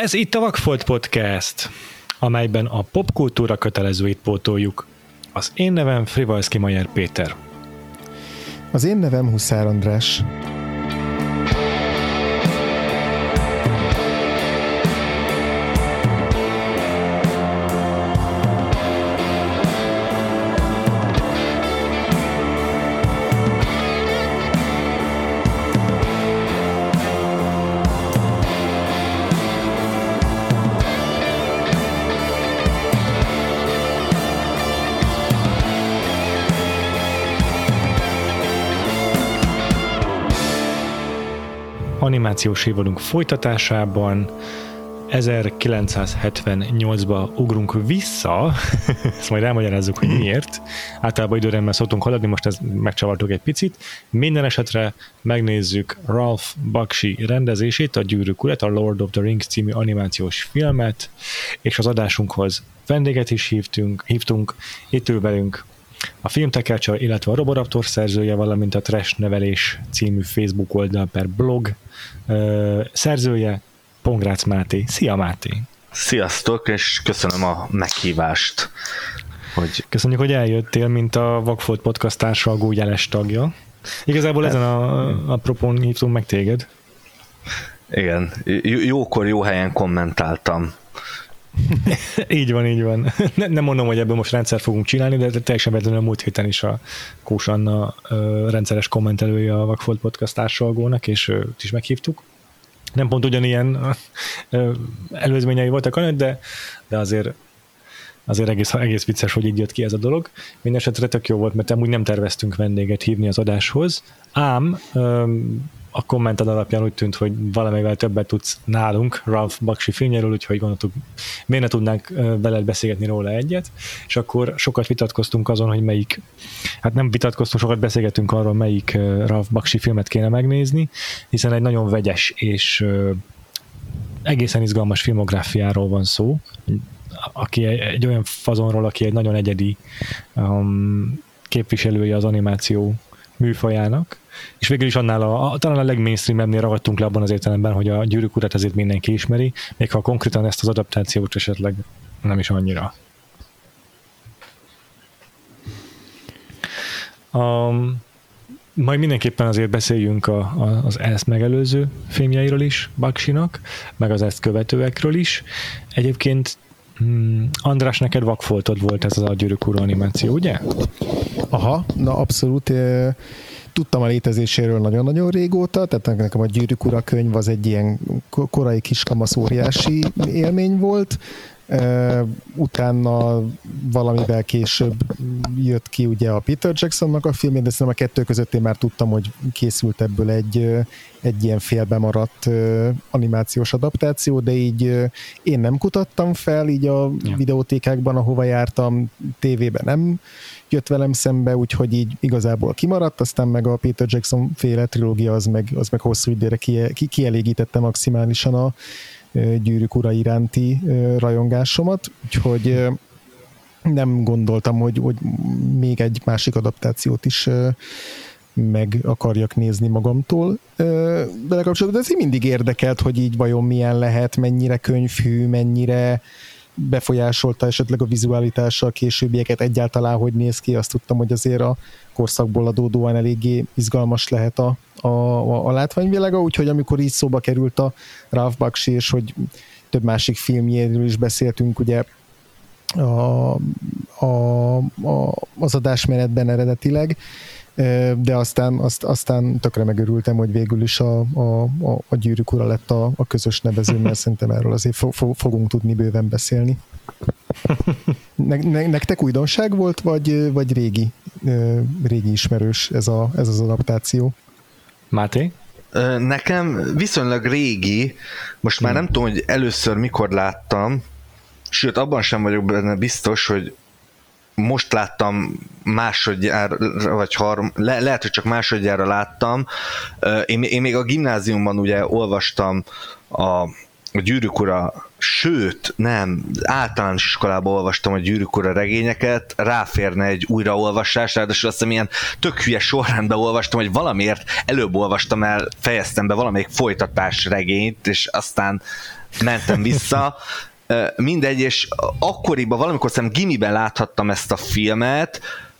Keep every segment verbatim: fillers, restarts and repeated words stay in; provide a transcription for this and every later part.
Ez itt a Vakfolt Podcast, amelyben a popkultúra kötelezőit pótoljuk. Az én nevem Frivalszki Mayer Péter. Az én nevem Huszár András. Animációs évadunk folytatásában ezerkilencszázhetvennyolcba ugrunk vissza, ezt majd elmagyarázzuk, hogy miért. Általában időrendben szoktunk haladni, most ezt megcsavartuk egy picit. Minden esetre megnézzük Ralph Bakshi rendezését, a Gyűrűk Urát, a Lord of the Rings című animációs filmet, és az adásunkhoz vendéget is hívtunk, hívtunk. Itt ül velünk a Filmtekercsa, illetve a Roboraptor szerzője, valamint a Trash Nevelés című Facebook oldal per blog uh, szerzője, Pongrácz Máté. Szia, Máté! Sziasztok, és köszönöm a meghívást. Hogy... Köszönjük, hogy eljöttél, mint a Vakfolt Podcast társalgó jeles tagja. Igazából ezen a, a propón hívtunk meg téged. Igen, jókor, jó helyen kommentáltam. Így van, így van. Ne, nem mondom, hogy ebből most rendszer fogunk csinálni, de teljesen véletlenül a múlt héten is a Kós Anna ö, rendszeres kommentelője a Vakfolt Podcast társalgónak, és ö, is meghívtuk. Nem pont ugyanilyen ö, előzményei voltak, de, de azért, azért egész, egész vicces, hogy így jött ki ez a dolog. Mindenesetre tök jó volt, mert amúgy nem terveztünk vendéget hívni az adáshoz, ám ö, a kommentad alapján úgy tűnt, hogy valamivel többet tudsz nálunk Ralph Bakshi filmjéről, úgyhogy gondoltuk, miért ne tudnánk veled beszélgetni róla egyet, és akkor sokat vitatkoztunk azon, hogy melyik, hát nem vitatkoztunk, sokat beszélgettünk arról, melyik Ralph Bakshi filmet kéne megnézni, hiszen egy nagyon vegyes és egészen izgalmas filmográfiáról van szó, aki egy olyan fazonról, aki egy nagyon egyedi um, képviselője az animáció műfajának, és végül is annál a, a, talán a legmainstreamebbnél ragadtunk le abban az értelemben, hogy a Gyűrűk Urát azért mindenki ismeri, még ha konkrétan ezt az adaptációt esetleg nem is annyira. Um, majd mindenképpen azért beszéljünk a, a, az ezt megelőző filmjeiről is, Bakshinak, meg az ezt követőekről is. Egyébként Hmm, András, neked vakfoltod volt ez az a Gyűrűk Ura animáció, ugye? Aha, na abszolút. Tudtam a létezéséről nagyon-nagyon régóta, tehát nekem a Gyűrűk Ura könyv az egy ilyen korai kiskamasz óriási élmény volt. Utána valamivel később jött ki ugye a Peter Jacksonnak a filmje, de szerintem a kettő között én már tudtam, hogy készült ebből egy, egy ilyen félbemaradt animációs adaptáció, de így én nem kutattam fel, így a ja. videótékákban, ahova jártam, tévében nem jött velem szembe, úgyhogy így igazából kimaradt, aztán meg a Peter Jackson féle trilógia az meg, az meg hosszú időre ki, kielégítette maximálisan a Gyűrűk Ura iránti rajongásomat, úgyhogy nem gondoltam, hogy, hogy még egy másik adaptációt is meg akarjak nézni magamtól. Vele kapcsolatban, de ez mindig érdekelt, hogy így vajon milyen lehet, mennyire könyvhű, mennyire befolyásolta esetleg a vizualitása a későbbieket, egyáltalán hogy néz ki, azt tudtam, hogy azért a korszakból adódóan eléggé izgalmas lehet a, a, a, a látványvilága, úgyhogy amikor így szóba került a Ralph Bakshi, és hogy több másik filmjéről is beszéltünk, ugye a, a, a, az adásmenetben eredetileg, de aztán, azt, aztán tökre megörültem, hogy végül is a, a, a Gyűrűk Ura lett a, a közös nevező, mert szerintem erről azért fo, fo, fogunk tudni bőven beszélni. Ne, ne, nektek újdonság volt, vagy, vagy régi, régi ismerős ez, a, ez az adaptáció? Máté? Nekem viszonylag régi, most már nem tudom, hogy először mikor láttam, sőt abban sem vagyok benne biztos, hogy most láttam másodjára, vagy harm, le, lehet, hogy csak másodjára láttam. Én, én még a gimnáziumban ugye olvastam a, a Gyűrűk Ura, sőt, nem, általános iskolában olvastam a Gyűrűk Ura regényeket, ráférne egy újraolvasás, ráadásul azt hiszem ilyen tök hülye sorrendben olvastam, hogy valamiért előbb olvastam el, fejeztem be valamelyik folytatás regényt, és aztán mentem vissza, mindegy, és akkoriban, valamikor szerintem gimiben láthattam ezt a filmet.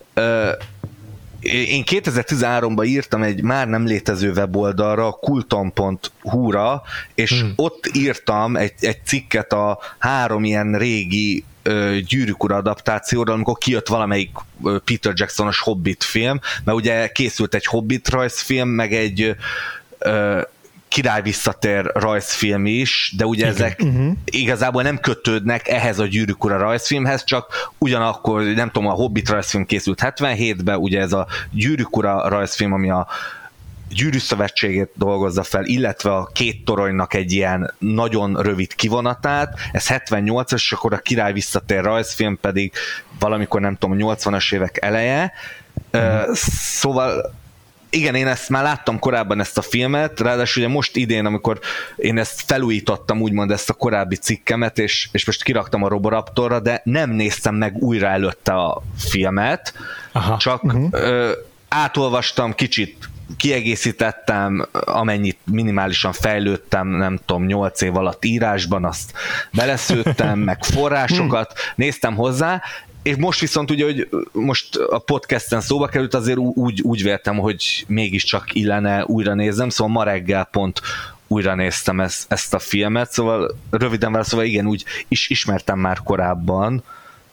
Én kétezer-tizenháromban írtam egy már nem létező weboldalra, kulton pont hu-ra, és hmm. ott írtam egy, egy cikket a három ilyen régi Gyűrűk Ura adaptációról, amikor kijött valamelyik Peter Jackson-os Hobbit film, mert ugye készült egy Hobbit rajzfilm, meg egy ö, Király visszatér rajzfilm is, de ugye ezek uh-huh. igazából nem kötődnek ehhez a Gyűrűk Ura rajzfilmhez, csak ugyanakkor, nem tudom, a Hobbit rajzfilm készült hetvenhétben, ugye ez a Gyűrűk Ura rajzfilm, ami a Gyűrű Szövetségét dolgozza fel, illetve a Két toronynak egy ilyen nagyon rövid kivonatát, ez hetvennyolcas, és akkor a Király visszatér rajzfilm pedig valamikor, nem tudom, nyolcvanas évek eleje. Uh-huh. Szóval igen, én ezt már láttam korábban, ezt a filmet, ráadásul ugye most idén, amikor én ezt felújítottam, úgymond ezt a korábbi cikkemet, és, és most kiraktam a Roboraptorra, de nem néztem meg újra előtte a filmet, Aha. csak uh-huh. ö, átolvastam kicsit, kiegészítettem, amennyit minimálisan fejlődtem, nem tudom, nyolc év alatt írásban, azt beleszőttem, meg forrásokat, néztem hozzá, és most viszont ugye, hogy most a podcasten szóba került, azért úgy, úgy véltem, hogy mégiscsak illene újra nézzem, szóval ma reggel pont újra néztem ezt, ezt a filmet, szóval röviden válaszolva, szóval igen, úgy is ismertem már korábban.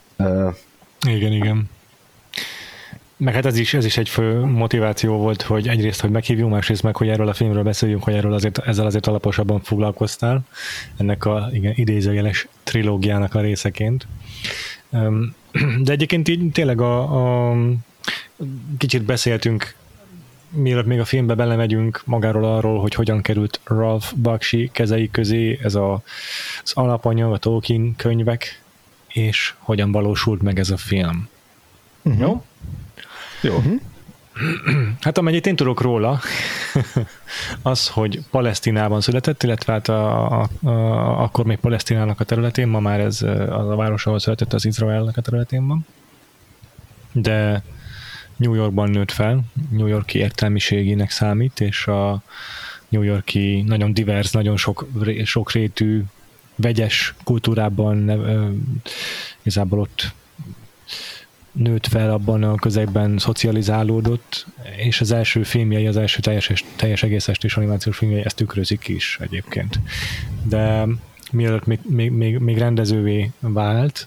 Igen, igen. Meg hát ez is, ez is egy fő motiváció volt, hogy egyrészt, hogy meghívjunk, másrészt meg, hogy erről a filmről beszéljünk, hogy erről azért, ezzel azért alaposabban foglalkoztál, ennek a igen, idézőjeles trilógiának a részeként. De egyébként így tényleg a, a kicsit beszéltünk, mielőtt még a filmbe belemegyünk magáról arról, hogy hogyan került Ralph Bakshi kezei közé ez a, az alapanyag, a Tolkien könyvek, és hogyan valósult meg ez a film. Uh-huh. Jó? Jó. Uh-huh. Hát amennyit én tudok róla, az, hogy Palesztinában született, illetve hát a, a, a, akkor még Palesztinának a területén, ma már ez az a város, ahol született, az Izraelnek a területén van. De New Yorkban nőtt fel, New York-i értelmiségének számít, és a New York-i nagyon divers, nagyon sok, sokrétű, vegyes kultúrában igazából ott nőtt fel, abban a közegben szocializálódott, és az első filmjei, az első teljes, teljes egész estés animációs filmjei ezt tükrözik is egyébként. De mielőtt még, még, még, még rendezővé vált,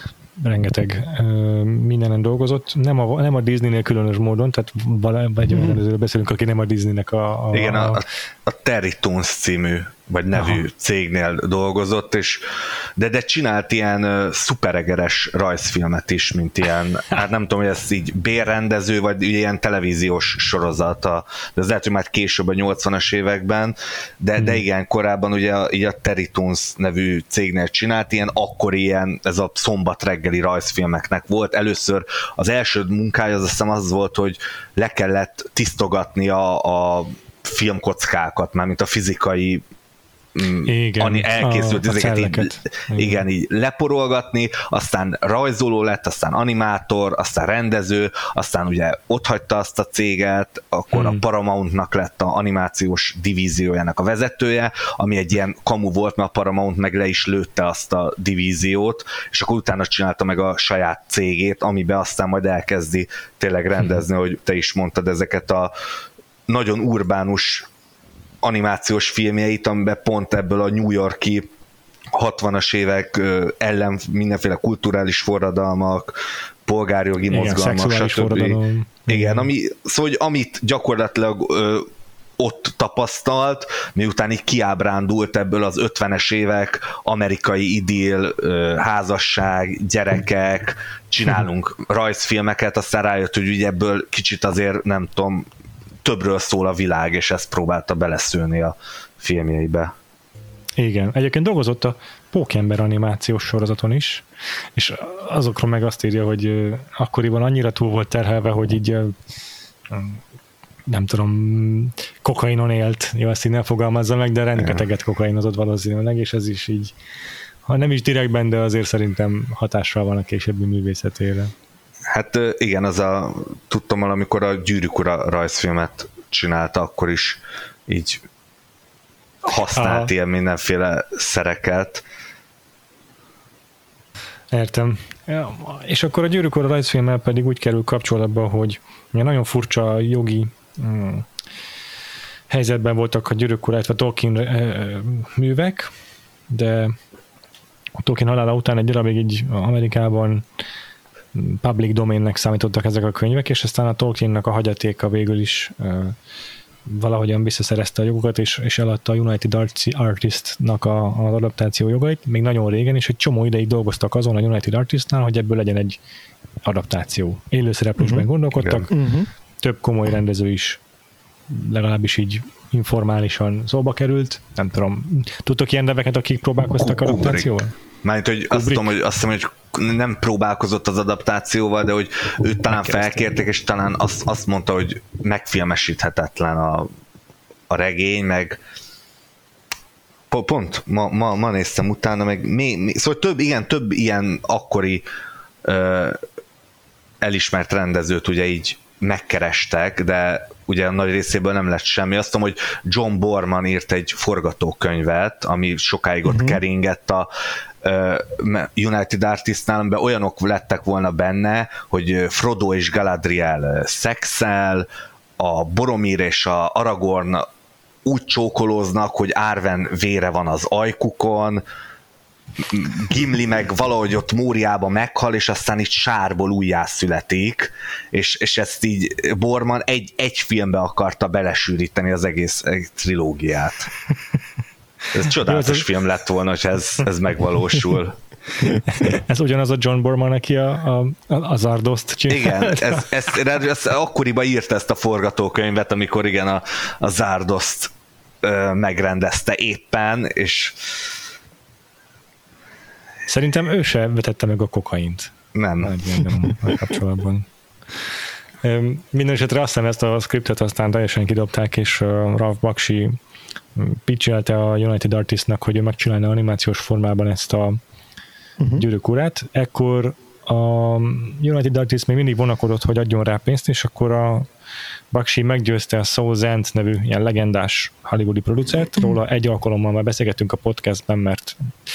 rengeteg uh, mindenen dolgozott, nem a, nem a Disneynél különös módon, tehát vala, vagy olyan mm. rendezőről beszélünk, aki nem a Disneynek a... a Igen, a, a Terry Toons című, vagy nevű Aha. cégnél dolgozott, és de, de csinált ilyen uh, szuperegeres rajzfilmet is, mint ilyen, hát nem tudom, hogy ez így bérrendező, vagy ilyen televíziós sorozata, de ez lehet, hogy már később a nyolcvanas években, de, mm. de igen, korábban ugye a, így a Terry Toons nevű cégnél csinált ilyen, akkor ilyen, ez a szombat reggeli rajzfilmeknek volt. Először az első munkája az azt hiszem az volt, hogy le kellett tisztogatni a, a filmkockákat, mármint a fizikai igen, ani elkészült a, ezeket a így, igen. igen, így leporolgatni, aztán rajzoló lett, aztán animátor, aztán rendező, aztán ugye otthagyta azt a céget, akkor hmm. a Paramountnak lett a animációs divíziójának a vezetője, ami egy ilyen kamu volt, mert a Paramount meg le is lőtte azt a divíziót, és akkor utána csinálta meg a saját cégét, amiben aztán majd elkezdi tényleg rendezni, hmm. hogy te is mondtad, ezeket a nagyon urbánus animációs filmjeit, amiben pont ebből a New York-i hatvanas évek ellen mindenféle kulturális forradalmak, polgárjogi igen, mozgalmak, stb. Igen, ami, szóval, hogy amit gyakorlatilag ö, ott tapasztalt, miután így kiábrándult ebből az ötvenes évek amerikai idill, ö, házasság, gyerekek, csinálunk rajzfilmeket, aztán rájött, hogy ugye ebből kicsit azért nem tudom, többről szól a világ, és ezt próbálta beleszülni a filmjeibe. Igen. Egyébként dolgozott a Pókember animációs sorozaton is, és azokról meg azt írja, hogy akkoriban annyira túl volt terhelve, hogy így nem tudom, kokainon élt, jó, ezt így nem fogalmazza meg, de rengeteget kokainozott valószínűleg, és ez is így, ha nem is direktben, de azért szerintem hatással van a későbbi művészetére. Hát igen, az a, tudtam valamikor a Gyűrűk Ura rajzfilmet csinálta, akkor is így használt Aha. ilyen mindenféle szereket. Értem. Ja, és akkor a Gyűrűk Ura rajzfilmmel pedig úgy kerül kapcsolatba, hogy nagyon furcsa jogi hmm, helyzetben voltak a Gyűrűk Ura, illetve Tolkien művek, de a Tolkien halála után egy darabig így Amerikában public domainnek számítottak ezek a könyvek, és aztán a Tolkiennek a hagyatéka végül is uh, valahogyan visszaszerezte a jogokat, és, és eladta a United Artists-nak a, az adaptáció jogait, még nagyon régen, és egy csomó ideig dolgoztak azon a United Artists-nál, hogy ebből legyen egy adaptáció. Élőszereplésben uh-huh. gondolkodtak, uh-huh. több komoly rendező is legalábbis így informálisan szóba került. Nem tudom, tudtok ilyen neveket, akik próbálkoztak adaptációval? Mármint, hogy azt tudom, hogy, azt hiszem, hogy nem próbálkozott az adaptációval, de hogy őt talán felkérték, és talán azt, azt mondta, hogy megfilmesíthetetlen a, a regény, meg pont ma, ma, ma néztem utána, meg mi, mi, szóval több, igen, több ilyen akkori ö, elismert rendezőt ugye így megkerestek, de ugye a nagy részéből nem lett semmi. Azt tudom, hogy John Borman írt egy forgatókönyvet, ami sokáig ott uh-huh. keringett a uh, United Artists-nál, amiben olyanok lettek volna benne, hogy Frodo és Galadriel szexel, a Boromir és a Aragorn úgy csókolóznak, hogy Arwen vére van az ajkukon, Gimli meg valahogy ott Móriában meghal, és aztán itt sárból újjászületik, és, és ezt így Borman egy, egy filmbe akarta belesűríteni az egész trilógiát. Ez csodálatos film lett volna, hogy ez, ez megvalósul. Ez ugyanaz a John Borman, aki a, a, a Zardoszt csinálta. Igen, ez, ez, ez, ez akkoriban írt ezt a forgatókönyvet, amikor igen a, a Zardoszt ö, megrendezte éppen, és szerintem ő se vetette meg a kokaint. Nem. Nem a kapcsolatban. Minden esetre azt hiszem ezt a scriptet aztán teljesen kidobták, és Ralph Bakshi pitchelte a United Artists-nak, hogy ő megcsinálna animációs formában ezt a uh-huh. Gyűrűk Urát. Ekkor a United Artists még mindig vonakodott, hogy adjon rá pénzt, és akkor a Bakshi meggyőzte a Saul Zaentz nevű ilyen legendás hollywoodi producert. Róla egy alkalommal már beszélgettünk a podcastben, mert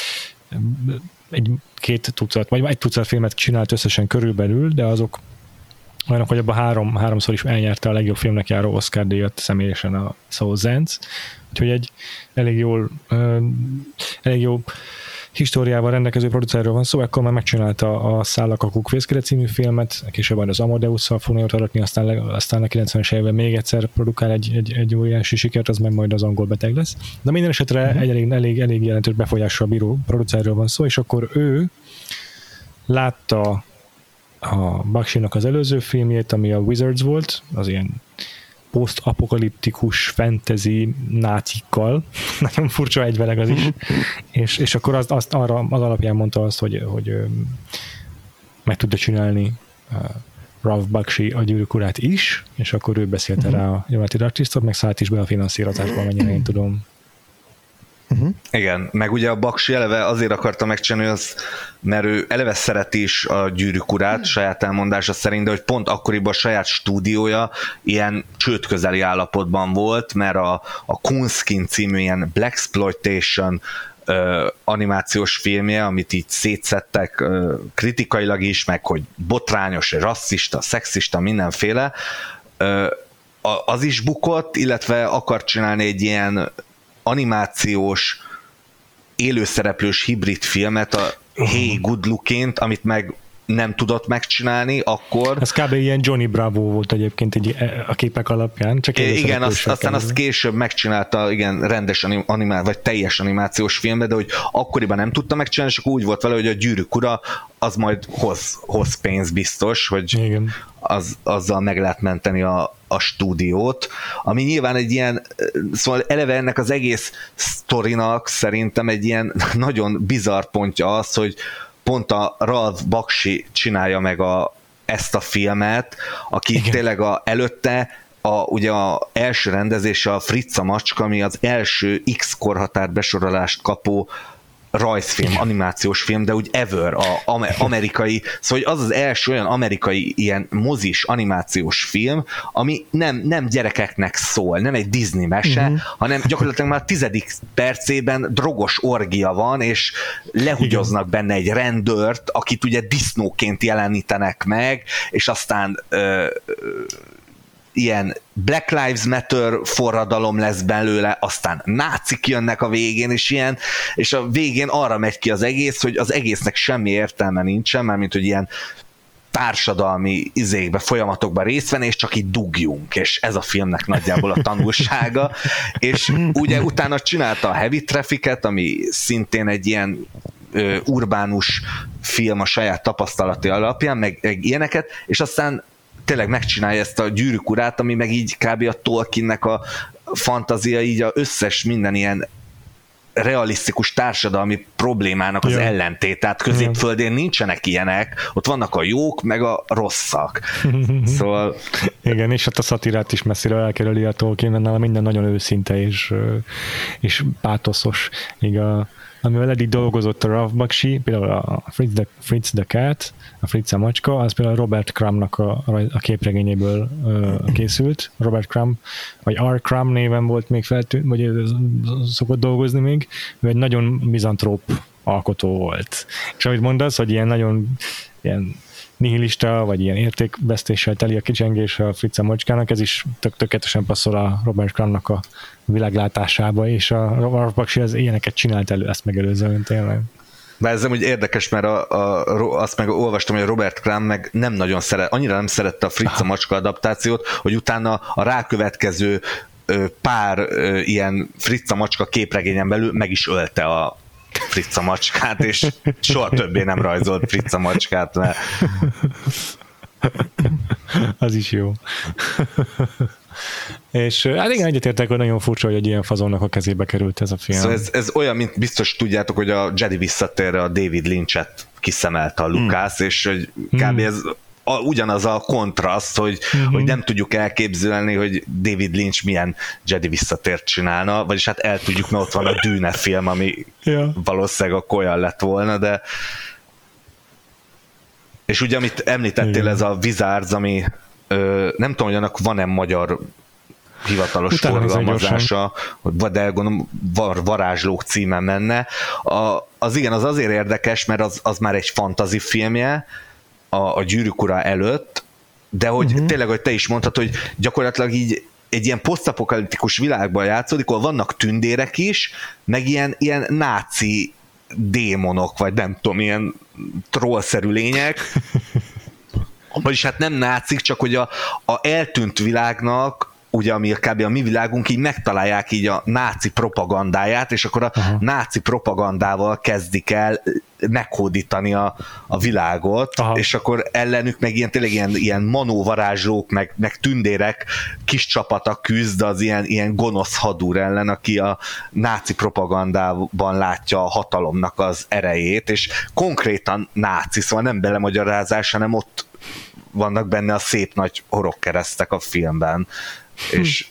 egy két tucat, vagy egy tucat filmet csinált összesen körülbelül, de azok olyanok, hogy abban három, háromszor is elnyerte a legjobb filmnek járó Oscar-díjat személyesen a Saul Zaentz. Úgyhogy egy elég jól, elég jó históriával rendelkező producerről van szó, ekkor már megcsinálta a Szállak a Kukfészkére című filmet, később az Amadeus-szal fog nagyot aratni, aztán, aztán a kilencvenes években még egyszer produkál egy, egy, egy óriási sikert, az meg majd az Angol beteg lesz. De minden esetre uh-huh. egy elég, elég, elég jelentős befolyással bíró producerről van szó, és akkor ő látta a Bakshinak az előző filmjét, ami a Wizards volt, az ilyen post-apokaliptikus fantasy nácikkal, nagyon furcsa egyveleg az is, és, és akkor azt, azt arra, az alapján mondta azt, hogy, hogy meg tudta csinálni uh, Ralph Bakshi a Gyűrűk Urát is, és akkor ő beszélte uh-huh. rá a United Artists-ot, meg szállt is be a finanszírozásba, mennyire én tudom. Uh-huh. Igen, meg ugye a Bakshi eleve azért akarta megcsinálni, az, mert ő eleve szereti is a Gyűrűk Urát, uh-huh. saját elmondása szerint, de hogy pont akkoriban a saját stúdiója ilyen csődközeli állapotban volt, mert a, a Coonskin című ilyen Blaxploitation uh, animációs filmje, amit így szétszettek uh, kritikailag is, meg hogy botrányos, rasszista, szexista, mindenféle, uh, az is bukott, illetve akart csinálni egy ilyen animációs, élőszereplős hibrid filmet a Hey Good Look-ként, amit meg nem tudott megcsinálni, akkor... Ez kb. Ilyen Johnny Bravo volt egyébként egy, a képek alapján, csak igen, azt, aztán azt később megcsinálta, igen, rendes animá, vagy teljes animációs filmbe, de hogy akkoriban nem tudta megcsinálni, és akkor úgy volt vele, hogy a Gyűrűk Ura az majd hoz, hoz pénz biztos, hogy az, azzal meg lehet menteni a, a stúdiót, ami nyilván egy ilyen, szóval eleve ennek az egész sztorinak szerintem egy ilyen nagyon bizarr pontja az, hogy pont a Ralph Bakshi csinálja meg a, ezt a filmet, aki igen. tényleg a, előtte a, ugye a első rendezése a Fritz a macska, ami az első X korhatár besorolást kapó rajzfilm, animációs film, de úgy ever, a amerikai, szóval az az első olyan amerikai ilyen mozis animációs film, ami nem, nem gyerekeknek szól, nem egy Disney mese, uh-huh. hanem gyakorlatilag már a tizedik percében drogos orgia van, és lehugyoznak benne egy rendőrt, akit ugye disznóként jelenítenek meg, és aztán ö, ilyen Black Lives Matter forradalom lesz belőle, aztán nácik jönnek a végén, és ilyen, és a végén arra megy ki az egész, hogy az egésznek semmi értelme nincsen, mert mint hogy ilyen társadalmi izékbe, folyamatokban részt venni, és csak így dugjunk, és ez a filmnek nagyjából a tanulsága, és ugye utána csinálta a Heavy Traffic-et, ami szintén egy ilyen ö, urbánus film a saját tapasztalati alapján, meg, meg ilyeneket, és aztán tényleg megcsinálja ezt a Gyűrűk urát, ami meg így kb. A Tolkiennek a fantázia, így a összes minden ilyen realisztikus társadalmi problémának az ja. ellentét, tehát Középföldén ja. nincsenek ilyenek, ott vannak a jók, meg a rosszak. Szóval... Igen, és hát a szatirát is messzire elkerüli a Tolkien, mert nála minden nagyon őszinte és, és pátoszos. Még a amivel eddig dolgozott a Ralph Bakshi, például a Fritz the, Fritz the Cat, a Fritz a macska, az például Robert Crumbnak a, a képregényéből uh, készült. Robert Crumb, vagy R. Crumb néven volt még feltűnt, vagy szokott dolgozni még. Ő egy nagyon mizantróp alkotó volt. És amit mondasz, hogy ilyen nagyon ilyen nihilista, vagy ilyen értékvesztéssel teli a kicsengés a Fritz a macskának, ez is tök tökéletesen passzol a Robert Crumbnak a világlátásába, és a Ralph Bakshi az ilyeneket csinált elő, ezt megelőzően tényleg. De ez úgy érdekes, mert a, a, azt meg olvastam, hogy a Robert Crumb meg nem nagyon szeret, annyira nem szerette a Fritz a macska adaptációt, hogy utána a rákövetkező pár ilyen Fritz a macska képregényen belül meg is ölte a Fritz a macskát, és soha többé nem rajzolt Fritz a macskát, mert... Az is jó. És hát igen, egyetértek, hogy nagyon furcsa, hogy egy ilyen fazonnak a kezébe került ez a film. Szóval ez, ez olyan, mint biztos tudjátok, hogy a Jedi visszatérre a David Lynch-et kiszemelte a Lucas, mm. és hogy kb. Ez a, ugyanaz a kontraszt, hogy, mm-hmm. hogy nem tudjuk elképzelni, hogy David Lynch milyen Jedi visszatért csinálna, vagyis hát el tudjuk, mert ott van a Dune film, ami ja. valószínűleg akkor olyan lett volna, de és ugye, amit említettél, igen. ez a Wizards, ami ö, nem tudom, hogy annak van-e magyar hivatalos utána forgalmazása, de gondolom var, Varázslók címen menne. A, az igen, az azért érdekes, mert az, az már egy fantasy filmje a, a Gyűrűk ura előtt, de hogy uh-huh. tényleg, hogy te is mondtad, hogy gyakorlatilag így egy ilyen posztapokaliptikus világban játszódik, ahol vannak tündérek is, meg ilyen, ilyen náci démonok, vagy nem tudom, ilyen trollszerű lények, vagyis hát nem nácik, csak hogy a, a eltűnt világnak, ugye ami kb. A mi világunk, így megtalálják így a náci propagandáját, és akkor a Aha. náci propagandával kezdik el meghódítani a, a világot, Aha. és akkor ellenük meg ilyen, tényleg ilyen, ilyen manóvarázslók, meg, meg tündérek kis csapata küzd az ilyen, ilyen gonosz hadúr ellen, aki a náci propagandában látja a hatalomnak az erejét, és konkrétan náci, szóval nem belemagyarázás, hanem ott vannak benne a szép nagy horogkeresztek a filmben. És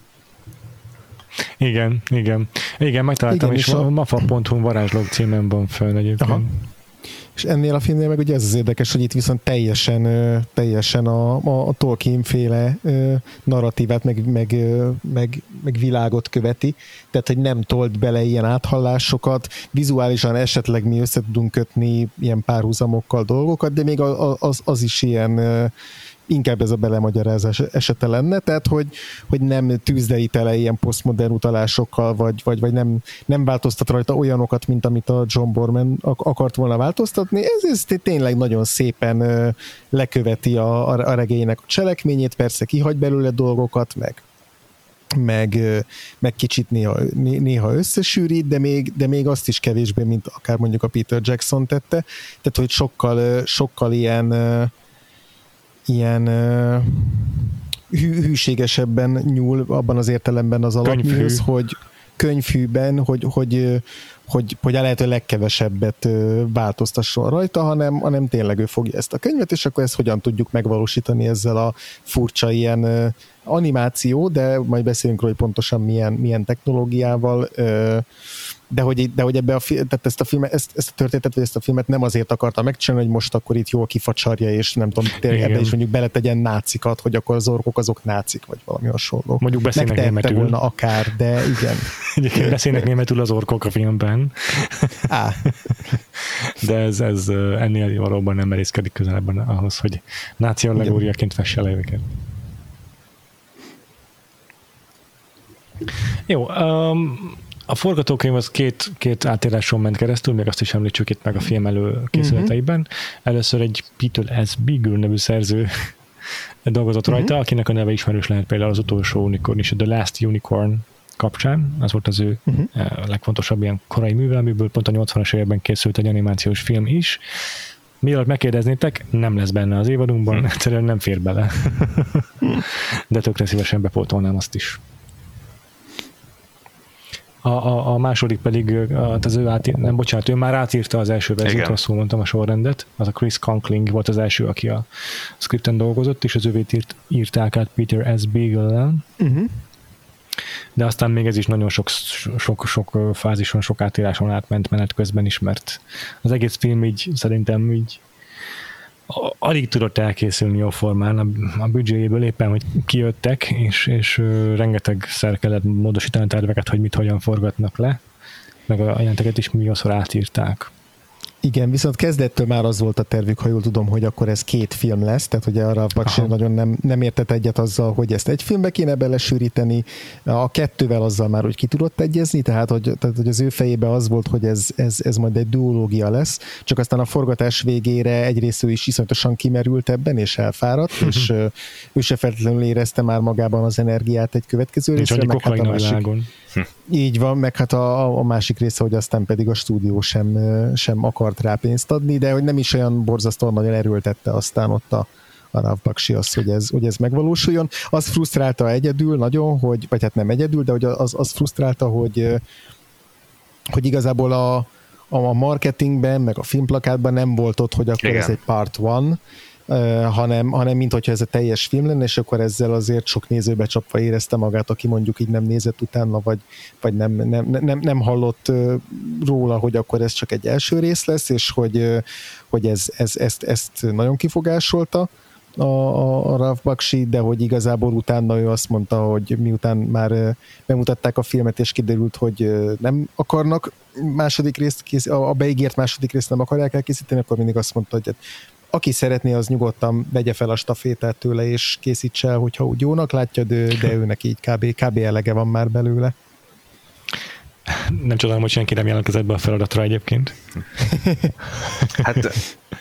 igen, igen. Igen, megtaláltam, igen, és, és a mafa pont hu varázslók címen van föl egyébként. Aha. És ennél a filmnél meg ugye ez az érdekes, hogy itt viszont teljesen, teljesen a, a, a Tolkien-féle narratívát, meg, meg, meg, meg világot követi, tehát hogy nem tolt bele ilyen áthallásokat, vizuálisan esetleg mi össze tudunk kötni ilyen párhuzamokkal dolgokat, de még az, az is ilyen inkább ez a belemagyarázás esete lenne, tehát hogy, hogy nem tűzdei tele ilyen posztmodern utalásokkal, vagy, vagy, vagy nem, nem változtat rajta olyanokat, mint amit a John Borman akart volna változtatni. Ez, ez tényleg nagyon szépen leköveti a, a regénynek a cselekményét, persze kihagy belőle dolgokat, meg meg, meg kicsit néha, néha összesűrít, de még, de még azt is kevésbé, mint akár mondjuk a Peter Jackson tette, tehát hogy sokkal, sokkal ilyen ilyen uh, hű, hűségesebben nyúl abban az értelemben az alapműhöz, hogy könyvhűben, hogy, hogy, hogy, hogy a lehető legkevesebbet változtasson rajta, hanem, hanem tényleg ő fogja ezt a könyvet, és akkor ezt hogyan tudjuk megvalósítani ezzel a furcsa ilyen animáció, de majd beszélünk róla, hogy pontosan milyen, milyen technológiával de hogy, de hogy ebbe a, tehát ezt a filmet, ezt, ezt a történetet, vagy ezt a filmet nem azért akarta megcsinálni, hogy most akkor itt jól kifacsarja, és nem tudom, ebbe is mondjuk beletegyen nácikat, hogy akkor az orkok azok nácik, vagy valami hasonló. Mondjuk beszélnek németül. Volna akár, de igen. Egyébként beszélnek németül az orkok a filmben. Á. De ez, ez ennél valóban nem merészkedik közelebben ahhoz, hogy náci allegóriaként fesse le őket. Jó, um, a forgatókönyv az két, két átíráson ment keresztül, még azt is említsük itt meg a film előkészületeiben. Uh-huh. Először egy Peter S. Beagle nevű szerző dolgozott uh-huh. rajta, akinek a neve ismerős lehet például az utolsó Unicorn és a The Last Unicorn kapcsán. Az volt az ő uh-huh. legfontosabb ilyen korai művel, amiből pont a nyolcvanas években készült egy animációs film is. Mielőtt megkérdeznétek, nem lesz benne az évadunkban, hmm. egyszerűen nem fér bele. De tökre szívesen bepótolnám azt is. A, a, a második pedig, az ő átír, nem bocsánat, ő már átírta az első verziót, rosszul mondtam a sorrendet, az a Chris Conkling volt az első, aki a scripten dolgozott, és az ővét írt, írták át Peter S. Beagle-en. Uh-huh. De aztán még ez is nagyon sok, sok, sok fázison, sok átíráson átment menet közben is, mert az egész film így szerintem így alig tudott elkészülni jó formán a, a büdzséjéből éppen, hogy kijöttek, és, és rengeteg szer kellett módosítani terveket, hogy mit hogyan forgatnak le, meg a jelenteket is milliószor átírták. Igen, viszont kezdettől már az volt a tervük, ha jól tudom, hogy akkor ez két film lesz, tehát hogy arra Bakshi nagyon nem, nem értett egyet azzal, hogy ezt egy filmbe kéne belesűríteni, a kettővel azzal már úgy ki tudott egyezni, tehát hogy, tehát, hogy az ő fejében az volt, hogy ez, ez, ez majd egy duológia lesz, csak aztán a forgatás végére egyrészt ő is iszonyatosan kimerült ebben, és elfáradt, és ő se feltétlenül érezte már magában az energiát egy következő részre, meg hát a másik, így van, meg hát a, a másik része, hogy aztán pedig a stúdió sem, sem akart rá pénzt adni, de hogy nem is olyan borzasztóan nagyon erőltette aztán ott a, a Ralph Bakshi azt, hogy ez, hogy ez megvalósuljon. Az frusztrálta egyedül nagyon, hogy, vagy hát nem egyedül, de hogy az, az frusztrálta, hogy, hogy igazából a, a marketingben, meg a filmplakátban nem volt ott, hogy akkor igen, ez egy part one, Uh, hanem, hanem mint hogyha ez a teljes film lenne, és akkor ezzel azért sok nézőbe csapva érezte magát, aki mondjuk így nem nézett utána, vagy, vagy nem, nem, nem, nem hallott uh, róla, hogy akkor ez csak egy első rész lesz, és hogy, uh, hogy ez, ez, ezt, ezt nagyon kifogásolta a, a, a Ralph Bakshi, de hogy igazából utána ő azt mondta, hogy miután már uh, bemutatták a filmet, és kiderült, hogy uh, nem akarnak második részt kész, a, a beígért második részt nem akarják elkészíteni, akkor mindig azt mondta, hogy aki szeretné, az nyugodtan vegye fel a stafétát tőle, és készítse el, hogyha úgy jónak látja, de, de őnek így kb, kb. Elege van már belőle. Nem csodálom, hogy senki nem jelentkezett be a feladatra egyébként. Hát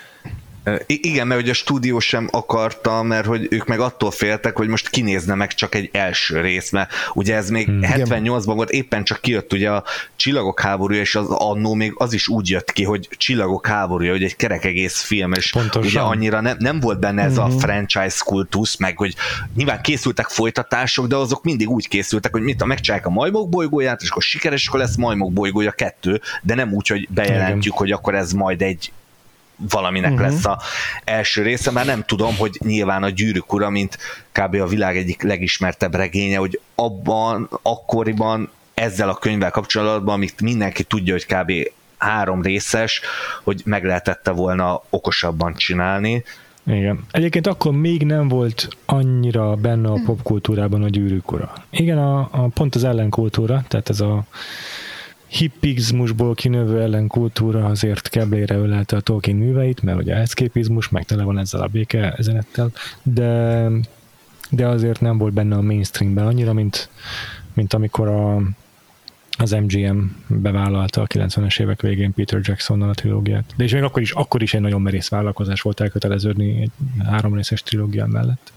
igen, mert hogy a stúdió sem akarta, mert hogy ők meg attól féltek, hogy most kinézne meg csak egy első rész, mert ugye ez még hmm. hetvennyolcban volt, éppen csak kijött ugye a Csillagok háborúja, és az annó még az is úgy jött ki, hogy Csillagok háborúja, hogy egy kerek egész film, és pontosan, ugye annyira nem, nem volt benne ez hmm. a franchise kultusz, meg hogy nyilván készültek folytatások, de azok mindig úgy készültek, hogy mit a megcsinálják a Majmok bolygóját, és akkor sikeres, akkor lesz Majmok bolygója kettő, de nem úgy, hogy bejelentjük, igen, hogy akkor ez majd egy valaminek uh-huh. lesz a első része, mert nem tudom, hogy nyilván a Gyűrűk ura, mint kb. A világ egyik legismertebb regénye, hogy abban, akkoriban ezzel a könyvvel kapcsolatban, amit mindenki tudja, hogy kb. Három részes, hogy meg lehetette volna okosabban csinálni. Igen. Egyébként akkor még nem volt annyira benne a popkultúrában a Gyűrűk ura. Igen, a, a pont az ellenkultúra, tehát ez a hippizmusból kinövő ellenkultúra azért keblére ölelte a Tolkien műveit, mert ugye eszképizmus, meg tele van ezzel a béke üzenettel, de, de azért nem volt benne a mainstreamben annyira, mint, mint amikor a, az em gé em bevállalta a kilencvenes évek végén Peter Jacksonnal a trilógiát. De és még akkor is, akkor is egy nagyon merész vállalkozás volt elköteleződni egy három részes trilógia mellett.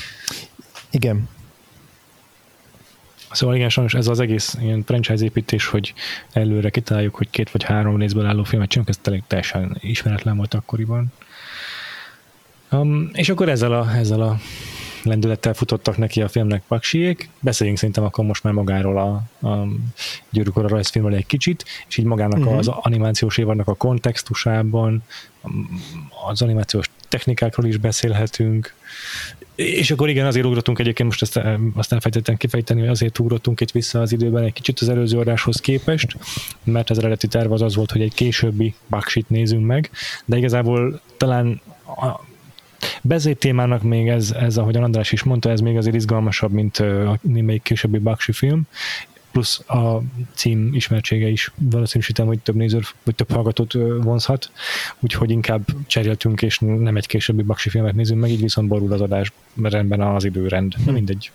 Igen. Szóval igen, sajnos ez az egész ilyen franchise építés, hogy előre kitaláljuk, hogy két vagy három részből álló filmet csinálunk, ez tényleg teljesen ismeretlen volt akkoriban. Um, és akkor ezzel a, ezzel a lendülettel futottak neki a filmnek Bakshiék. Beszéljünk szerintem akkor most már magáról a, a Gyűrűk ura rajzfilmről egy kicsit, és így magának uh-huh. az animációs évadnak a kontextusában, az animációs technikákról is beszélhetünk, és akkor igen, azért ugrottunk egyébként, most ezt aztán fejtettem kifejteni, hogy azért ugrottunk itt vissza az időben egy kicsit az előző adáshoz képest, mert az eredeti terv az az volt, hogy egy későbbi Baksit nézünk meg, de igazából talán a Bezét témának még ez, ez, ahogy András is mondta, ez még azért izgalmasabb, mint a némelyik későbbi Baksi film, plusz a cím ismertsége is valószínűsítem, hogy több néző, vagy több hallgatót vonzhat, úgyhogy inkább cseréltünk, és nem egy későbbi Baksi filmet nézünk meg, így viszont borul az adás rendben az időrend. Na mindegy.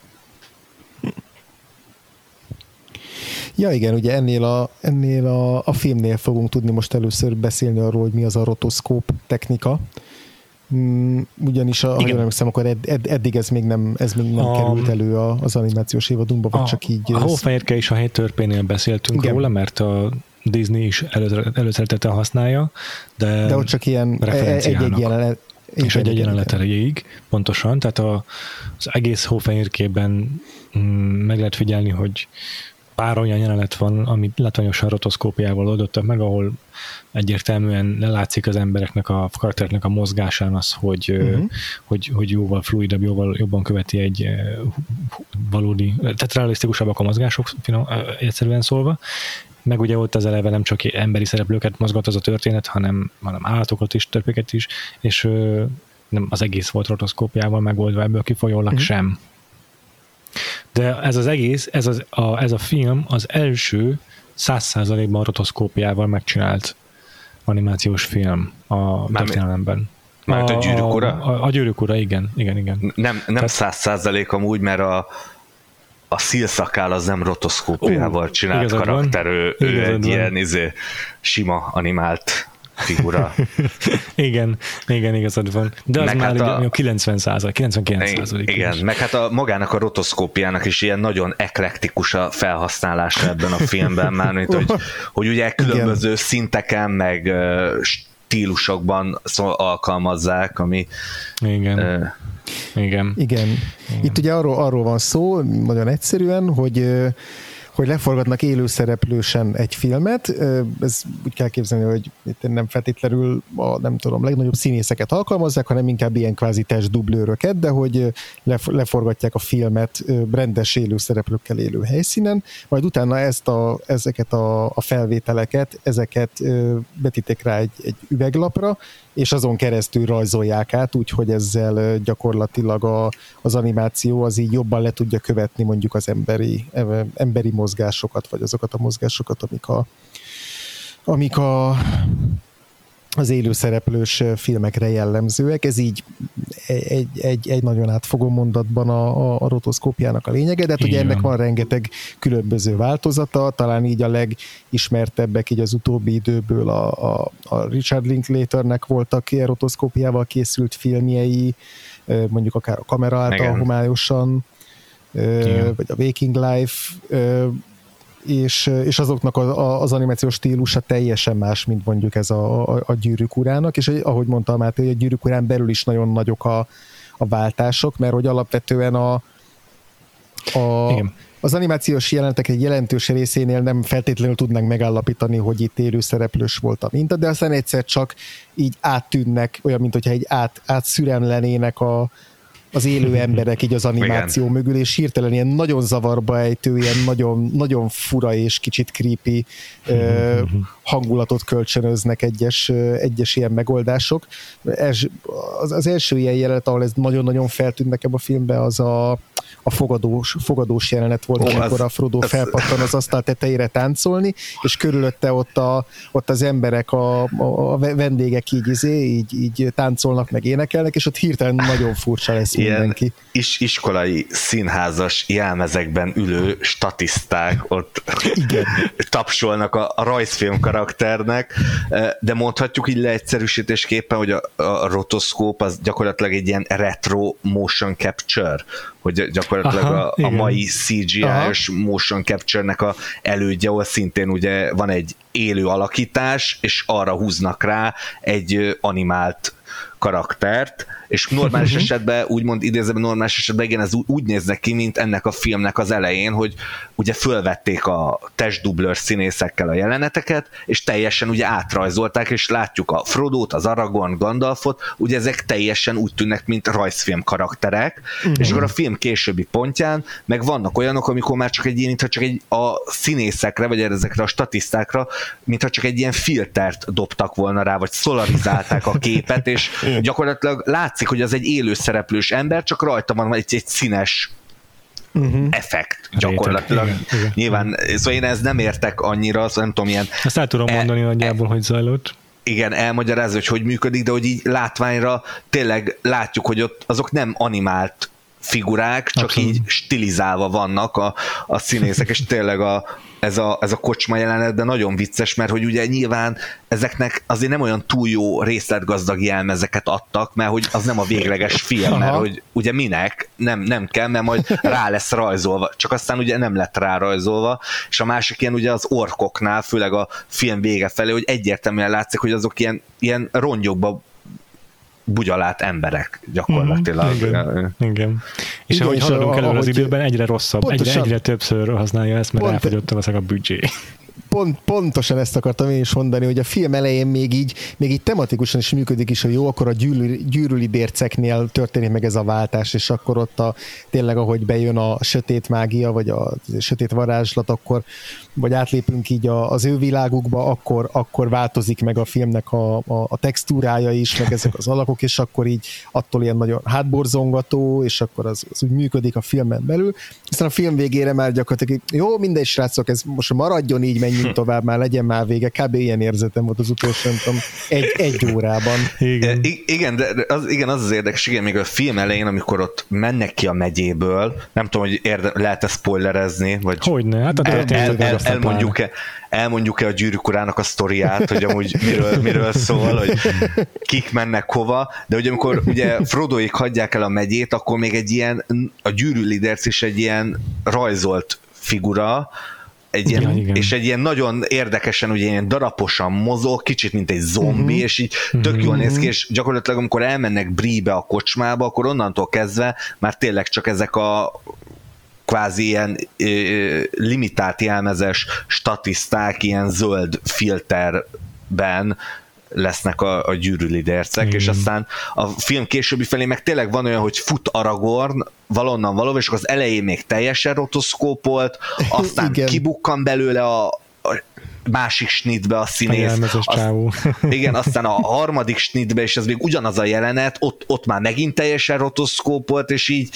Ja igen, ugye ennél a, ennél a, a filmnél fogunk tudni most először beszélni arról, hogy mi az a rotoszkóp technika. Mm, ugyanis, ahogy emlékszem, akkor ed, ed, eddig ez még nem, ez még nem a, került elő az animációs évadunkba, vagy a, csak így... A Hófehérke és a helytörpénél beszéltünk igen. róla, mert a Disney is előszeretettel használja, de, de ott csak ilyen egy-egy jelenet. És egy-egy jelenet erejéig, pontosan, tehát a, az egész Hófehérkében mm, meg lehet figyelni, hogy pár olyan jelenet van, amit látványosan rotoszkópiával oldottak meg, ahol egyértelműen látszik az embereknek, a karaktereknek a mozgásán az, hogy, uh-huh. hogy, hogy jóval fluidabb, jóval jobban követi egy valódi, tehát realisztikusabbak a mozgások, finom, egyszerűen szólva. Meg ugye ott az eleve nem csak emberi szereplőket mozgat az a történet, hanem, hanem állatokat is, törpéket is, és nem az egész volt rotoszkópiával megoldva, ebből kifolyólag uh-huh. sem. De ez az egész, ez, az, a, ez a film az első száz százalékban rotoszkópiával megcsinált animációs film a történelemben. Már a, a Gyűrűk Ura? A, a, a Gyűrűk Ura, igen. igen, igen. Nem, nem száz százalék amúgy, mert a, a Szilszakál az nem rotoszkópiával csinált karakter, ő, ő egy ilyen izé, sima animált figura. igen, igen, igazad van. De az meg már hát a, a kilencven százalék, kilencvenkilenc százalék. Igen, is. Meg hát a, magának a rotoszkópiának is ilyen nagyon eklektikus a felhasználása ebben a filmben, mármint, hogy, hogy ugye különböző igen. szinteken, meg uh, stílusokban alkalmazzák, ami... Igen. Uh, igen. Igen. Igen. Itt ugye arról, arról van szó, nagyon egyszerűen, hogy hogy leforgatnak élőszereplősen egy filmet, ez úgy kell képzelni, hogy itt nem feltétlenül a nem tudom, legnagyobb színészeket alkalmazzák, hanem inkább ilyen kvázi testdublőröket, de hogy leforgatják a filmet rendes élőszereplőkkel élő helyszínen, majd utána ezt a, ezeket a, a felvételeket, ezeket betítik rá egy, egy üveglapra, és azon keresztül rajzolják át, úgyhogy ezzel gyakorlatilag a, az animáció az így jobban le tudja követni mondjuk az emberi, emberi mozgásokat, vagy azokat a mozgásokat, amik a, amik a az élőszereplős filmekre jellemzőek. Ez így egy, egy, egy nagyon átfogó mondatban a, a, a rotoszkópiának a lényege, de hát ugye ennek van rengeteg különböző változata, talán így a legismertebbek így az utóbbi időből a, a, a Richard Linklaternek voltak ilyen rotoszkópiával készült filmjei, mondjuk akár a kamera által homályosan, vagy a Waking Life, És, és azoknak a, a, az animációs stílusa teljesen más, mint mondjuk ez a, a, a Gyűrűk Urának, és ahogy mondta Máté, hogy a Gyűrűk Urán belül is nagyon nagyok a, a váltások, mert hogy alapvetően a, a, az animációs jelentek egy jelentős részénél nem feltétlenül tudnánk megállapítani, hogy itt élő szereplős volt a minta, de aztán egyszer csak így áttűnnek, olyan, mint hogyha egy át, átszüremlenének a az élő emberek így az animáció igen. mögül, és hirtelen ilyen nagyon zavarba ejtő, ilyen nagyon, nagyon fura és kicsit creepy uh, hangulatot kölcsönöznek egyes, egyes ilyen megoldások. Ez, az, az első ilyen jelenet, ahol ez nagyon-nagyon feltűnt nekem a filmben, az a, a fogadós, fogadós jelenet volt, oh, amikor az, a Frodo az, felpattan az asztal tetejére táncolni, és körülötte ott, a, ott az emberek, a, a, a vendégek így, izé, így, így táncolnak, meg énekelnek, és ott hirtelen nagyon furcsa lesz mindenki. Is, iskolai színházas jelmezekben ülő statiszták ott igen. tapsolnak a, a rajzfilm karakternek, de mondhatjuk így leegyszerűsítésképpen, hogy a, a rotoszkóp az gyakorlatilag egy ilyen retro motion capture, hogy gyakorlatilag aha, a, a mai cé gé í-os motion capture-nek a elődje, ahol szintén ugye van egy élő alakítás, és arra húznak rá egy animált karaktert, és normális esetben, úgymond idézve normális esetben, igen, ez úgy néznek ki, mint ennek a filmnek az elején, hogy ugye fölvették a testdublőr színészekkel a jeleneteket, és teljesen ugye átrajzolták, és látjuk a Frodót, az Aragorn, Gandalfot, ugye ezek teljesen úgy tűnnek, mint rajzfilm karakterek, uh-huh. és akkor a film későbbi pontján meg vannak olyanok, amikor már csak egy ilyen, mintha csak egy a színészekre, vagy ezekre a statisztákra, mintha csak egy ilyen filtert dobtak volna rá, vagy szolarizálták a képet, és gyakorlatilag látszik, hogy az egy élő szereplős ember, csak rajta van egy, egy színes uh-huh. effekt gyakorlatilag. Igen, igen. Nyilván, szóval én ez nem értek annyira, szóval nem tudom, ilyen... Azt el tudom mondani e, nagyjából, e, hogy zajlott. Igen, elmagyarázza, hogy hogy működik, de hogy így látványra tényleg látjuk, hogy ott azok nem animált figurák, csak Abszolút. Így stilizálva vannak a, a színészek, és tényleg a, ez, a, ez a kocsma jelenet, de nagyon vicces, mert hogy ugye nyilván ezeknek azért nem olyan túl jó részletgazdag jelmezeket adtak, mert hogy az nem a végleges film, Aha. mert hogy ugye minek, nem, nem kell, mert majd rá lesz rajzolva, csak aztán ugye nem lett rá rajzolva, és a másik ilyen ugye az orkoknál, főleg a film vége felé, hogy egyértelműen látszik, hogy azok ilyen, ilyen rongyokba bugyalát emberek gyakorlatilag. Mm, igen, igen. És igen, ahogy haladunk előre az időben, egyre rosszabb, egyre, egyre többször használja ezt, mert elfogyott a büdzsé. Pont, pontosan ezt akartam én is mondani, hogy a film elején még így, még így tematikusan is működik is, hogy jó, akkor a gyűrű, gyűrűli bérceknél történik meg ez a váltás, és akkor ott a, tényleg ahogy bejön a sötét mágia, vagy a sötét varázslat, akkor, vagy átlépünk így a, az ő világukba, akkor, akkor változik meg a filmnek a, a, a textúrája is, meg ezek az alakok, és akkor így attól ilyen nagyon hátborzongató, és akkor az, az úgy működik a filmen belül. Aztán a film végére már gyakorlatilag jó, minden srácok, ez most maradjon így, menjünk tovább, már legyen már vége. Kb. Ilyen érzetem volt az utolsó, nem tudom, egy, egy órában. Igen, I- igen, de az, igen, az az érdekes, igen, még a film elején, amikor ott mennek ki a megyéből, nem tudom, hogy érde, lehet-e spoilerezni, vagy hogyne, hát a el, el, el, elmondjuk-e, elmondjuk-e a Gyűrűk urának a sztoriát, hogy amúgy miről, miről szól, hogy kik mennek hova, de hogy amikor ugye Frodoék hagyják el a megyét, akkor még egy ilyen, a gyűrűliderc is egy ilyen rajzolt figura, egy ilyen, ja, és egy ilyen nagyon érdekesen, ugye ilyen daraposan mozog, kicsit mint egy zombi, uh-huh. és így tök jól néz ki, és gyakorlatilag amikor elmennek Bree-be a kocsmába, akkor onnantól kezdve már tényleg csak ezek a kvázi ilyen ö, limitált jelmezes statiszták, ilyen zöld filterben lesznek a, a gyűrűlidercek, és aztán a film későbbi felé meg tényleg van olyan, hogy fut Aragorn valonnan valóban, és az elején még teljesen rotoszkópolt, aztán kibukkan belőle a, a másik snitbe a színész. Az, igen, aztán a harmadik snitbe, és ez még ugyanaz a jelenet, ott, ott már megint teljesen rotoszkópolt, és így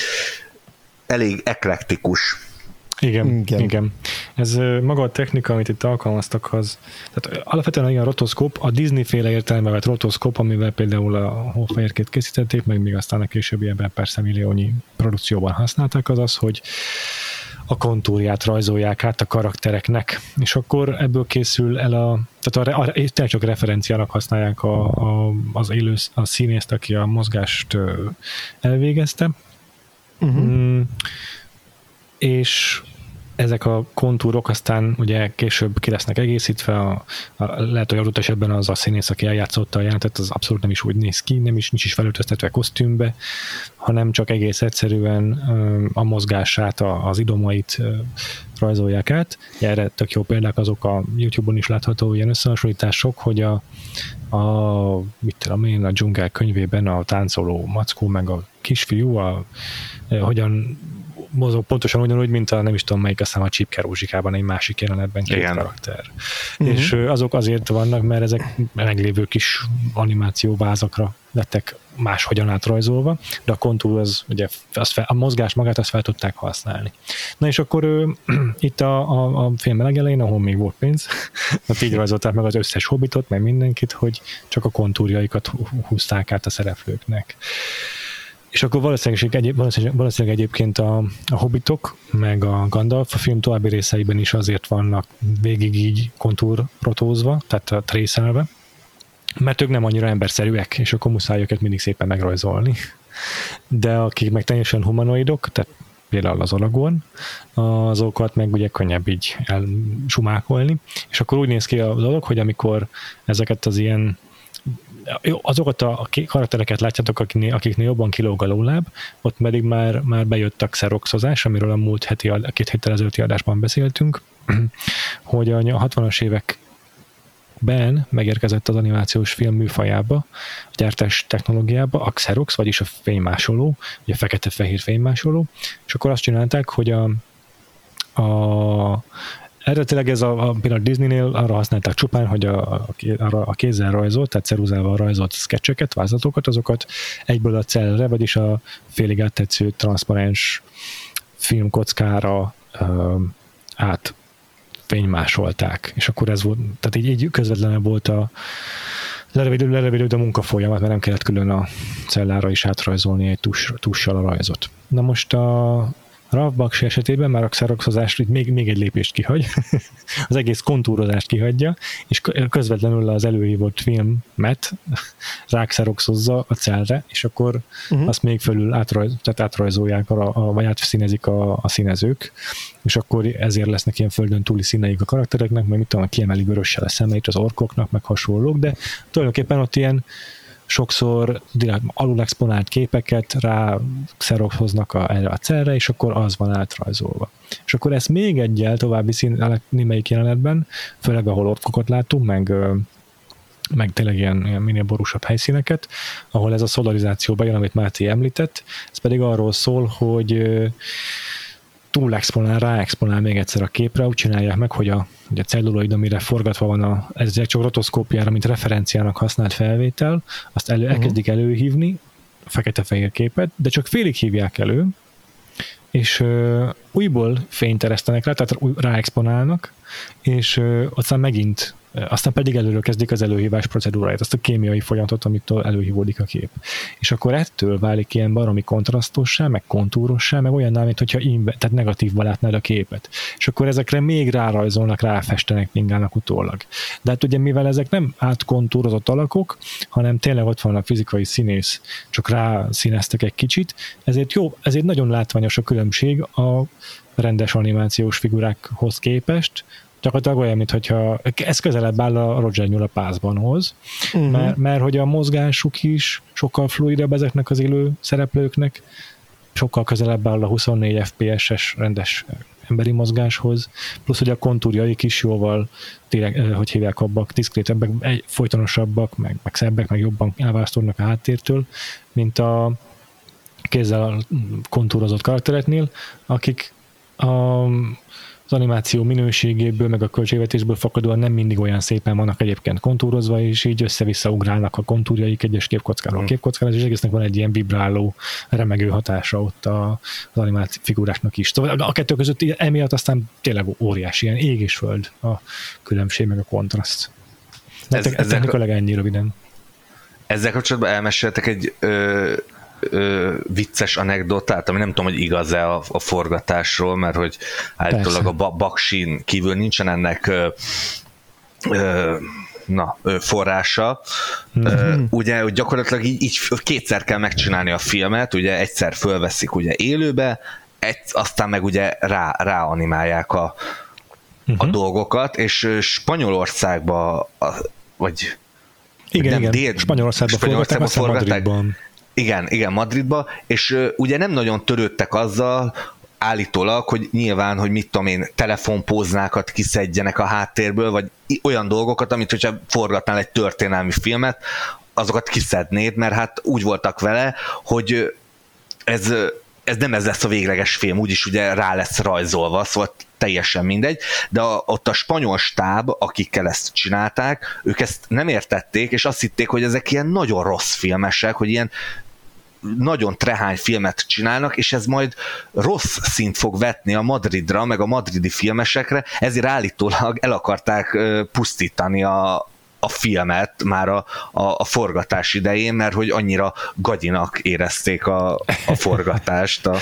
elég eklektikus. Igen, igen, igen. Ez maga a technika, amit itt alkalmaztak, az, tehát alapvetően ilyen rotoszkóp, a Disney-féle értelemben vett rotoszkóp, amivel például a Hófehérkét készítették, meg még aztán a későbbi ebben persze milliónyi produkcióban használták, az az, hogy a kontúrját rajzolják át a karaktereknek, és akkor ebből készül el a, tehát a, a, tényleg csak referenciának használják a, a, az élő, a színészt, aki a mozgást elvégezte. Uh-huh. Mm, és ezek a kontúrok aztán ugye később ki lesznek egészítve, a, a, lehet, hogy adott esetben az a színész, aki eljátszotta a jelentet, az abszolút nem is úgy néz ki, nem is, nincs is felöltöztetve kosztümbe, hanem csak egész egyszerűen a mozgását, az idomait rajzolják át. Erre tök jó példák azok a YouTube-on is látható ilyen összehasonlítások, hogy a, a mit tudom én, a dzsungel könyvében a táncoló mackó meg a kisfiú, a, hogyan mozog pontosan ugyanúgy, mint a nem is tudom melyik, aztán a Csipke Rózsikában egy másik jelenetben két Igen. karakter. Uh-huh. És azok azért vannak, mert ezek meglévő kis animációvázakra lettek máshogyan átrajzolva, de a kontúr az, ugye, az fel, a mozgás magát azt fel tudták használni. Na és akkor ő, itt a, a, a film legelején, ahol még volt pénz, ott így rajzolták meg az összes hobbitot, meg mindenkit, hogy csak a kontúrjaikat húzták át a szereplőknek. És akkor valószínűleg, egyéb, valószínűleg, valószínűleg egyébként a, a Hobbitok, meg a Gandalf a film további részeiben is azért vannak végig így kontúrrotózva, tehát a trészelve, mert ők nem annyira emberszerűek, és akkor muszáj őket mindig szépen megrajzolni. De akik meg teljesen humanoidok, tehát például az Aragorn, azokat meg ugye könnyebb így elsumákolni, és akkor úgy néz ki a dolog, hogy amikor ezeket az ilyen azokat a karaktereket látjátok, akiknél, akiknél jobban kilóg a lóláb, ott pedig már, már bejött a xeroxozás, amiről a múlt heti, a két héttel ezelőtti adásban beszéltünk, hogy a hatvanas években megérkezett az animációs film műfajába, a gyártás technológiába a xerox, vagyis a fénymásoló, ugye a fekete-fehér fénymásoló, és akkor azt csinálták, hogy a, a eredetileg ez a, a például Disneynél arra használták csupán, hogy a, a, a kézzel rajzolt, tehát ceruzával rajzolt sketcheket, vázlatokat, azokat egyből a cellre, vagyis a félig áttetsző transzparens filmkockára ö, át fénymásolták. És akkor ez volt, tehát így, így közvetlenül volt a lerövidül, lerövidül a munkafolyamat, mert nem kellett külön a cellára is átrajzolni egy tus, tussal a rajzot. Na most a Ralph Bakshi esetében már a xeroxozást még, még egy lépést kihagy, az egész kontúrozást kihagyja, és közvetlenül az előhívott filmet ráxeroxozza a cellre, és akkor uh-huh. azt még felül átrajz, tehát átrajzolják, a, a, vagy átszínezik a, a színezők, és akkor ezért lesznek ilyen földön túli színeik a karaktereknek, meg mit tudom, kiemeli vörössel a szemeit az orkoknak, meg hasonlók, de tulajdonképpen ott ilyen sokszor alul exponált képeket rá xeroxoznak a, erre a cellre, és akkor az van átrajzolva. És akkor ezt még egyel további szín, némelyik jelenetben, főleg ahol orkokat látunk, meg, meg tényleg ilyen, ilyen minél borúsabb helyszíneket, ahol ez a szolarizáció bejön, amit Máté említett, ez pedig arról szól, hogy túl exponál, rá exponál még egyszer a képre, úgy csinálják meg, hogy a, hogy a celluloid, amire forgatva van a, ez csak rotoszkópiára, mint referenciának használt felvétel, azt elő, elkezdik előhívni, a fekete-fehér képet, de csak félig hívják elő, és uh, újból fényt eresztenek rá, tehát ráexponálnak, és uh, aztán megint, uh, aztán pedig előről kezdik az előhívás procedúráját, azt a kémiai folyamatot, amitől előhívódik a kép. És akkor ettől válik ilyen baromi kontrasztossá, meg kontúrossá, meg olyanná, mint hogyha inve, tehát negatívba látnád a képet. És akkor ezekre még rárajzolnak, ráfestenek, mingának utólag. De hát ugye mivel ezek nem átkontúrozott alakok, hanem tényleg ott van a fizikai színész, csak rászíneztek egy kicsit, ezért jó, ezért nagyon látványos a különbség a rendes animációs figurákhoz képest, gyakorlatilag olyan, mintha ez közelebb áll a Roger Nyúl a Pászbanhoz, uh-huh. mert, mert hogy a mozgásuk is sokkal fluidebb ezeknek az élő szereplőknek, sokkal közelebb áll a huszonnégy ef pé es-es rendes emberi mozgáshoz, plusz hogy a kontúrjaik is jóval, tényleg, hogy hívják, abbak, diszkrétebbek, folytonosabbak, meg, meg szebbek, meg jobban elválasztódnak a háttértől, mint a kézzel kontúrozott karaktereknél, akik a az animáció minőségéből, meg a költségvetésből fakadóan nem mindig olyan szépen vannak egyébként kontúrozva, és így össze-vissza ugrálnak a kontúrjaik egyes képkockáról. Hmm. Képkockára, és egésznek van egy ilyen vibráló, remegő hatása ott a, az animáció figuráknak is. A kettő között emiatt aztán tényleg óriási, ilyen ég és föld a különbség, meg a kontraszt. Ez, ez technikailag ennyi röviden. Ezzel kapcsolatban elmeséltek egy ö, ö, vicces anekdotát, ami nem tudom, hogy igaz-e a, a forgatásról, mert hogy állítólag a Baksin kívül nincsen ennek ö, ö, na, ö, forrása. Mm-hmm. Ö, ugye hogy gyakorlatilag így, így kétszer kell megcsinálni a filmet, ugye egyszer fölveszik ugye élőbe, egy, aztán meg ugye rá, ráanimálják a, uh-huh. a dolgokat, és Spanyolországban a, vagy igen, nem, igen. Dél, Spanyolországban, Spanyolországban forgatták, Madridban. Igen, igen, Madridban, és uh, ugye nem nagyon törődtek azzal, állítólag, hogy nyilván, hogy mit tudom én, telefonpóznákat kiszedjenek a háttérből, vagy olyan dolgokat, amit hogyha forgatnál egy történelmi filmet, azokat kiszednéd, mert hát úgy voltak vele, hogy ez, ez nem ez lesz a végleges film, úgyis ugye rá lesz rajzolva, szóval teljesen mindegy, de a, ott a spanyol stáb, akikkel ezt csinálták, ők ezt nem értették, és azt hitték, hogy ezek ilyen nagyon rossz filmesek, hogy ilyen nagyon trehány filmet csinálnak, és ez majd rossz szint fog vetni a Madridra, meg a madridi filmesekre, ezért állítólag el akarták pusztítani a, a filmet már a, a, a forgatás idején, mert hogy annyira gagyinak érezték a, a forgatást. A...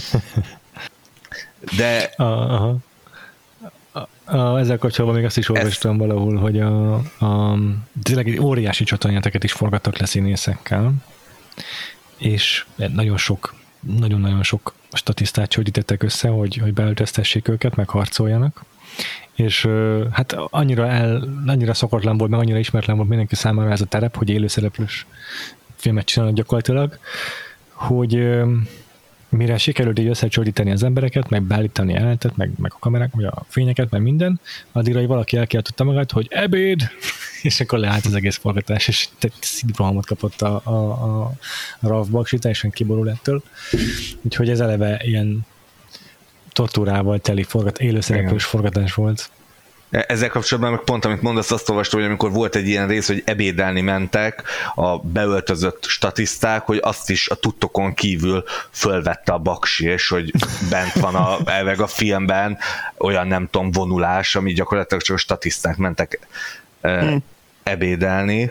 De... Aha. A, ezzel kapcsolatban még azt is olvastam ez... valahol, hogy a, a, tényleg egy óriási csatanyáteket is forgattak le színészekkel, és nagyon sok, nagyon-nagyon sok statisztát csődítettek össze, hogy, hogy beöltöztessék őket, meg harcoljanak, és hát annyira, el, annyira szokatlan volt, meg annyira ismeretlen volt mindenki számára ez a terep, hogy élőszereplős filmet csinálnak gyakorlatilag, hogy mire sikerült így összecsordítani az embereket, meg beállítani jelentet, meg, meg a kamerák, vagy a fényeket, meg minden, addigra, hogy valaki elkiáltotta magát, hogy ebéd, és akkor leállt az egész forgatás, és szívrohamot kapott a, a, a Ralph Bakshi, teljesen kiborul ettől. Úgyhogy ez eleve ilyen tortúrával teli forgat, élőszereplős forgatás volt. Ezzel kapcsolatban meg pont, amit mondasz, azt olvastam, hogy amikor volt egy ilyen rész, hogy ebédelni mentek a beöltözött statiszták, hogy azt is a tudtokon kívül fölvette a Bakshi, és hogy bent van a, elveg a filmben olyan nem tudom vonulás, ami gyakorlatilag csak a statiszták mentek hmm. ebédelni.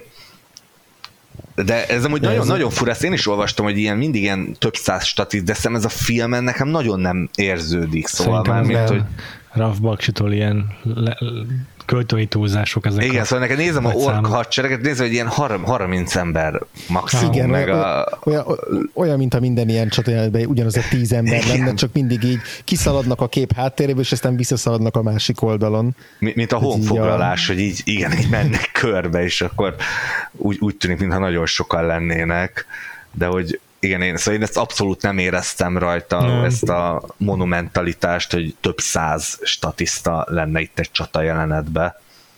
De ez amúgy nagyon, ez nagyon fura, ezt én is olvastam, hogy ilyen mindig ilyen több száz statiszt, de szerintem ez a filmen nekem nagyon nem érződik, szóval már mint, hogy Ralph Baksitól ilyen le, költői túlzások ezek. Igen, szóval neked nézem a ork hadsereget, nézem, hogy ilyen harminc ember maximum. Igen, meg olyan, a... olyan, olyan, mint a minden ilyen csatornában ugyanaz a tíz ember lenne, csak mindig így kiszaladnak a kép háttéréből, és aztán visszaszaladnak a másik oldalon. Mint a honfoglalás, hogy így igen, így mennek körbe, és akkor úgy, úgy tűnik, mintha nagyon sokan lennének, de hogy igen, én, szóval én ezt abszolút nem éreztem rajta, nem. Ezt a monumentalitást, hogy több száz statiszta lenne itt egy csata jelenetben.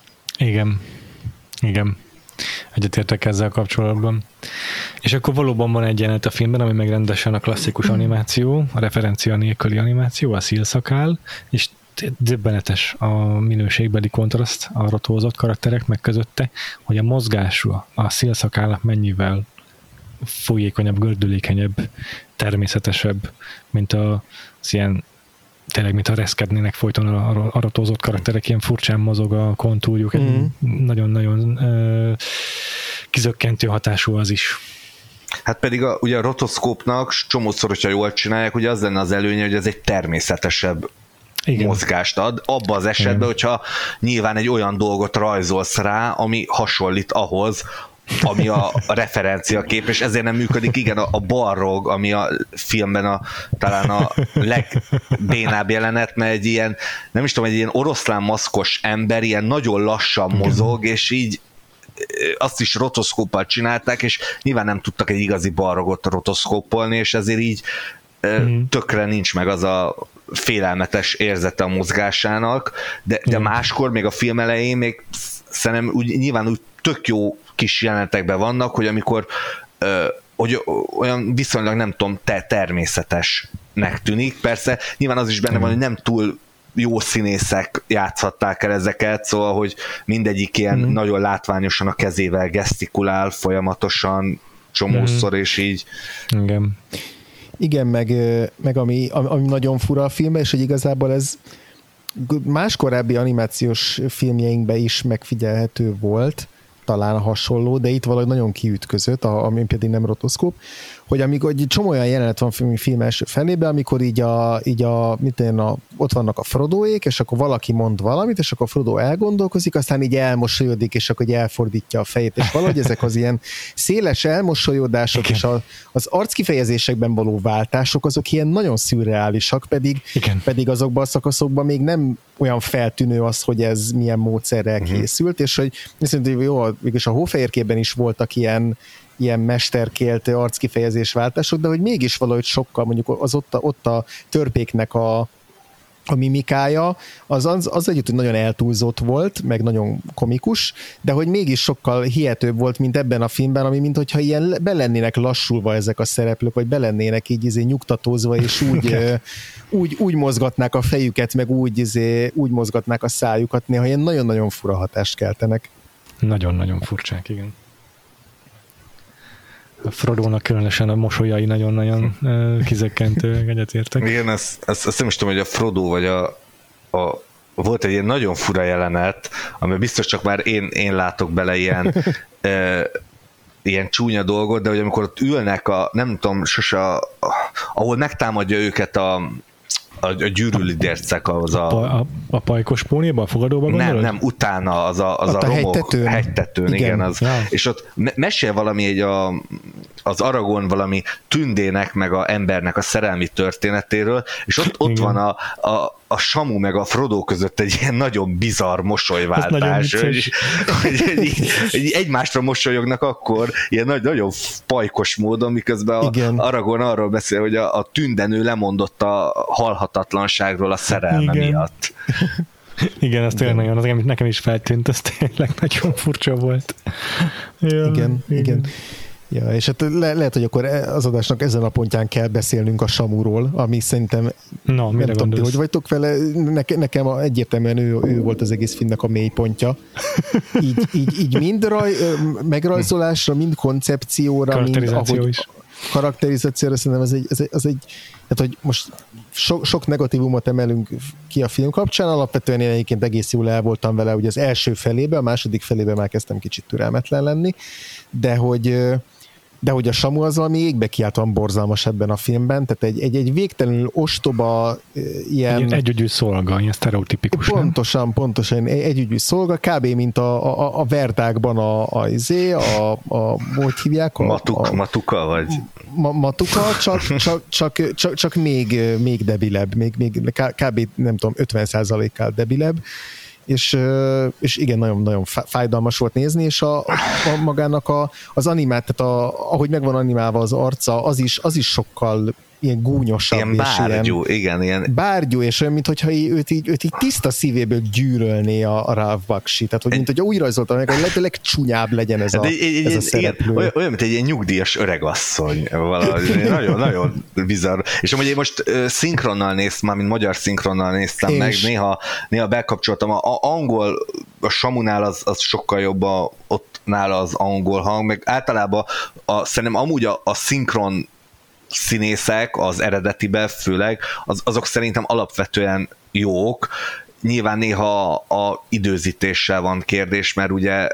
Igen, igen. Egyetértek ezzel kapcsolatban. És akkor valóban van egy jelenet a filmben, ami meg rendesen a klasszikus animáció, a referencia nélküli animáció, a szilszakál, és döbbenetes a minőségbeli kontraszt a rotózott karakterek meg közötte, hogy a mozgású a szilszakálnak mennyivel folyékonyabb, gördülékenyebb, természetesebb, mint az ilyen, tényleg, mint ha reszkednének folyton a, a rotózott karakterek, ilyen furcsán mozog a kontúrjuk, mm. nagyon-nagyon uh, kizökkentő hatású az is. Hát pedig a, ugye a rotoszkópnak csomószor, hogyha jól csinálják, ugye az lenne az előnye, hogy ez egy természetesebb igen. mozgást ad, abba az esetben, igen. hogyha nyilván egy olyan dolgot rajzolsz rá, ami hasonlít ahhoz, ami a, a referenciakép, és ezért nem működik, igen, a, a balrog, ami a filmben a, talán a legbénább jelenet, mert egy ilyen, nem is tudom, egy ilyen oroszlán maszkos ember ilyen nagyon lassan mozog, és így azt is rotoszkóppal csinálták, és nyilván nem tudtak egy igazi balrogot rotoszkóppolni, és ezért így mm. tökre nincs meg az a félelmetes érzete a mozgásának, de, de máskor, még a film elején még szerintem úgy, nyilván úgy tök jó kis jelenetekben vannak, hogy amikor ö, hogy olyan viszonylag nem tudom, te természetesnek tűnik. Persze nyilván az is benne van, hogy nem túl jó színészek játszhatták el ezeket, szóval, hogy mindegyik ilyen mm. nagyon látványosan a kezével gesztikulál folyamatosan csomószor, mm. és így. Igen. Igen, meg, meg ami, ami nagyon fura a filmben, és hogy igazából ez más korábbi animációs filmjeinkben is megfigyelhető volt, talán hasonló, de itt valahogy nagyon kiütközött, ami pedig nem rotoszkóp, hogy amikor egy csomó olyan jelenet van film, film első felében, amikor így a, így a, mit én, a ott vannak a Frodoék, és akkor valaki mond valamit, és akkor Frodo elgondolkozik, aztán így elmosolyodik, és akkor így elfordítja a fejét, és valahogy ezek az ilyen széles elmosolyodások, igen. és a, az arckifejezésekben való váltások, azok ilyen nagyon szürreálisak, pedig, pedig azokban a szakaszokban még nem olyan feltűnő az, hogy ez milyen módszerrel uh-huh. készült, és hogy szerintem jó, mégis a Hófehérkében is voltak ilyen ilyen mesterkélt arckifejezésváltások, de hogy mégis valahogy sokkal, mondjuk az ott a, ott a törpéknek a, a mimikája, az, az, az együtt, hogy nagyon eltúlzott volt, meg nagyon komikus, de hogy mégis sokkal hihetőbb volt, mint ebben a filmben, ami mint hogyha ilyen belennének lassulva ezek a szereplők, vagy belennének így izé nyugtatózva, és úgy, úgy, úgy mozgatnák a fejüket, meg úgy, izé, úgy mozgatnák a szájukat, néha ilyen nagyon-nagyon fura hatást keltenek. Nagyon-nagyon furcsák, igen. A Frodónak különösen a mosolyai nagyon-nagyon kizökkentő, egyetértek. Igen, ezt, ezt, ezt nem is tudom, hogy a Frodo vagy a, a volt egy ilyen nagyon fura jelenet, ami biztos csak már én, én látok bele ilyen e, ilyen csúnya dolgot, de hogy amikor ott ülnek a, nem tudom, sose a, a, ahol megtámadja őket a a, a gyűrűlidércek az a... A, a, a pajkos pónéba, a fogadóba gondolod? Nem, nem, utána az a, az a, a romok, hegytetőn, hegytetőn igen. igen az, ja. És ott mesél valami egy a, az Aragorn valami tündének meg a embernek a szerelmi történetéről, és ott, ott van a, a, a Samu meg a Frodo között egy ilyen nagyon bizarr mosolyváltás, hogy, hogy, hogy, hogy egymásra mosolyognak akkor, ilyen nagy, nagyon pajkos módon, miközben a Aragorn arról beszél, hogy a, a tündenő lemondott a halhatatlanságról a szerelme Igen. miatt. Igen, ez tényleg nagyon, az nekem is feltűnt, ez tényleg nagyon furcsa volt. Ja, igen, igen. igen. Ja, és hát le, lehet, hogy akkor az adásnak ezen a pontján kell beszélnünk a Samuról, ami szerintem no, nem tudom, ti, hogy vagytok vele, Neke, nekem egyértelműen ő, ő volt az egész filmnek a mélypontja. Így, így, így mind raj, megrajzolásra, mind koncepcióra, mind ahogy is. karakterizációra szerintem ez egy, ez egy, ez egy tehát, hogy most so, sok negatívumot emelünk ki a film kapcsán, alapvetően én egyébként egész jól el voltam vele, ugye az első felébe, a második felébe már kezdtem kicsit türelmetlen lenni, de hogy de hogy a Samu az valami égbe kiáltóan borzalmas ebben a filmben, tehát egy, egy, egy végtelenül ostoba ilyen... Egy együgyű szolga, ilyen sztereotipikus. Pontosan, nem? pontosan, egy együgyű szolga, kb. Mint a, a, a Verdákban a, a, a, a hogy hívják? A, Matuk, a, matuka, vagy? Ma, matuka, csak, csak, csak, csak, csak még, még debilebb, még, még kb. Nem tudom, ötven százalékkal debilebb, és, és igen, nagyon-nagyon fájdalmas volt nézni, és a, a magának a, az animát, tehát a, ahogy meg van animálva az arca, az is, az is sokkal ilyen gúnyosabb. Ilyen bárgyú, ilyen, igen. Ilyen... Bárgyú, és olyan, mintha őt így, őt így tiszta szívéből gyűrölné a, a Ralph Bakshi, tehát hogy mint hogy úgy rajzolta meg, hogy lehető legcsúnyább legyen ez a, de, egy, ez a szereplő. Igen, olyan, mint egy ilyen nyugdíjas öregasszony, valahogy. nagyon, nagyon bizarr. És amúgy én most uh, szinkronnal néztem, már mint magyar szinkronnal néztem én meg, is. néha, néha bekapcsoltam. A, a angol, a Samunál az, az sokkal jobb, a, ott nála az angol hang, meg általában a, szerintem amúgy a, a szinkron színészek az eredetiben főleg, az, azok szerintem alapvetően jók. Nyilván néha a időzítéssel van kérdés, mert ugye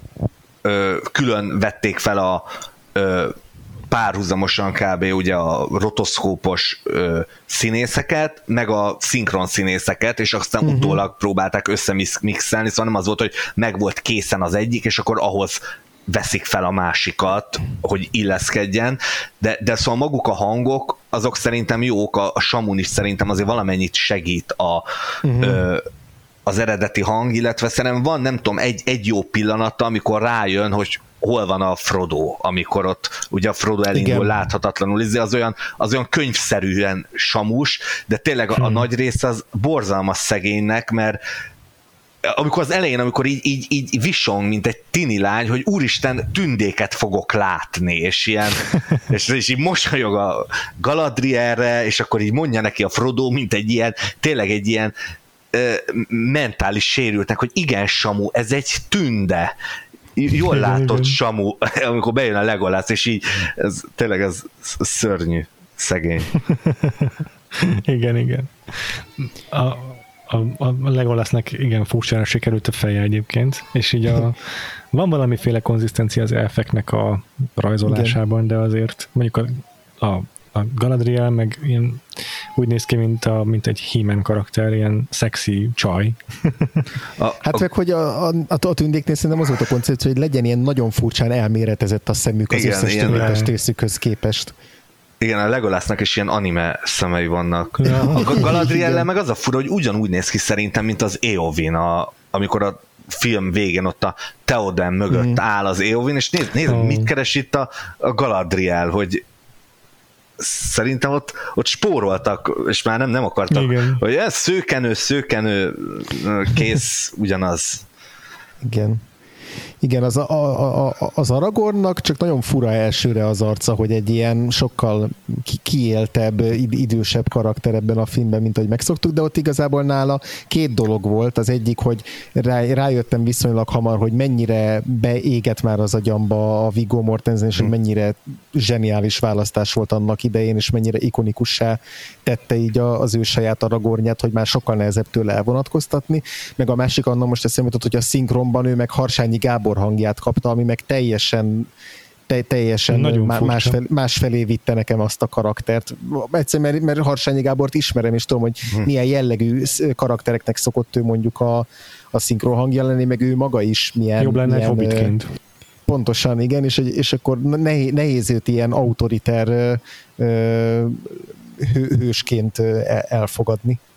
ö, külön vették fel a ö, párhuzamosan kb. Ugye a rotoszkópos ö, színészeket, meg a szinkron színészeket, és aztán uh-huh. utólag próbálták összemixelni, szóval nem az volt, hogy meg volt készen az egyik, és akkor ahhoz veszik fel a másikat, hogy illeszkedjen, de, de szóval maguk a hangok, azok szerintem jók, a, a Samun is szerintem azért valamennyit segít a, uh-huh. ö, az eredeti hang, illetve szerintem van, nem tudom, egy, egy jó pillanata, amikor rájön, hogy hol van a Frodo, amikor ott ugye a Frodo elindul Igen. láthatatlanul, az olyan, az olyan könyvszerűen Samus, de tényleg a, a hmm. nagy része az borzalmas szegénynek, mert amikor az elején, amikor így, így, így visong, mint egy tini lány, hogy úristen, tündéket fogok látni, és ilyen, és, és így mosolyog a Galadrielre, és akkor így mondja neki a Frodo, mint egy ilyen, tényleg egy ilyen ö, mentális sérültnek, hogy igen, Samu, ez egy tünde. Jól látott Samu, amikor bejön a Legolász, és így, ez, tényleg ez szörnyű, szegény. Igen, igen. A, A, a Legolasznak igen furcsára sikerült a feje egyébként, és így a, van valamiféle konzisztencia az elfeknek a rajzolásában, igen. de azért mondjuk a, a, a Galadriel meg ilyen, úgy néz ki, mint, a, mint egy He-Man karakter, ilyen szexi csaj. A, hát a, meg, hogy a, a, a tündéknél szerintem az volt a koncepció, hogy legyen ilyen nagyon furcsán elméretezett a szemük az igen, összes többi testészükhöz képest. Igen, a Legolásznak is ilyen anime szemei vannak. Ja. A Galadriellel meg az a fura, hogy ugyanúgy néz ki szerintem, mint az Éowyn, a, amikor a film végén ott a Theoden mögött mm. áll az Éowyn, és nézd, nézd mm. mit keres itt a, a Galadriel, hogy szerintem ott, ott spóroltak, és már nem, nem akartak, igen. hogy ez szőkenő, szőkenő, kész, ugyanaz. Igen. Igen, az, a, a, a, az Aragornnak csak nagyon fura elsőre az arca, hogy egy ilyen sokkal kiéltebb, idősebb karakter ebben a filmben, mint ahogy megszoktuk, de ott igazából nála két dolog volt. Az egyik, hogy rá, rájöttem viszonylag hamar, hogy mennyire beégett már az agyamba a Viggo Mortensen, és hogy mennyire zseniális választás volt annak idején, és mennyire ikonikussá tette így az ő saját Aragornját, hogy már sokkal nehezebb tőle elvonatkoztatni. Meg a másik annak most eszembe jutott, hogy a szinkronban ő meg Harsányi Gábor hangját kapta, ami meg teljesen te, teljesen másfelé, másfelé vitte nekem azt a karaktert. Egyszerűen, mert, mert Harsányi Gábort ismerem, és tudom, hogy hm. milyen jellegű karaktereknek szokott ő mondjuk a, a szinkron hangja lenni, meg ő maga is milyen... Jobb lenne milyen, egy hobbitként. Pontosan, igen, és, és akkor nehéz, nehéz őt ilyen autoriter hő, hősként elfogadni.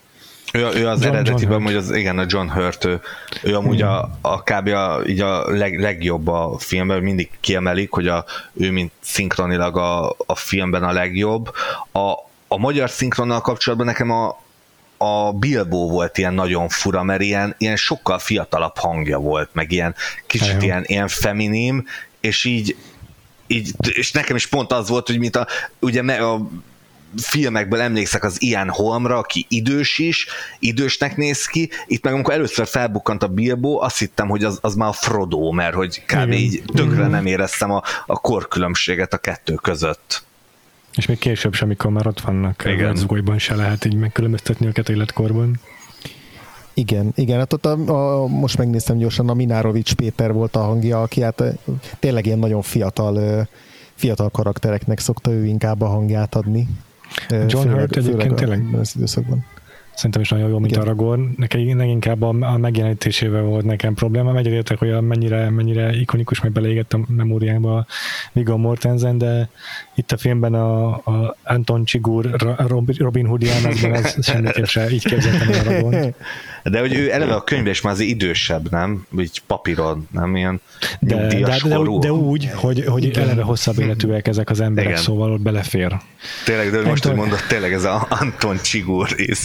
Ő, ő az John, eredetiben, John hogy az, igen, a John Hurt, ő, ő amúgy a, a kb. A, így a leg, legjobb a filmben, mindig kiemelik, hogy a, ő mint szinkronilag a, a filmben a legjobb. A, a magyar szinkronnal kapcsolatban nekem a, a Bilbo volt ilyen nagyon fura, mert ilyen, ilyen sokkal fiatalabb hangja volt, meg ilyen kicsit ilyen, ilyen feminim, és így, így, és nekem is pont az volt, hogy mint a, ugye a filmekből emlékszek az Ian Holmra, aki idős is, idősnek néz ki, itt meg amikor először felbukkant a Bilbo, azt hittem, hogy az, az már a Frodo, mert hogy kb. Így tökre nem éreztem a, a korkülönbséget a kettő között. És még később sem, amikor már ott vannak, Városgolyban se lehet így megkülönböztetni őket életkorban. Igen, igen, hát ott a, a, most megnéztem gyorsan, a Minárovics Péter volt a hangja, aki hát tényleg ilyen nagyon fiatal, fiatal karaktereknek szokta ő inkább a hangját adni. John Hurt egyébként tényleg az időszakban. Szerintem is nagyon jó, mint Aragorn. Nekem leginkább a, a megjelenítésével volt nekem probléma. Egyetértek, hogy mennyire, mennyire ikonikus, meg beleégett a memóriámba a Viggo Mortensen, de itt a filmben a, a Anton Chigurh Robin Hood jelmezben ez semmiképp se így képzeltem el Aragornt. De hogy ő eleve a könyvben is már azért idősebb, nem? Így papíron, nem ilyen de, de, de, de úgy, hogy, hogy eleve hosszabb életűek ezek az emberek, igen. Szóval ott belefér. Tényleg, de most, hogy mondod, tényleg ez a Anton Chigurh is.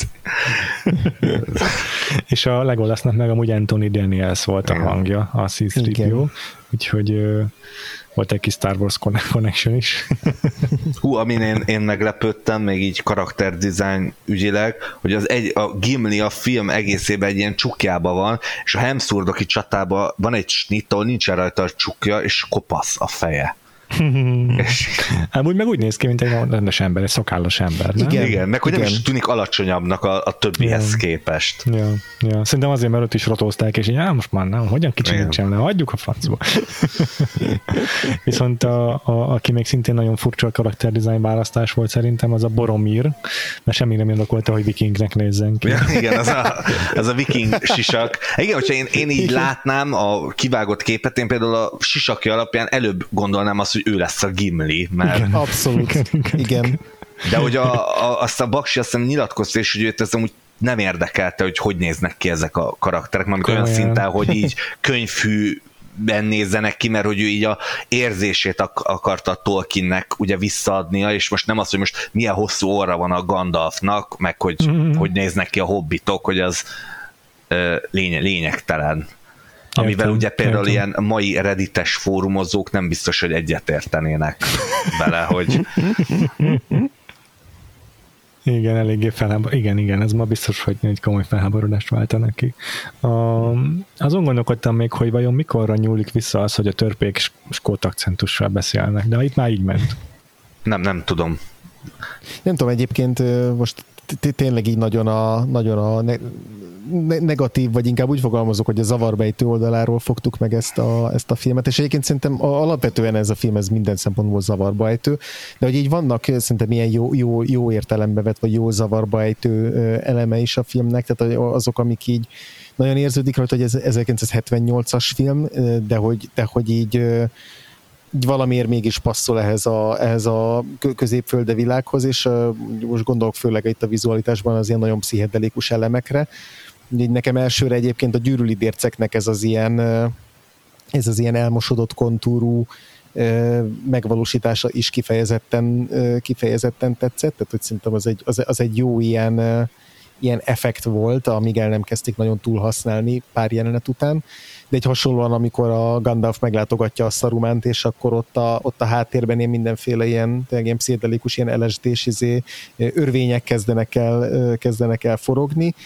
És a Legolasnak meg amúgy Anthony Daniels volt a hangja, a C három P O, úgyhogy uh, volt egy kis Star Wars connection is. Hú, amin én, én meglepődtem, még így karakterdesign ügyileg, hogy az egy, a Gimli a film egészében egy ilyen csukjában van, és a Hemsworth-oki csatában van egy snitt, ahol nincsen rajta a csukja, és kopasz a feje. Amúgy meg úgy néz ki, mint egy rendes ember, egy szakállas ember, nem? Igen, igen, meg hogy igen. Nem is tűnik alacsonyabbnak a, a többihez ja. képest. Ja, ja. Szerintem azért, mert ott is rotózták, és így, á, most már nem, hogyan kicsinítsem le, hagyjuk a francba. Viszont a, a, aki még szintén nagyon furcsa karakterdesign választás volt szerintem, az a Boromir, mert semmi nem indokolta, hogy vikingnek nézzen ki. Ja, igen, az a, az a viking sisak. Igen, hogyha én, én így igen. látnám a kivágott képet, én például a sisakja alapján előbb gondolnám azt, hogy ő lesz a Gimli, mert... Igen, abszolút, igen. De hogy a, a, azt a Baksi azt hiszem nyilatkozta, és hogy őt ez amúgy nem érdekelte, hogy hogy néznek ki ezek a karakterek, mert olyan szinten, hogy így könyvfűben nézzenek ki, mert hogy ő így a érzését ak- akarta a Tolkiennek ugye visszaadnia, és most nem az, hogy most milyen hosszú orra van a Gandalfnak, meg hogy, mm-hmm. hogy néznek ki a hobbitok, hogy az ö, lény- lényegtelen. Amivel értem, ugye például értem. Ilyen mai reddites fórumozók nem biztos, hogy egyetértenének vele, hogy... Igen, eléggé felháborod. Igen, igen, ez ma biztos, hogy egy komoly felháborodást váltanak ki. Um, azon gondolkodtam még, hogy vajon mikorra nyúlik vissza az, hogy a törpék skót akcentussal beszélnek, de itt már így ment. Nem, nem tudom. Nem tudom, egyébként most tényleg így nagyon a, nagyon a ne, ne, negatív, vagy inkább úgy fogalmazok, hogy a zavarbejtő oldaláról fogtuk meg ezt a, ezt a filmet, és egyébként szerintem alapvetően ez a film ez minden szempontból zavarbejtő, de hogy így vannak szerintem ilyen jó, jó, jó értelembe vett, vagy jó zavarbejtő eleme is a filmnek, tehát azok, amik így nagyon érződik rajta, hogy ez ezerkilencszázhetvennyolcas film, de hogy, de hogy így így valamiért mégis passzol ehhez a, ehhez a középfölde világhoz, és uh, most gondolok főleg itt a vizualitásban az ilyen nagyon pszichedelikus elemekre. Így nekem elsőre egyébként a Gyűrűli dérceknek ez az ilyen, uh, ez az ilyen elmosodott kontúrú uh, megvalósítása is kifejezetten, uh, kifejezetten tetszett, tehát hogy szerintem az egy, az, az egy jó ilyen, uh, ilyen effekt volt, amíg el nem kezdték nagyon túl használni pár jelenet után. De egy hasonlóan, amikor a Gandalf meglátogatja a Sarumánt, és akkor ott a, ott a háttérben ilyen mindenféle ilyen, ilyen pszichedelikus, ilyen el es dés izé, örvények kezdenek el, kezdenek el forogni.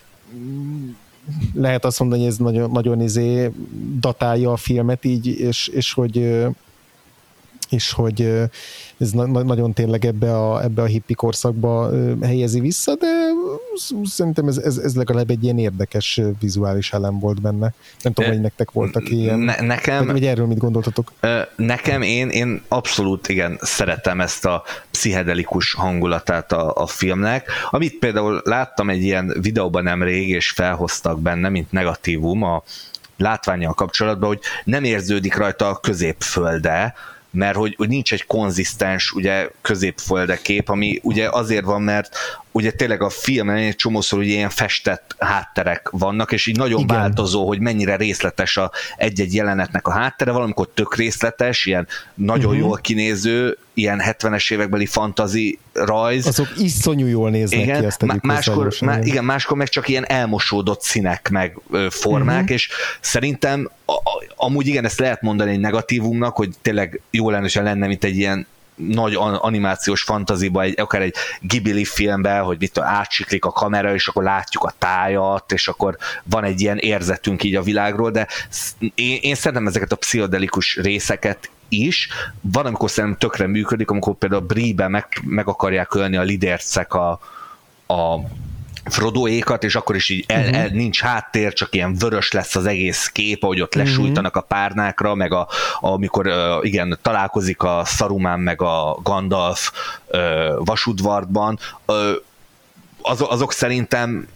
Lehet azt mondani, hogy ez nagyon, nagyon izé datálja a filmet így, és, és hogy és hogy ez na- nagyon tényleg ebbe a, ebbe a hippi korszakba helyezi vissza, de szerintem ez, ez, ez legalább egy ilyen érdekes vizuális elem volt benne. Nem tudom, hogy nektek voltak ilyen. Ne- nekem, vagy erről mit gondoltatok? Nekem én, én abszolút igen szeretem ezt a pszichedelikus hangulatát a, a filmnek, amit például láttam egy ilyen videóban nemrég, és felhoztak benne, mint negatívum a látvánnyal kapcsolatban, hogy nem érződik rajta a középfölde, mert hogy, hogy nincs egy konzisztens ugye középfölde kép, ami ugye azért van, mert ugye tényleg a filmen egy csomószor ugye ilyen festett hátterek vannak, és így nagyon Igen. változó, hogy mennyire részletes a egy-egy jelenetnek a háttere, valamikor tök részletes, ilyen nagyon uh-huh. jól kinéző, ilyen hetvenes évekbeli fantazi rajz. Azok iszonyú jól néznek igen, ki, azt tegyük máskor, má, igen, máskor meg csak ilyen elmosódott színek meg ö, formák, uh-huh. és szerintem a, a, amúgy igen, ezt lehet mondani egy negatívumnak, hogy tényleg jó lenne, lenne, mint egy ilyen nagy animációs fantaziba, egy, akár egy Ghibli filmben, hogy mit átsiklik a kamera, és akkor látjuk a tájat, és akkor van egy ilyen érzetünk így a világról, de én, én szeretem ezeket a pszichodelikus részeket is. Van, amikor szerintem tökre működik, amikor például a Bree-ben meg, meg akarják ölni a lidércek a, a Frodoékat, és akkor is így el, uh-huh. el, nincs háttér, csak ilyen vörös lesz az egész kép, ahogy ott lesújtanak a párnákra, meg a, amikor uh, igen, találkozik a Saruman meg a Gandalf uh, vasudvarban, uh, az, azok szerintem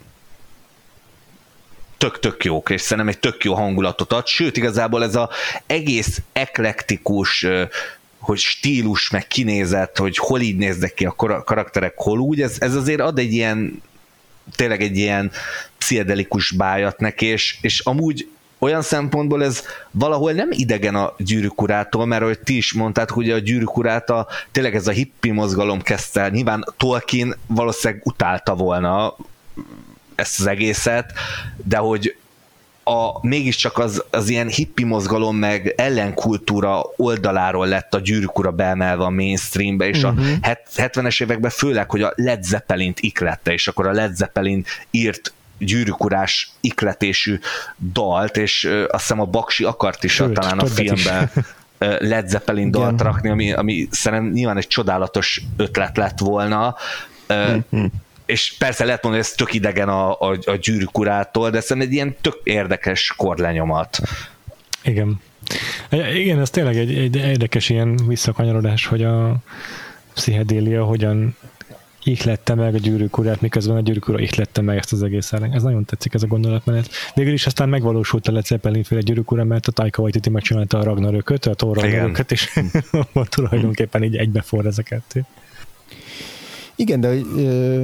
tök-tök jók, és szerintem egy tök jó hangulatot ad, sőt, igazából ez az egész eklektikus uh, hogy stílus, meg kinézet, hogy hol így néznek ki a karakterek, hol úgy, ez, ez azért ad egy ilyen tényleg egy ilyen pszichedelikus bájat neki, és, és amúgy olyan szempontból ez valahol nem idegen a Gyűrűk urától, mert ahogy ti is mondtátok, hogy a Gyűrűk urát a, tényleg ez a hippi mozgalom kezdte, nyilván Tolkien valószínűleg utálta volna ezt az egészet, de hogy a, mégiscsak az, az ilyen hippi mozgalom meg ellenkultúra oldaláról lett a Gyűrűk ura beemelve a mainstreambe, és uh-huh. a hetvenes években főleg, hogy a Led Zeppelint iklette, és akkor a Led Zeppelin írt Gyűrűk urás ikletésű dalt, és ö, azt hiszem a Baksi akart is Sőt, talán a filmben Led Zeppelin dalt Igen. rakni, ami, ami szerintem nyilván egy csodálatos ötlet lett volna, ö, uh-huh. és persze lehet mondani, hogy ez tök idegen a, a, a Gyűrűk urától, de szerintem egy ilyen tök érdekes korlenyomat. Igen. Igen, ez tényleg egy, egy érdekes ilyen visszakanyarodás, hogy a pszichedélia hogyan ihlette meg a Gyűrűk urát, miközben a Gyűrűk ura ihlette meg ezt az egész ellen. Ez nagyon tetszik, ez a gondolatmenet. Végül is aztán megvalósult a Led Zeppelin féle Gyűrűk ura, mert a Taika Waititi megcsinálta a Ragnarököt, a Thor Ragnarököt, és tulajdonképpen így egybefor ez a kettő. Igen, de ö,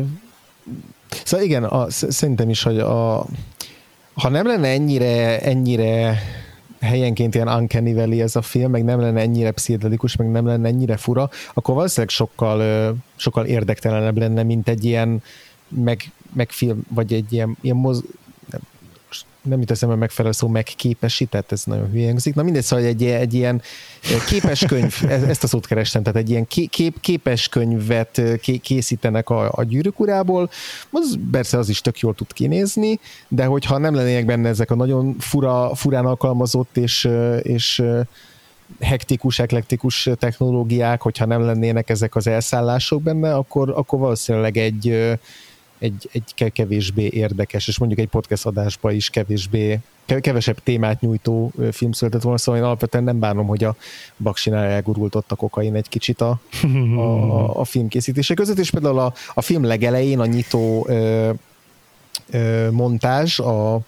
szóval igen, a, szerintem is, hogy a, ha nem lenne ennyire, ennyire helyenként ilyen uncanny valley ez a film, meg nem lenne ennyire pszichedelikus, meg nem lenne ennyire fura, akkor valószínűleg sokkal, sokkal érdektelenebb lenne, mint egy ilyen meg, megfilm, vagy egy ilyen, ilyen moz, nem, nem jut eszembe megfelelő szó, megképesített, ez nagyon hülye hangzik. Na mindegy, szóval egy, egy ilyen képeskönyv, ezt a szót kerestem, tehát egy ilyen kép, képeskönyvet készítenek a, a Gyűrűk urából, az persze az is tök jól tud kinézni, de hogyha nem lennének benne ezek a nagyon fura, furán alkalmazott és, és hektikus, eklektikus technológiák, hogyha nem lennének ezek az elszállások benne, akkor, akkor valószínűleg egy Egy, egy kevésbé érdekes, és mondjuk egy podcast adásban is kevésbé, kevesebb témát nyújtó film született volna, szóval én alapvetően nem bánom, hogy a Baksinál elgurult ott a kokain egy kicsit a, a, a film készítése között, és például a, a film legelején a nyitó ö, ö, montázs, a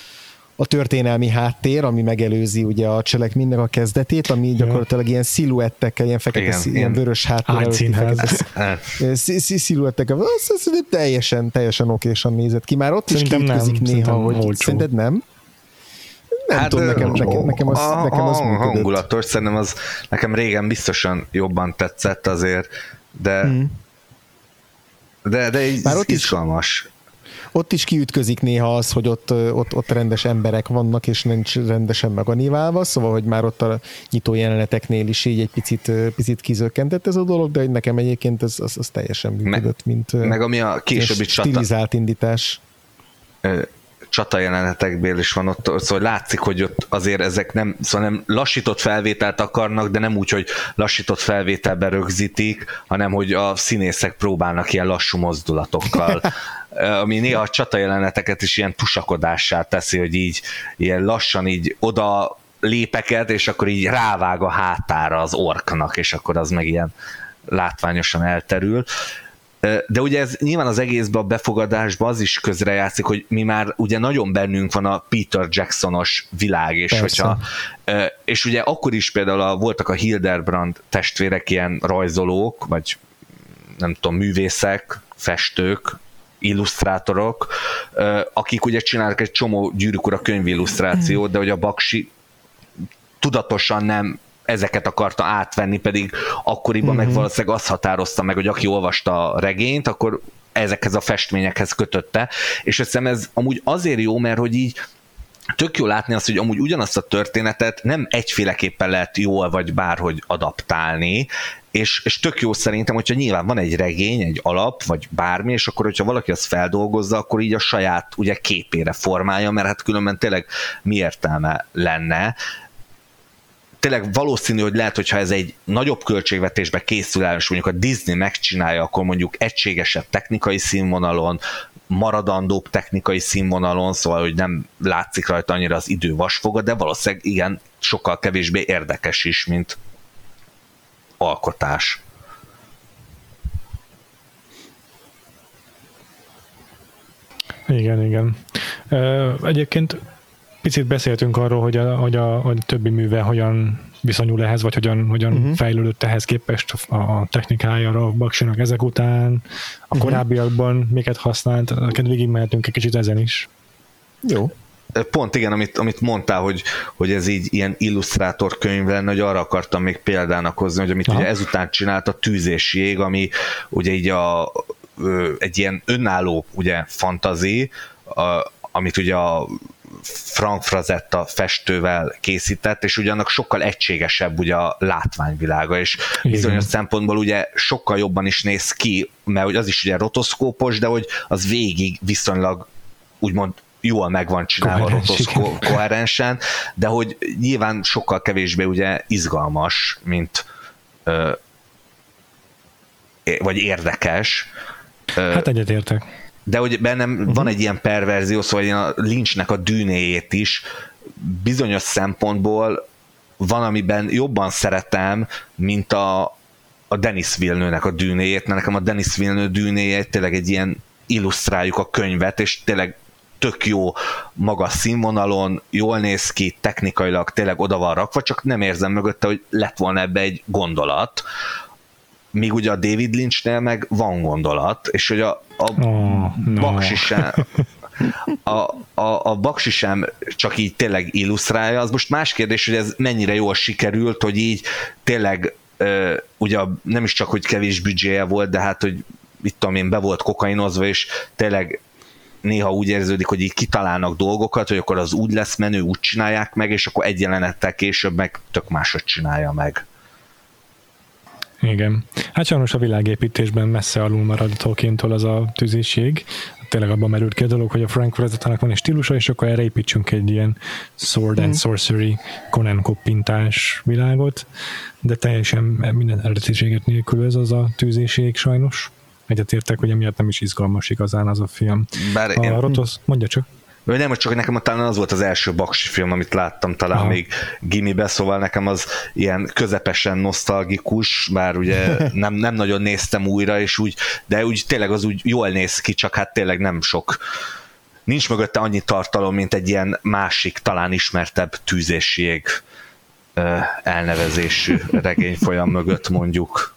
a történelmi háttér, ami megelőzi ugye a cselekménynek a kezdetét, ami gyakorlatilag ilyen sziluettekkel, ilyen fekete, igen, szí, ilyen vörös háttér, sziluettekkel, az teljesen, teljesen okésan nézett ki. Már ott szerintem is kiütközik néha, hogy olcsó. Szerinted nem? Nem hát, tudom, nekem, nekem, nekem az, a, nekem az a, működött. Hangulatos, szerintem az nekem régen biztosan jobban tetszett azért, de hmm. de, de így izgalmas. Is, ott is kiütközik néha az, hogy ott, ott, ott rendes emberek vannak, és nincs rendesen meganimálva, szóval, hogy már ott a nyitó jeleneteknél is így egy picit, picit kizökkentett ez a dolog, de nekem egyébként ez, az, az teljesen működött, mint meg ami a későbbi csata, stilizált indítás. Csata jelenetekből is van ott, szóval látszik, hogy ott azért ezek nem, szóval nem lassított felvételt akarnak, de nem úgy, hogy lassított felvételben rögzítik, hanem hogy a színészek próbálnak ilyen lassú mozdulatokkal, ami néha a csata jeleneteket is ilyen tusakodássá teszi, hogy így ilyen lassan így oda lépeket, és akkor így rávág a hátára az orknak, és akkor az meg ilyen látványosan elterül. De ugye ez nyilván az egészben a befogadásban az is közrejátszik, hogy mi már ugye nagyon bennünk van a Peter Jacksonos világ, és, hogyha, és ugye akkor is például a, voltak a Hildebrand testvérek, ilyen rajzolók, vagy nem tudom, művészek, festők, illusztrátorok, akik ugye csinálnak egy csomó Gyűrűk Ura könyvillusztrációt, de hogy a Bakshi tudatosan nem ezeket akarta átvenni, pedig akkoriban mm-hmm. meg valószínűleg azt határozta meg, hogy aki olvasta a regényt, akkor ezekhez a festményekhez kötötte, és azt hiszem ez amúgy azért jó, mert hogy így tök jó látni azt, hogy amúgy ugyanazt a történetet nem egyféleképpen lehet jól vagy bárhogy adaptálni, és, és tök jó szerintem, hogyha nyilván van egy regény, egy alap, vagy bármi, és akkor, hogyha valaki azt feldolgozza, akkor így a saját ugye képére formálja, mert hát különben tényleg mi értelme lenne. Tényleg valószínű, hogy lehet, hogyha ez egy nagyobb költségvetésbe készül el, és mondjuk a Disney megcsinálja, akkor mondjuk egységesebb technikai színvonalon, maradandóbb technikai színvonalon, szóval, hogy nem látszik rajta annyira az idő vasfoga, de valószínűleg igen, sokkal kevésbé érdekes is, mint alkotás. Igen, igen. Egyébként picit beszéltünk arról, hogy a, hogy a, a többi műve hogyan viszonyul ehhez, vagy hogyan, hogyan uh-huh. fejlődött ehhez képest a, a technikája a Bakshinak ezek után, a uh-huh. korábbiakban miket használt, végig mehetünk egy kicsit ezen is. Jó. Pont igen, amit, amit mondtál, hogy, hogy ez így ilyen illusztrátor könyv lenne, hogy arra akartam még példának hozni, hogy amit ugye ezután csinált a Tűzési Jég, ami ugye így a, egy ilyen önálló ugye fantazi, a, amit ugye a Frank Frazetta festővel készített, és ugyanak sokkal egységesebb ugye a látványvilága, és bizonyos igen. szempontból ugye sokkal jobban is néz ki, mert hogy az is ugye rotoszkópos, de hogy az végig viszonylag úgymond jól meg van csinálva rotoszkó, koherensen, de hogy nyilván sokkal kevésbé ugye izgalmas, mint ö, vagy érdekes. Hát egyetértek. De hogy bennem uh-huh. van egy ilyen perverzió, szóval én a Lynchnek a Dűnéjét is bizonyos szempontból van, amiben jobban szeretem, mint a, a Denis Villeneuve-nek a Dűnéjét, mert nekem a Denis Villeneuve Dűnéje tényleg egy ilyen illusztráljuk a könyvet, és tényleg tök jó magas színvonalon, jól néz ki, technikailag tényleg oda van rakva, csak nem érzem mögötte, hogy lett volna ebbe egy gondolat. Míg ugye a David Lynchnél meg van gondolat, és hogy a, a oh, Bakshi no. sem a, a, a Bakshi sem csak így tényleg illusztrálja, az most más kérdés, hogy ez mennyire jól sikerült, hogy így tényleg uh, ugye nem is csak, hogy kevés büdzséje volt, de hát, hogy mit tudom én, be volt kokainozva, és tényleg néha úgy érződik, hogy így kitalálnak dolgokat, hogy akkor az úgy lesz menő, úgy csinálják meg, és akkor egy jelenettel később meg tök máshogy csinálja meg. Igen. Hát sajnos a világépítésben messze alul marad Tolkientől az a Tűzési Jég. Tényleg abban merült ki a dolog, hogy a Frank Frazettának van egy stílusa, és akkor erre építsünk egy ilyen sword and sorcery, Conan koppintás világot, de teljesen minden eredetiséget nélkülöz az a Tűzési Jég sajnos. Egyetértek, hogy emiatt nem is izgalmas igazán az a film. Bár a én... Rotosz, mondja csak. Nem, csak nekem talán az volt az első Bakshi film, amit láttam talán Aha. még gimibe, szóval nekem az ilyen közepesen nosztalgikus, bár ugye nem, nem nagyon néztem újra, és úgy, de úgy tényleg az úgy jól néz ki, csak hát tényleg nem sok. Nincs mögötte annyi tartalom, mint egy ilyen másik, talán ismertebb Tűzési Jég elnevezésű regényfolyam mögött mondjuk.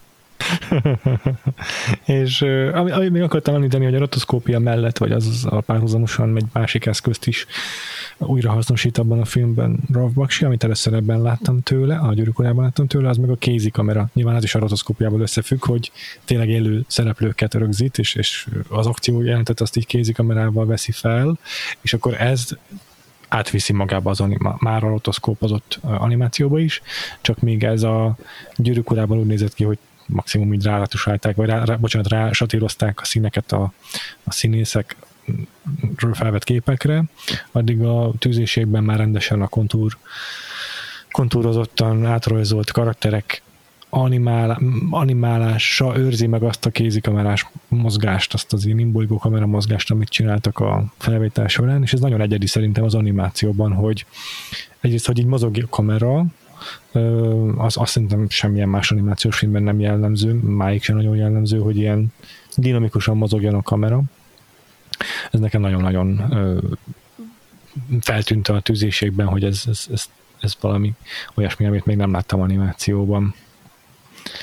És uh, amit ami még akartam említeni, hogy a rotoszkópia mellett, vagy az a párhuzamosan egy másik eszközt is újra hasznosít abban a filmben Ralph Bakshi, amit először ebben láttam tőle, a Gyűrűk Urában láttam tőle, az meg a kézikamera. Nyilván az is a rotoszkópiával összefügg, hogy tényleg élő szereplőket rögzít, és, és az akció jelentet azt így kézikamerával veszi fel, és akkor ez átviszi magába az anima, már a rotoszkópozott animációba is, csak még ez a Gyűrűk Urában úgy nézett ki, hogy maximum így ráratusálták, vagy rá, rá, bocsánat, rásatírozták a színeket a, a színészekről felvett képekre, addig a Tűzési Jégben már rendesen a kontúr, kontúrozottan átrajzolt karakterek animál, animálása őrzi meg azt a kézikamerás mozgást, azt az ilyen imbolygó kamera mozgást, amit csináltak a felvétel során, és ez nagyon egyedi szerintem az animációban, hogy egyrészt, hogy így mozog a kamera, az azt szerintem semmilyen más animációs filmben nem jellemző, máig sem nagyon jellemző, hogy ilyen dinamikusan mozogjon a kamera. Ez nekem nagyon-nagyon feltűnt a Tűzési Jégben, hogy ez, ez, ez, ez valami olyasmi, amit még nem láttam animációban.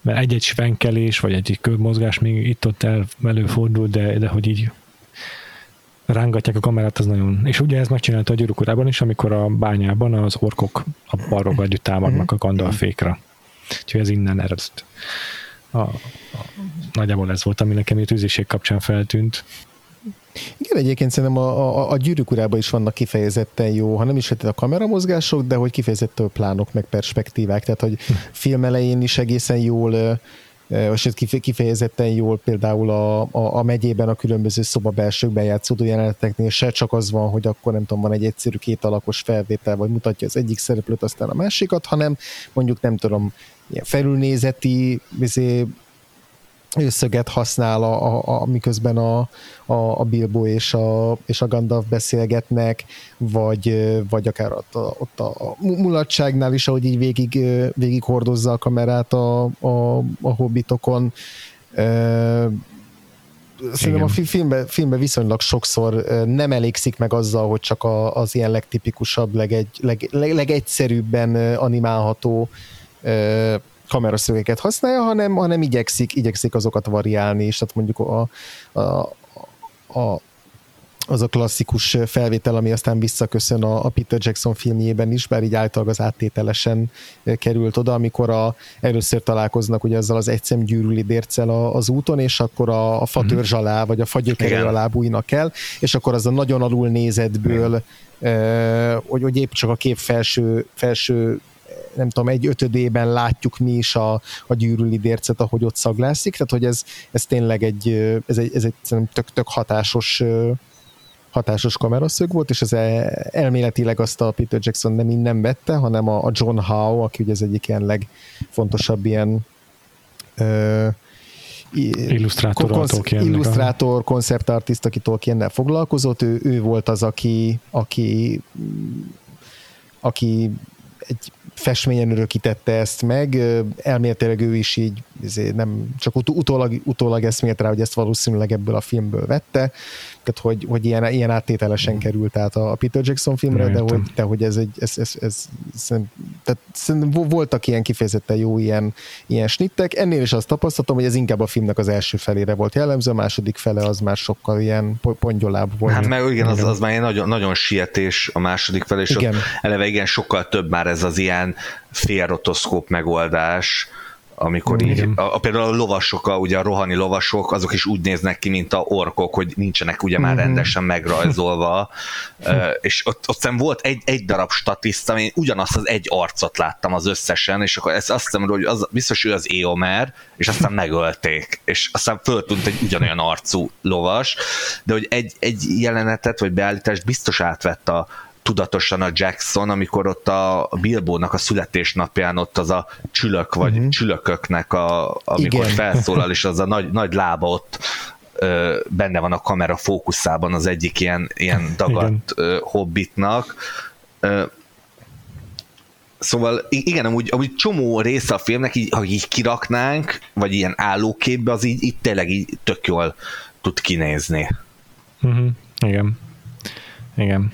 mert egy-egy svenkelés, vagy egy-egy körmozgás még itt-ott el, előfordul, de, de hogy így rángatják a kamerát, az nagyon... És ugye ez megcsinálta a Gyűrűk Urában is, amikor a bányában az orkok a balroggal együtt támadnak a Gandalfékra. Úgyhogy ez innen eredt. A, a, nagyjából ez volt, ami nekem a tűziség kapcsán feltűnt. Igen, egyébként szerintem a, a, a Gyűrűk Urában is vannak kifejezetten jó, ha nem is a kameramozgások, de hogy kifejezetten plánok, meg perspektívák, tehát hogy film elején is egészen jól, és kifejezetten jól például a, a, a megyében a különböző szobabelsőkben játszódó jeleneteknél se csak az van, hogy akkor nem tudom, van egy egyszerű két alakos felvétel, vagy mutatja az egyik szereplőt, aztán a másikat, hanem mondjuk nem tudom, ilyen felülnézeti összöget használ, a, a, a, miközben a, a, a Bilbo és a, és a Gandalf beszélgetnek, vagy, vagy akár ott a, ott a mulatságnál is, ahogy így végig, végig hordozza a kamerát a, a, a hobbitokon. Szerintem a filmben, filmben viszonylag sokszor nem elégszik meg azzal, hogy csak a, az ilyen legtipikusabb, legegy, leg, leg, legegyszerűbben animálható kameraszögeket használja, hanem, hanem igyekszik, igyekszik azokat variálni, és tehát mondjuk a, a, a, az a klasszikus felvétel, ami aztán visszaköszön a, a Peter Jackson filmjében is, bár így általában az áttételesen került oda, amikor a, először találkoznak ugye azzal az egyszem gyűrűli bérccel az úton, és akkor a, a fatörzs alá, vagy a fagyökerő alá bújnak el, és akkor az a nagyon alul nézetből, eh, hogy, hogy épp csak a kép felső, felső nem tudom, egy ötödében látjuk mi is a, a gyűrűli bércet, ahogy ott szaglászik, tehát hogy ez, ez tényleg egy, ez egy, ez egy tök, tök hatásos hatásos kameraszög volt, és ez elméletileg azt a Peter Jackson nem innen vette, hanem a, a John Howe, aki ugye az egyik ilyen legfontosabb ilyen uh, illusztrátor, konsz- illusztrátor, konceptartist, aki Tolkiennel foglalkozott, ő, ő volt az, aki aki, aki egy festményen örökítette ezt meg, elméletileg ő is így nem csak ut- utólag, utólag eszmélt rá, hogy ezt valószínűleg ebből a filmből vette, tehát hogy, hogy ilyen, ilyen áttételesen mm. került át a Peter Jackson filmre, de hogy, de hogy ez egy ez, ez, ez, ez, tehát szerintem voltak ilyen kifejezetten jó ilyen, ilyen snittek, ennél is azt tapasztaltam, hogy ez inkább a filmnek az első felére volt jellemző, a második fele az már sokkal ilyen pongyolább volt. Hát meg igen, az, az már nagyon, nagyon sietés a második felé, és igen. eleve igen, sokkal több már ez az ilyen félrotoszkóp megoldás, amikor így, a, a, például a lovasok, a, ugye a rohani lovasok, azok is úgy néznek ki, mint a orkok, hogy nincsenek ugye már rendesen megrajzolva, uh, és ott, ott szem volt egy, egy darab statiszta, én ugyanazt az egy arcot láttam az összesen, és akkor ezt azt hiszem, hogy az, biztos ő az Éomer, és aztán megölték, és aztán föltűnt egy ugyanolyan arcú lovas, de hogy egy, egy jelenetet, vagy beállítást biztos átvett a tudatosan a Jackson, amikor ott a Bilbónak a születésnapján ott az a csülök, vagy uh-huh. csülököknek, a, amikor igen. felszólal, és az a nagy, nagy lába ott ö, benne van a kamera fókuszában az egyik ilyen, ilyen dagadt ö, hobbitnak. Ö, szóval igen, amúgy, amúgy csomó része a filmnek, így, ha így kiraknánk, vagy ilyen állóképbe, az így, így tényleg így tök jól tud kinézni. Uh-huh. Igen. Igen.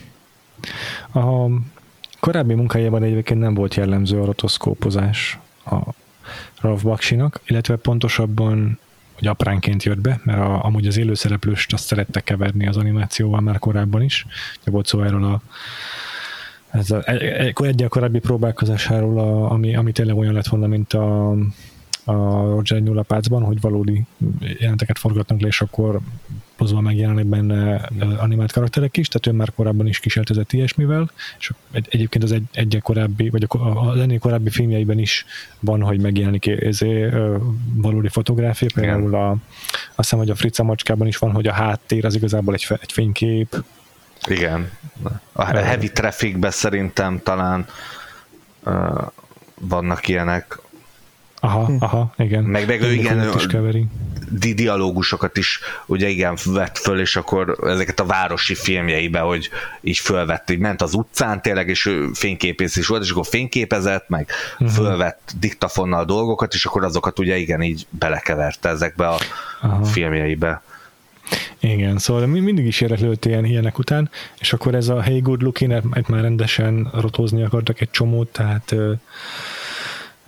A korábbi munkájában egyébként nem volt jellemző a rotoszkópozás a Ralph Bakshinak, illetve pontosabban, hogy apránként jött be, mert a, amúgy az élőszereplőst azt szerette keverni az animációval már korábban is. De volt szó erről a ez a, egy a korábbi próbálkozásáról, a, ami, ami tényleg olyan lett volna, mint a, a Roger Nyulapácban, hogy valódi jelenteket forgatnak le, és akkor pluszban megjelennek benne animált karakterek is, tehát ő már korábban is kísérletezett ilyesmivel, és egy, egyébként az egy, egy korábbi, vagy az ennél korábbi filmjeiben is van, hogy megjelenik ezért valódi fotográfia, például a, azt hiszem, hogy a Frica macskában is van, hogy a háttér az igazából egy, egy fénykép. Igen. A Heavy Trafficben szerintem talán uh, vannak ilyenek. Aha, aha, igen. Meg, meg ő igen, di- dialógusokat is ugye igen vett föl, és akkor ezeket a városi filmjeibe, hogy így fölvett, így ment az utcán tényleg, és ő fényképész is volt, és akkor fényképezett, meg uh-huh. fölvett diktafonnal dolgokat, és akkor azokat ugye igen így belekeverte ezekbe a aha. filmjeibe. Igen, szóval mindig is érdeklődött ilyen ilyenek után, és akkor ez a Hey Good Looking, már rendesen rotózni akartak egy csomót, tehát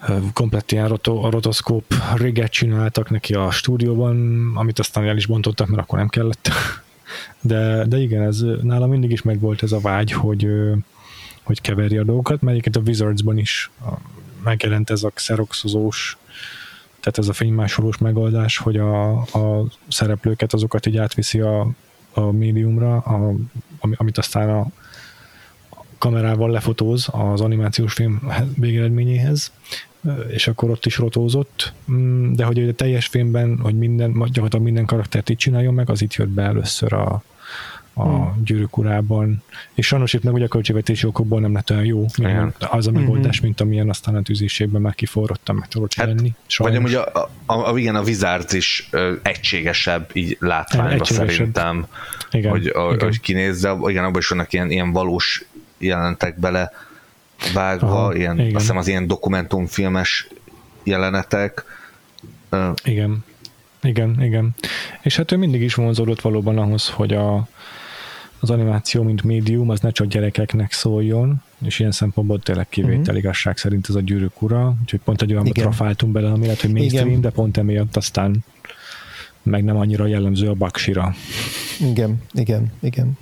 komplett ilyen roto, rotoszkóp riget csináltak neki a stúdióban, amit aztán el is bontottak, mert akkor nem kellett. De, de igen, ez nálam mindig is megvolt ez a vágy, hogy, hogy keverje a dolgokat, mert egyébként a Wizardsban is megjelent ez a xeroxozós, tehát ez a fénymásolós megoldás, hogy a, a szereplőket, azokat így átviszi a, a médiumra, a, amit aztán a kamerával lefotóz az animációs film végeredményéhez, és akkor ott is rotózott, de hogy a teljes filmben, hogy minden, gyakorlatilag minden karaktert így csináljon meg, az itt jött be először a, a hmm. Gyűrűk urában, és sajnos itt meg ugye a költségvetési okokból nem lett olyan jó az a megoldás, mint amilyen aztán a tűzésségben már kiforrottam, meg tudott hát, lenni. Vagy amúgy a, a, a, igen, a Wizards is ö, egységesebb így látványban egységesebb. Szerintem, igen, hogy, a, igen. hogy kinéz, de igen, abban is vannak ilyen, ilyen valós jelentek bele vágva, aha, ilyen, azt hiszem az ilyen dokumentumfilmes jelenetek. Igen, igen, igen. És hát ő mindig is vonzódott valóban ahhoz, hogy a, az animáció, mint médium, az ne csak gyerekeknek szóljon, és ilyen szempontból tényleg kivétel uh-huh. igazság szerint ez a Gyűrűk ura, úgyhogy pont egy olyanba trafáltunk bele, ami lehet, hogy mainstream, igen. de pont emiatt aztán meg nem annyira jellemző a Baksira. Igen, igen, igen.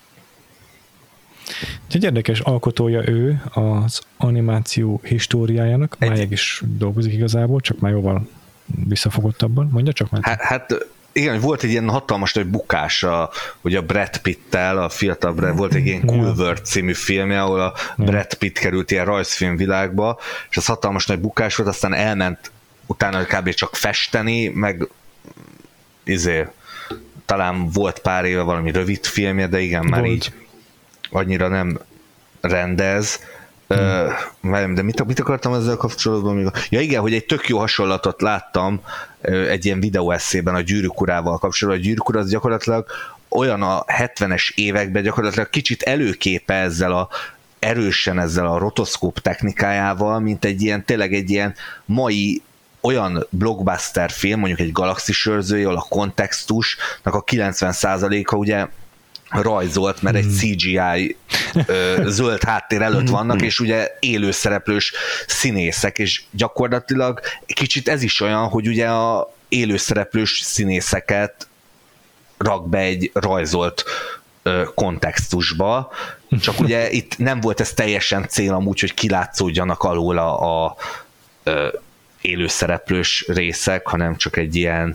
Egy érdekes alkotója ő az animáció históriájának, máig is dolgozik igazából, csak már jóval visszafogottabban. Mondja csak már. Hát, hát igen, volt egy ilyen hatalmas nagy bukás, a, hogy a Brad Pitt-tel, a fiatal Brad, volt egy ilyen Cool World című filmje, ahol a Brad Pitt került ilyen rajzfilm világba, és az hatalmas nagy bukás volt, aztán elment utána kb. Csak festeni, meg izé, talán volt pár éve valami rövid filmje, de igen, már volt. Így annyira nem rendez. Hmm. Uh, de mit, mit akartam ezzel kapcsolatban? Még? Ja igen, hogy egy tök jó hasonlatot láttam uh, egy ilyen videóesszében a Gyűrűk urával kapcsolatban. A Gyűrűk ura az gyakorlatilag olyan a hetvenes években gyakorlatilag kicsit előképe ezzel a erősen ezzel a rotoszkóp technikájával, mint egy ilyen, tényleg egy ilyen mai olyan blockbuster film, mondjuk egy Galaxis őrzője, ahol a kontextusnak a kilencven százaléka ugye rajzolt, mert egy cé gé í ö, zöld háttér előtt vannak, és ugye élőszereplős színészek, és gyakorlatilag kicsit ez is olyan, hogy ugye a élőszereplős színészeket rak be egy rajzolt ö, kontextusba, csak ugye itt nem volt ez teljesen cél amúgy, hogy kilátszódjanak alól a, a ö, élőszereplős részek, hanem csak egy ilyen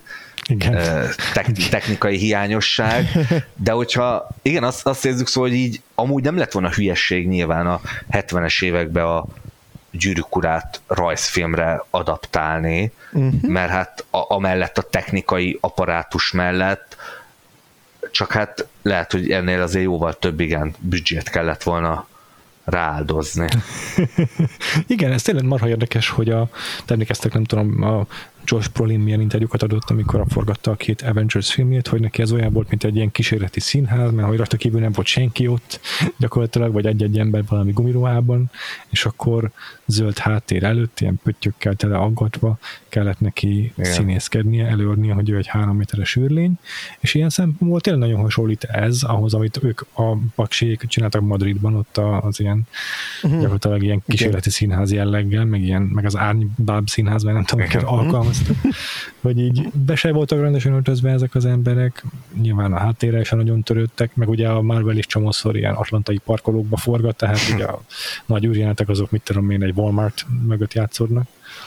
Tek- technikai hiányosság, de hogyha igen, azt, azt érzük szó, hogy így amúgy nem lett volna hülyesség nyilván a hetvenes években a Gyűrűk urát rajzfilmre adaptálni, uh-huh. mert hát a, amellett a technikai apparátus mellett csak hát lehet, hogy ennél azért jóval több igen büdzsét kellett volna rááldozni. Igen, ez tényleg marha érdekes, hogy a termékeztek, nem tudom, a Josh Brolin milyen interjúkat adott, amikor forgatta a két Avengers filmjét, hogy neki ez olyan volt, mint egy ilyen kísérleti színház, mert hogy rajta kívül nem volt senki ott gyakorlatilag, vagy egy-egy ember valami gumiruhában, és akkor zöld háttér előtt, ilyen pöttyökkel tele aggatva kellett neki igen. színészkednie, előadnia, hogy ő egy három méteres űrlény, és ilyen szempontból tényleg nagyon hasonlít ez ahhoz, amit ők a Baksiék csináltak Madridban, ott az ilyen uh-huh. gyakorlatilag ilyen kísérleti igen. színház jelleggel, meg, ilyen, meg az Árnybáb színházban, nem tudom, hogy alkalmaztak, hogy így be se voltak rendesen öltözve ezek az emberek, nyilván a háttérre is nagyon törődtek, meg ugye a Marvel is csomószor ilyen atlantai parkolókba forgat, tehát ugye a nagy űrjelenetek azok, mit tudom én, egy Walmart mögött játszódnak.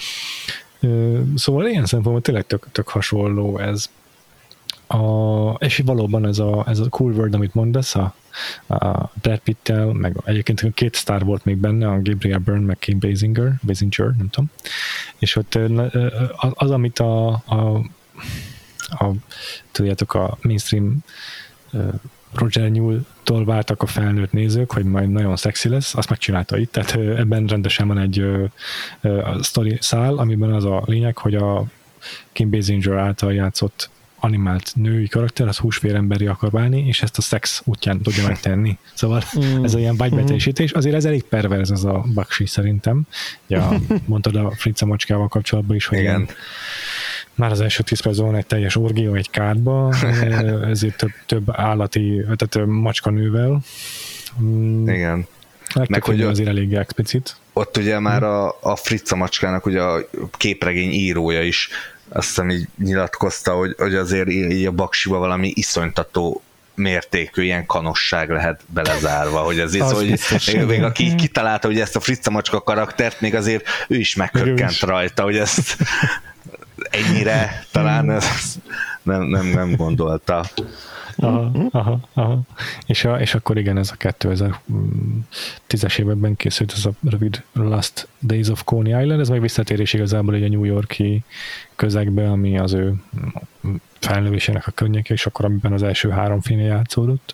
Szóval ilyen szempontból tényleg tök, tök hasonló ez. A, és valóban ez a, ez a Cool World, amit mondasz, a, a Brad Pitt-tel, meg egyébként két sztár volt még benne, a Gabriel Byrne, meg Kim Basinger, Basinger, nem tudom. És ott az, amit a, a, a tudjátok, a mainstream Roger Newell-tól vártak a felnőtt nézők, hogy majd nagyon szexi lesz, azt megcsinálta itt, tehát ebben rendesen van egy a sztori szál, amiben az a lényeg, hogy a Kim Basinger által játszott animált női karakter, az húsvéremberi akar válni, és ezt a szex útján tudja megtenni. Szóval mm. ez a ilyen vágybeteljesítés. Azért ez elég perverz ez a Baksi szerintem. Ja, mondtad a Frica macskával kapcsolatban is, hogy igen. Már az első tíz percben van egy teljes orgió egy kádba, ezért több, több állati, tehát macskanővel. Igen. Meg hogy azért elég explicit. ott ugye már a, a Fritza macskának ugye a képregény írója is azt hiszem így nyilatkozta, hogy, hogy azért így a Baksiba valami iszonytató mértékű ilyen kanosság lehet belezárva, hogy azért az szóval, hogy még aki kitalálta hogy ezt a Fritza macska karaktert, még azért ő is meghökkent rajta, hogy ezt ennyire talán ezt nem, nem, nem gondolta. Aha, aha, aha. És, a, és akkor igen, ez a kétezer-tízes években készült ez a rövid Last Days of Coney Island, ez meg visszatérés igazából egy a New York-i közegbe, ami az ő felnövésének a környéke, és akkor amiben az első három filmje játszódott,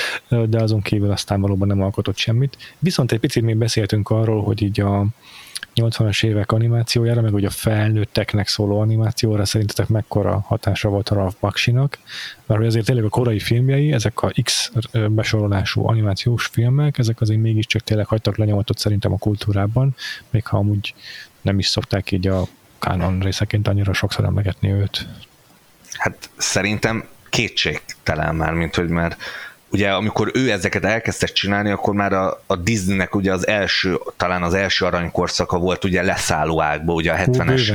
de azon kívül aztán valóban nem alkotott semmit. Viszont egy picit még beszéltünk arról, hogy így a nyolcvanas évek animációjára, meg hogy a felnőtteknek szóló animációra szerintetek mekkora hatása volt a Ralph Bakshinak, mert hogy azért tényleg a korai filmjei, ezek a X besorolású animációs filmek, ezek azért mégiscsak tényleg hagytak lenyomatot szerintem a kultúrában, még ha amúgy nem is szokták így a kánon részeként annyira sokszor emlegetni őt. Hát szerintem kétségtelen már, mint hogy már ugye amikor ő ezeket elkezdte csinálni, akkor már a, a Disneynek ugye az első, talán az első aranykorszaka volt ugye leszálló ágba, ugye a hetvenes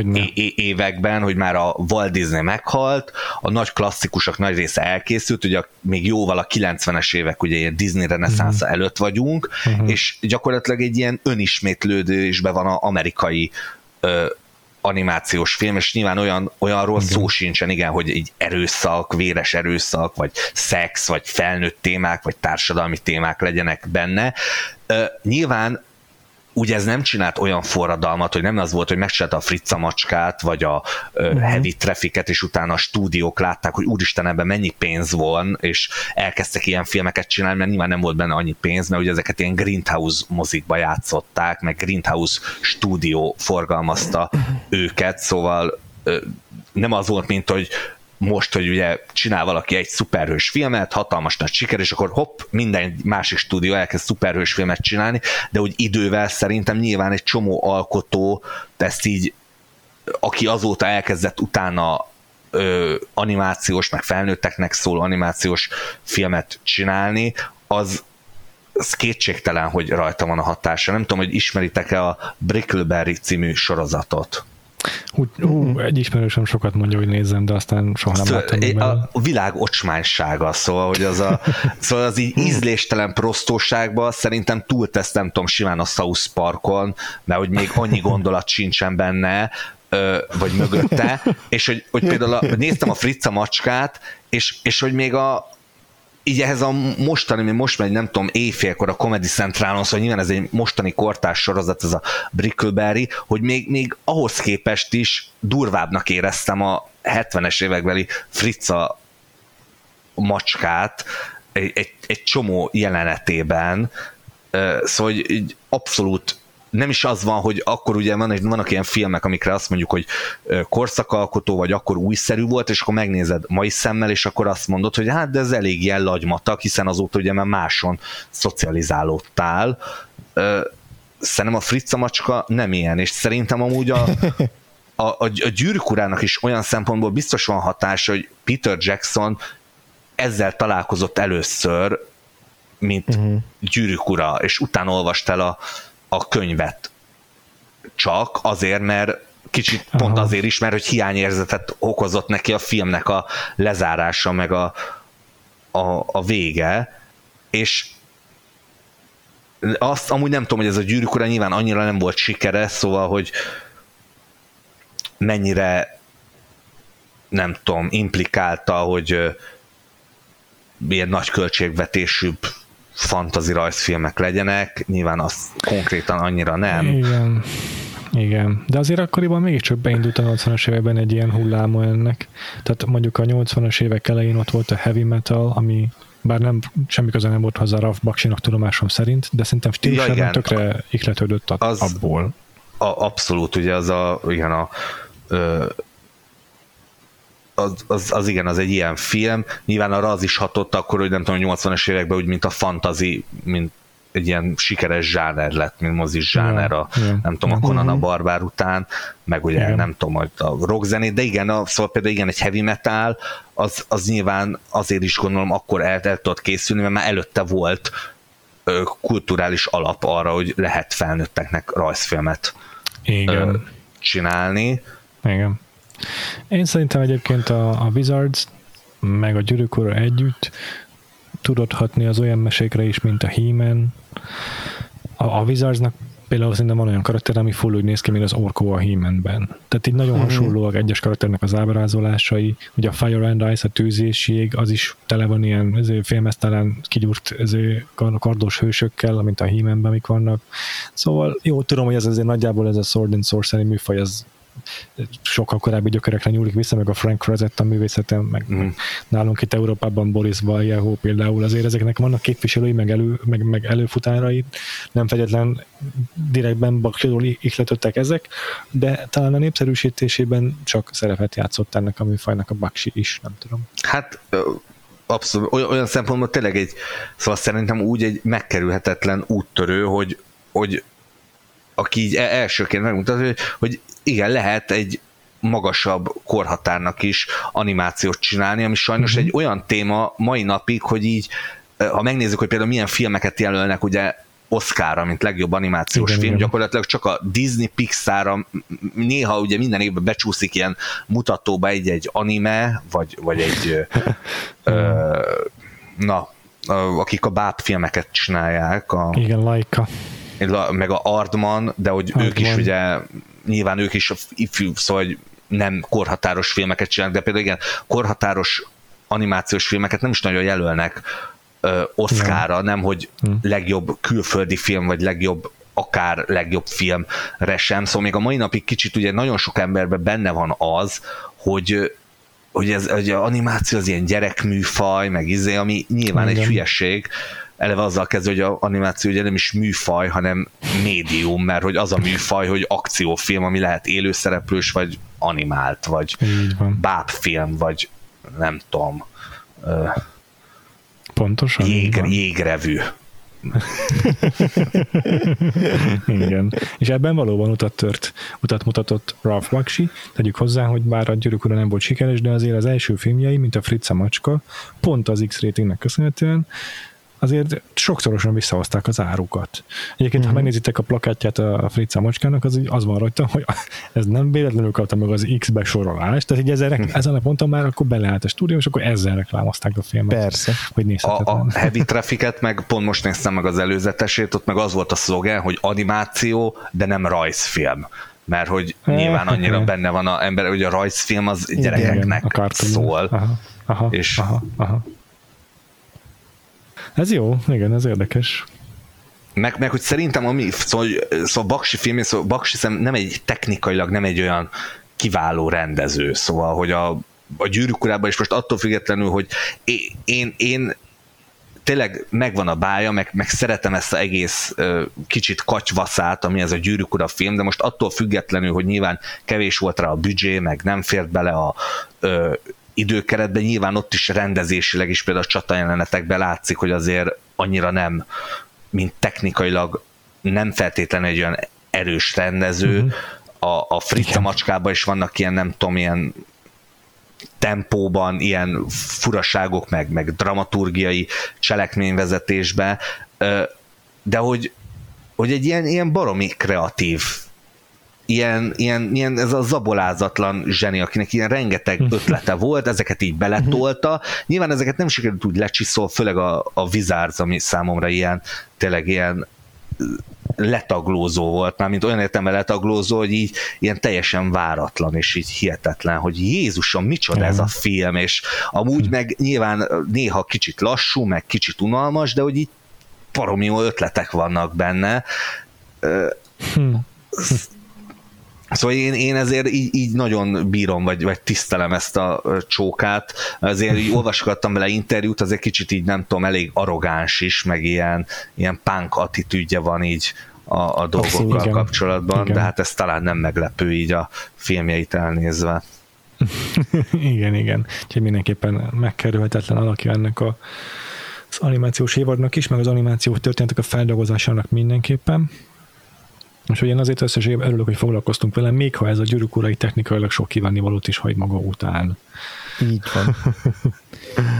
é- években, hogy már a Walt Disney meghalt, a nagy klasszikusok nagy része elkészült, ugye még jóval a kilencvenes évek, ugye ilyen Disney reneszánsza uh-huh. előtt vagyunk, uh-huh. és gyakorlatilag egy ilyen önismétlődésben van az amerikai ö, animációs film, és nyilván olyan, olyanról igen. szó sincsen, igen, hogy így erőszak, véres erőszak, vagy szex, vagy felnőtt témák, vagy társadalmi témák legyenek benne. Uh, nyilván ugye ez nem csinált olyan forradalmat, hogy nem az volt, hogy megcsinálta a Fritza macskát, vagy a uh, uh-huh. Heavy Traffic-et, és utána a stúdiók látták, hogy úristen, ebben mennyi pénz van, és elkezdtek ilyen filmeket csinálni, mert nyilván nem volt benne annyi pénz, mert ugye ezeket ilyen Grindhouse mozikba játszották, meg Grindhouse stúdió forgalmazta uh-huh. őket, szóval uh, nem az volt, mint hogy most, hogy ugye csinál valaki egy szuperhős filmet, hatalmas nagy siker, és akkor hopp, minden másik stúdió elkezd szuperhős filmet csinálni, de úgy idővel szerintem nyilván egy csomó alkotó ezt így, aki azóta elkezdett utána ö, animációs, meg felnőtteknek szóló animációs filmet csinálni, az, az kétségtelen, hogy rajta van a hatása. Nem tudom, hogy ismeritek-e a Brickleberry című sorozatot? Hú, hú, egy ismerősöm sokat mondja, hogy nézzem, de aztán soha nem láttam. A, a világ ocsmánysága, szóval, hogy az a, szóval az így ízléstelen prostóságban szerintem túltesz, nem tudom, simán a South Parkon, mert hogy még annyi gondolat sincsen benne, vagy mögötte, és hogy, hogy például a, néztem a Fritza macskát, és, és hogy még a így ehhez a mostani, mi most megy, nem tudom, éjfélkor a Comedy Centralon, szóval nyilván ez egy mostani kortárs sorozat, ez a Brickleberry, hogy még, még ahhoz képest is durvábbnak éreztem a hetvenes évekbeli Fritza macskát egy, egy, egy csomó jelenetében, szóval hogy abszolút nem is az van, hogy akkor ugye van, vannak ilyen filmek, amikre azt mondjuk, hogy korszakalkotó, vagy akkor újszerű volt, és akkor megnézed mai szemmel, és akkor azt mondod, hogy hát de ez elég ilyen lagymatag, hiszen azóta ugye már máson szocializálódtál. Szerintem a Fritza macska nem ilyen, és szerintem amúgy a, a, a, a Gyűrűk urának is olyan szempontból biztos van hatása, hogy Peter Jackson ezzel találkozott először, mint uh-huh. Gyűrűk ura, és utána olvast el a a könyvet csak azért, mert kicsit Aha. pont azért is, mert hogy hiányérzetet okozott neki a filmnek a lezárása, meg a, a, a vége, és azt amúgy nem tudom, hogy ez a Gyűrűk ura nyilván annyira nem volt sikere, szóval, hogy mennyire nem tudom, implikálta, hogy ilyen nagy költségvetésűbb fantasy rajzfilmek legyenek, nyilván az konkrétan annyira nem. Igen, igen. De azért akkoriban mégiscsak beindult a nyolcvanas években egy ilyen hulláma ennek. Tehát mondjuk a nyolcvanas évek elején ott volt a heavy metal, ami bár nem, semmi köze nem volt hozzá Ralph Bakshinak tudomásom szerint, de szerintem stílusan ja, tökre ihletődött az, abból. A, abszolút, ugye az a, igen, a ö, Az, az, az igen, az egy ilyen film. Nyilván arra az is hatott akkor, hogy nem tudom, nyolcvanas években úgy, mint a fantasy, mint egy ilyen sikeres zsáner lett, mint mozis zsáner, a, ja, ja. nem tudom, a Conan a barbár után, meg ugye igen. nem tudom, hogy a rockzenét, de igen, a, szóval például igen, egy heavy metal, az, az nyilván azért is gondolom akkor el, el tudott készülni, mert már előtte volt kulturális alap arra, hogy lehet felnőtteknek rajzfilmet Igen. csinálni. Igen. Én szerintem egyébként a, a Wizards meg a Gyűrűk Ura együtt tudott hatni az olyan mesékre is, mint a He-Man. A, a Wizardsnak például szerintem van olyan karakter, ami full úgy néz ki, mint az Orko a He-Manben. Tehát így nagyon hasonlóak egyes karakternek az ábrázolásai. Ugye a Fire and Ice, a tűz és jég, az is tele van ilyen filmesztelen kigyúrt kardos hősökkel, mint a He-Manben, amik vannak. Szóval jó, tudom, hogy ez azért nagyjából ez a Sword and Sorcery műfaj, ez sokkal korábbi gyökerekre nyúlik vissza, meg a Frank Frazetta művészeten, meg mm. nálunk itt Európában Boris Vallejo például, azért ezeknek vannak képviselői, meg, elő, meg, meg előfutárai, nem fegyetlen direktben baksidról ihletődtek ezek, de talán a népszerűsítésében csak szerepet játszott ennek a műfajnak a baksi is, nem tudom. Hát abszolút, olyan szempontból tényleg egy, szóval szerintem úgy egy megkerülhetetlen úttörő, hogy, hogy aki így elsőként megmutatja, hogy, hogy igen, lehet egy magasabb korhatárnak is animációt csinálni, ami sajnos uh-huh. egy olyan téma mai napig, hogy így, ha megnézzük, hogy például milyen filmeket jelölnek ugye Oscarra, mint legjobb animációs igen, film, igen. gyakorlatilag csak a Disney Pixarra néha ugye minden évben becsúszik ilyen mutatóba egy-egy anime, vagy, vagy egy ö, na, akik a báb filmeket csinálják. A, igen, Laika. Meg a Aardman, de hogy Aardman. Ők is ugye nyilván ők is ifjú, szóval nem korhatáros filmeket csinálnak, de például igen, korhatáros animációs filmeket nem is nagyon jelölnek ö, Oscarra, nem, hogy hmm. legjobb külföldi film, vagy legjobb akár legjobb filmre sem. Szóval még a mai napig kicsit ugye nagyon sok emberben benne van az, hogy hogy ez hogy az animáció az ilyen gyerekműfaj, meg izé, ami nyilván igen. egy hülyeség. Eleve azzal kezdve, hogy az animáció ugye nem is műfaj, hanem médium, mert hogy az a műfaj, hogy akciófilm, ami lehet élőszereplős, vagy animált, vagy bábfilm, vagy nem tudom. Pontosan. Jég, jégrevű. Igen. És ebben valóban utat tört, utat mutatott Ralph Bakshi. Tegyük hozzá, hogy bár a Gyűrűk Ura nem volt sikeres, de azért az első filmjei, mint a Fritz a macska, pont az X-ratingnek köszönhetően azért sokszorosan visszahozták az árukat. Egyébként, mm-hmm. ha megnézitek a plakátját a Fritz a macskának, az, az van rajta, hogy ez nem véletlenül kapta meg az X besorolást, tehát így ezzel, ezen a ponton már akkor beleállt a stúdió, és akkor ezzel reklámozták a filmet. Persze. Hogy a, a Heavy Traffic-et meg pont most néztem meg az előzetesét, ott meg az volt a szlogen, hogy animáció, de nem rajzfilm. Mert hogy nyilván annyira benne van az ember, hogy a rajzfilm az gyerekeknek igen, szól. Aha, aha, és aha, aha. Ez jó, igen, ez érdekes. Meg, meg hogy szerintem, ami, szóval, szóval Bakshi film, szóval Bakshi nem egy technikailag nem egy olyan kiváló rendező, szóval, hogy a, a Gyűrűk Urában is most attól függetlenül, hogy én, én, én tényleg megvan a bája, meg, meg szeretem ezt az egész uh, kicsit katyvaszát, ami ez a Gyűrűk Ura film, de most attól függetlenül, hogy nyilván kevés volt rá a büdzsé, meg nem fért bele a uh, időkeretben, nyilván ott is rendezésileg is például a csatajelenetekben látszik, hogy azért annyira nem, mint technikailag nem feltétlenül egy olyan erős rendező. Uh-huh. A, a Fritz a macskában is vannak ilyen, nem tudom, ilyen tempóban, ilyen furaságok, meg, meg dramaturgiai cselekményvezetésben, de hogy, hogy egy ilyen, ilyen baromi kreatív Ilyen, ilyen, ilyen, ez a zabolázatlan zseni, akinek ilyen rengeteg ötlete volt, ezeket így beletolta. Nyilván ezeket nem sikerült úgy lecsiszol, főleg a, a Wizards, ami számomra ilyen, tényleg ilyen letaglózó volt, már mint olyan értelemben letaglózó, hogy így ilyen teljesen váratlan, és így hihetetlen, hogy Jézusom, micsoda ez a film, és amúgy meg nyilván néha kicsit lassú, meg kicsit unalmas, de hogy így baromi jó ötletek vannak benne. Szóval én, én ezért így, így nagyon bírom, vagy, vagy tisztelem ezt a csókát. Azért így olvasgattam vele interjút, azért kicsit így nem tudom, elég arrogáns is, meg ilyen, ilyen punk attitűdje van így a, a dolgokkal Abszolút, kapcsolatban, igen. De hát ez talán nem meglepő így a filmjeit elnézve. igen, igen. Úgyhogy mindenképpen megkerülhetetlen alakja ennek a, az animációs évadnak is, meg az animációs történetek a feldolgozásának mindenképpen. És hogy én azért összességében örülök, hogy foglalkoztunk vele, még ha ez a Gyűrűk Urai technikailag sok kívánnivalót is hagy maga után. Így van.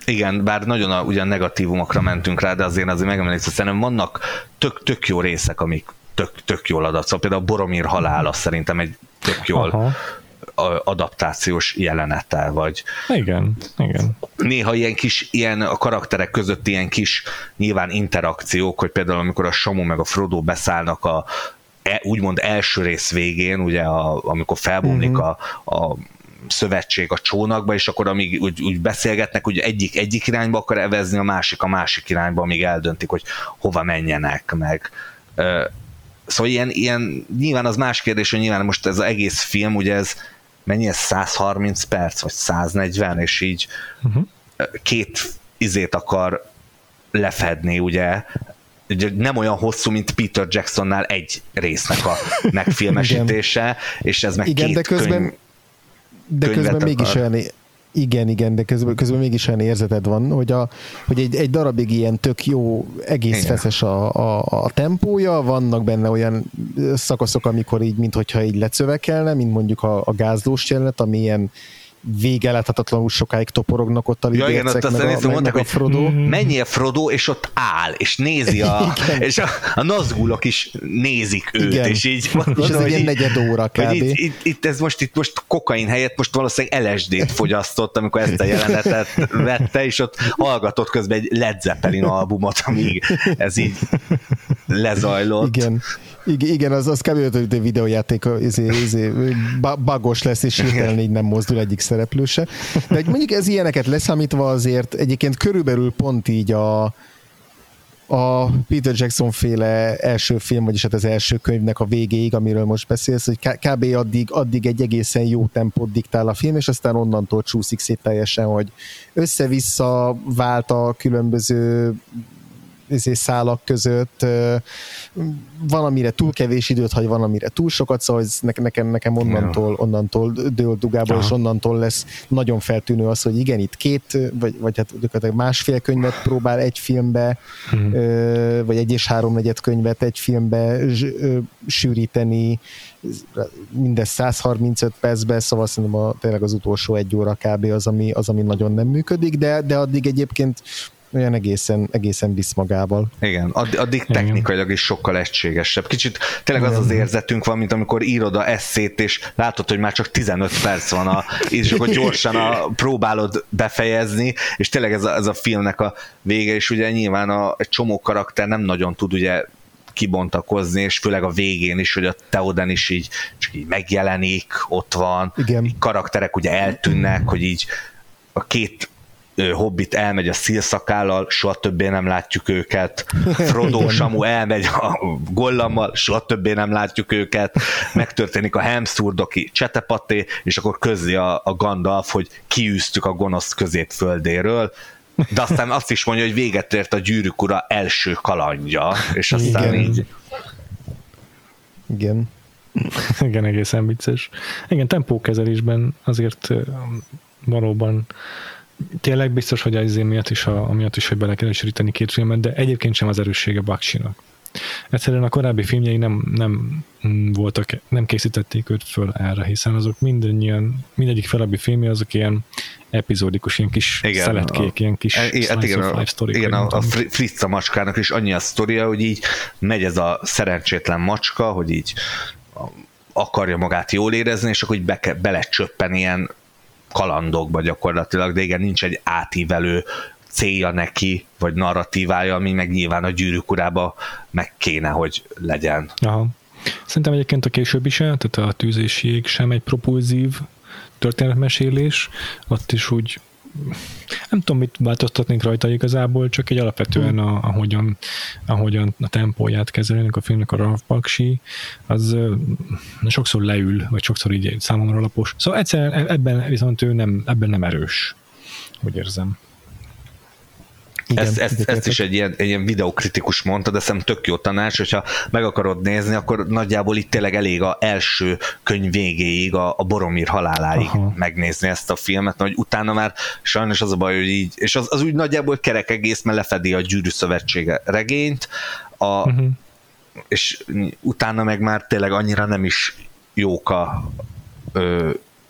Igen, bár nagyon a, ugyan negatívumokra mentünk rá, de azért azért megemlékszem, szerintem vannak tök, tök jó részek, amik tök, tök jól adat. Szóval például a Boromir halála szerintem egy tök jól Aha. adaptációs jelenete, vagy igen, igen. Néha ilyen kis, ilyen a karakterek között ilyen kis nyilván interakciók, hogy például amikor a Samu meg a Frodo beszállnak a úgymond első rész végén, ugye a, amikor felbomlik mm-hmm. a, a szövetség a csónakba, és akkor amíg úgy, úgy beszélgetnek, hogy egyik egyik irányba akar evezni, a másik a másik irányba, amíg eldöntik, hogy hova menjenek meg. Szóval ilyen, ilyen nyilván az más kérdés, hogy nyilván most ez az egész film, ugye ez mennyi ez, száz harminc perc, vagy száz negyven, és így uh-huh. két izét akar lefedni, ugye, nem olyan hosszú, mint Peter Jacksonnál egy résznek a megfilmesítése, és ez meg igen, két de közben, könyv, de közben mégis akar. olyan, igen, igen, de közben, közben mégis olyan érzeted van, hogy, a, hogy egy, egy darabig ilyen tök jó, egész igen. feszes a, a, a tempója, vannak benne olyan szakaszok, amikor így, minthogyha így lecövekelne, mint mondjuk a, a gázlós jelenet, ami ilyen végeláthatatlanul sokáig toporognak ott a libércek, ja, meg, a, meg, mondták, meg a Frodo. Menjél Frodo, és ott áll, és nézi a... és a, a Nazgulok is nézik őt, igen. és így... Mondom, és ez egy ilyen negyed óra kb. Itt, itt, itt, ez most, itt most kokain helyett most valószínűleg el es dét fogyasztott, amikor ezt a jelenetet vette, és ott hallgatott közben egy Led Zeppelin albumot, amíg ez így lezajlott. Igen. Igen, az, az kb. Hogy a videójáték izé, izé, bagos lesz, és hirtelen így nem mozdul egyik szereplő se. De mondjuk ez ilyeneket leszámítva azért egyébként körülbelül pont így a, a Peter Jackson féle első film, vagyis hát az első könyvnek a végéig, amiről most beszélsz, hogy kb. addig, addig egy egészen jó tempót diktál a film, és aztán onnantól csúszik szét teljesen, hogy össze-vissza vált a különböző szálak között, van, amire túl kevés időt hagy, van, amire túl sokat, szóval ez nekem, nekem onnantól, onnantól dől dugába, Aha. és onnantól lesz nagyon feltűnő az, hogy igen, itt két, vagy, vagy hát másfél könyvet próbál egy filmbe, hmm. vagy egy és háromnegyed könyvet egy filmbe sűríteni, mindez száz harmincöt percbe, szóval szerintem a, tényleg az utolsó egy óra kb. az, ami, az, ami nagyon nem működik, de, de addig egyébként olyan egészen, egészen visz magával. Igen, addig, addig technikailag is sokkal egységesebb. Kicsit tényleg az az érzetünk van, mint amikor írod a esszét, és látod, hogy már csak tizenöt perc van, a, és akkor gyorsan a, próbálod befejezni, és tényleg ez a, ez a filmnek a vége, és ugye nyilván a, egy csomó karakter nem nagyon tud ugye kibontakozni, és főleg a végén is, hogy a Theoden is így, csak így megjelenik, ott van, karakterek ugye eltűnnek, hogy így a két Hobbit elmegy a szilszakállal, soha többé nem látjuk őket. Frodo, Samu elmegy a Gollammal, soha többé nem látjuk őket. Megtörténik a Helmszurdoki csetepaté, és akkor közli a, a Gandalf, hogy kiűztük a gonosz középföldéről. De aztán azt is mondja, hogy véget ért a Gyűrűk ura első kalandja, és aztán Igen. így... Igen. Igen, egészen vicces. Igen, tempókezelésben azért valóban tényleg biztos, hogy az miatt is, a, amiatt is, hogy bele kell sűríteni két filmet, de egyébként sem az erőssége Bakshinak. Egyszerűen a korábbi filmjei nem, nem voltak, nem készítették őt föl erre, hiszen azok mindannyian, mindegyik felabbi filmje azok ilyen epizódikus, ilyen kis igen, szeletkék, a, ilyen kis e, slice hát igen, of life sztorik. Igen, a, a Fritza macskának is annyi a sztoria, hogy így megy ez a szerencsétlen macska, hogy így akarja magát jól érezni, és akkor így be, belecsöppen ilyen kalandokba gyakorlatilag, de igen, nincs egy átívelő célja neki, vagy narratívája, ami meg nyilván a Gyűrűk urába meg kéne, hogy legyen. Aha. Szerintem egyébként a későbbi sem, tehát a Tűzésiég sem egy propulzív történetmesélés, ott is úgy nem tudom, mit változtatnénk rajta igazából, csak egy alapvetően a, ahogyan, ahogyan a tempóját kezelőnek a filmnek a Ralph Bakshi, az sokszor leül, vagy sokszor így számomra alapos. Szóval egyszerűen ebben viszont ő nem, ebben nem erős, úgy érzem. Igen, ezt, ezt, ezt is egy ilyen, egy ilyen videokritikus mondta, de szerintem tök jó tanács, hogyha meg akarod nézni, akkor nagyjából itt tényleg elég az első könyv végéig, a, a Boromir haláláig Aha. megnézni ezt a filmet, hogy utána már sajnos az a baj, hogy így, és az, az úgy nagyjából kerek egész, mert lefedi a Gyűrű Szövetsége regényt, a, uh-huh. és utána meg már tényleg annyira nem is jók a ö,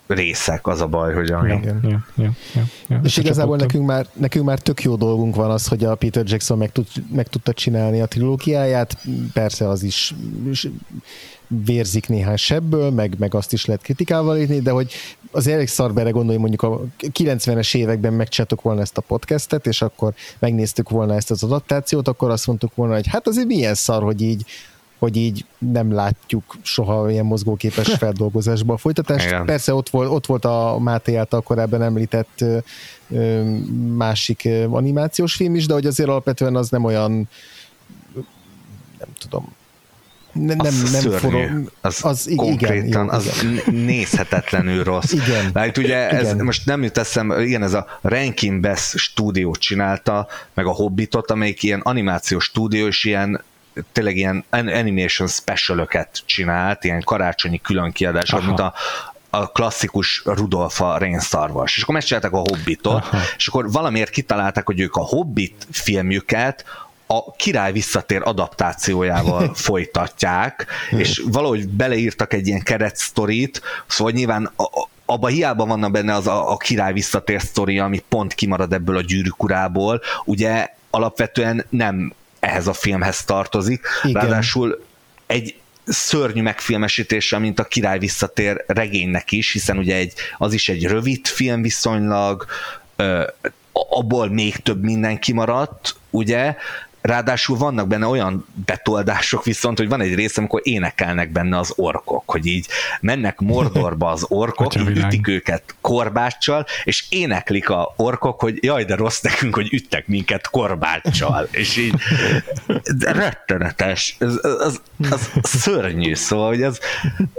részek, az a baj, hogy ami... Ja, ja, ja, ja, ja. És igazából nekünk már, nekünk már tök jó dolgunk van az, hogy a Peter Jackson meg, tud, meg tudta csinálni a trilógiáját, persze az is vérzik néhány sebből, meg, meg azt is lehet kritikával írni, de hogy az elég szar bele gondolni, mondjuk a kilencvenes években megcsináltuk volna ezt a podcastet, és akkor megnéztük volna ezt az adaptációt, akkor azt mondtuk volna, hogy hát azért milyen szar, hogy így hogy így nem látjuk soha ilyen mozgóképes feldolgozásba a folytatást. Igen. Persze ott volt, ott volt a Máté által korábban említett ö, másik animációs film is, de hogy azért alapvetően az nem olyan, nem tudom, nem, nem, nem forró. Az, az konkrétan, igen, jó, az igen. Nézhetetlenül rossz. Igen. Mert ugye ez, igen. Most nem jut eszembe, igen, ez a Rankin Bass stúdiót csinálta, meg a Hobbitot, amelyik ilyen animációs stúdió, és ilyen tényleg ilyen animation specialöket csinált, ilyen karácsonyi különkiadások, mint a, a klasszikus Rudolf a rénszarvas. És akkor megcsinálták a Hobbitot, aha. És akkor valamiért kitalálták, hogy ők a Hobbit filmjüket a Király visszatér adaptációjával folytatják, és valahogy beleírtak egy ilyen keretsztorit, szóval nyilván a, abban hiába vannak benne az a, a Király visszatér sztori, ami pont kimarad ebből a Gyűrűk urából, ugye alapvetően nem ehhez a filmhez tartozik. Igen. Ráadásul egy szörnyű megfilmesítése, mint a Király visszatér regénynek is, hiszen ugye egy, az is egy rövid film viszonylag, abból még több minden kimaradt, ugye, ráadásul vannak benne olyan betoldások viszont, hogy van egy rész, amikor énekelnek benne az orkok, hogy így mennek Mordorba az orkok, így ütik őket korbáccsal, és éneklik a orkok, hogy jaj, de rossz nekünk, hogy üttek minket korbáccsal, és így rettenetes, az, az, az szörnyű, szóval, hogy az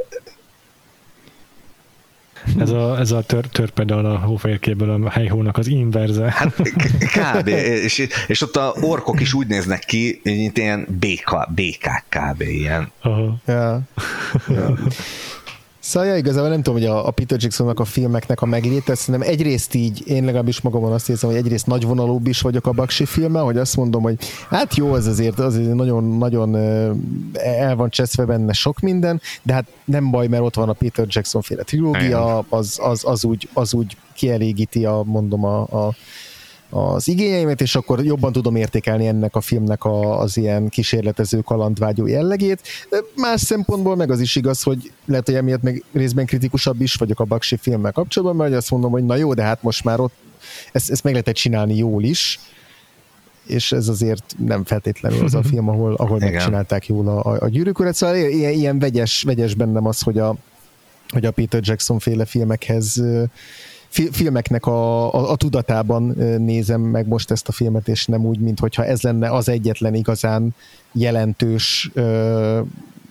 Ez a, ez a tör, törpedal a hófehérkéből a helyhónak az inverze. Hát kb. és, és ott a orkok is úgy néznek ki, mint ilyen béka, békák kb. Ilyen. Aha. Ja. Ja. Szóval ja, igazából nem tudom, hogy a, a Peter Jacksonnak a filmeknek a megléte, szerintem egyrészt így, én legalábbis magamon azt érzem, hogy egyrészt nagyvonalúbb is vagyok a Bakshi filmmel, hogy azt mondom, hogy hát jó, ez azért, azért nagyon, nagyon el van cseszve benne sok minden, de hát nem baj, mert ott van a Peter Jackson féle trilógia, az, az, az, úgy, az úgy kielégíti a, mondom, a, a az igényeimet, és akkor jobban tudom értékelni ennek a filmnek a, az ilyen kísérletező, kalandvágyó jellegét. De más szempontból meg az is igaz, hogy lehet, hogy emiatt meg részben kritikusabb is vagyok a Bakshi filmmel kapcsolatban, mert azt mondom, hogy na jó, de hát most már ott ezt, ezt meg lehetett csinálni jól is, és ez azért nem feltétlenül az a film, ahol, ahol megcsinálták jól a, a Gyűrűk urát. Szóval ilyen, ilyen vegyes, vegyes bennem az, hogy a, hogy a Peter Jackson féle filmekhez filmeknek a, a, a tudatában nézem meg most ezt a filmet, és nem úgy, mintha ez lenne az egyetlen igazán jelentős uh,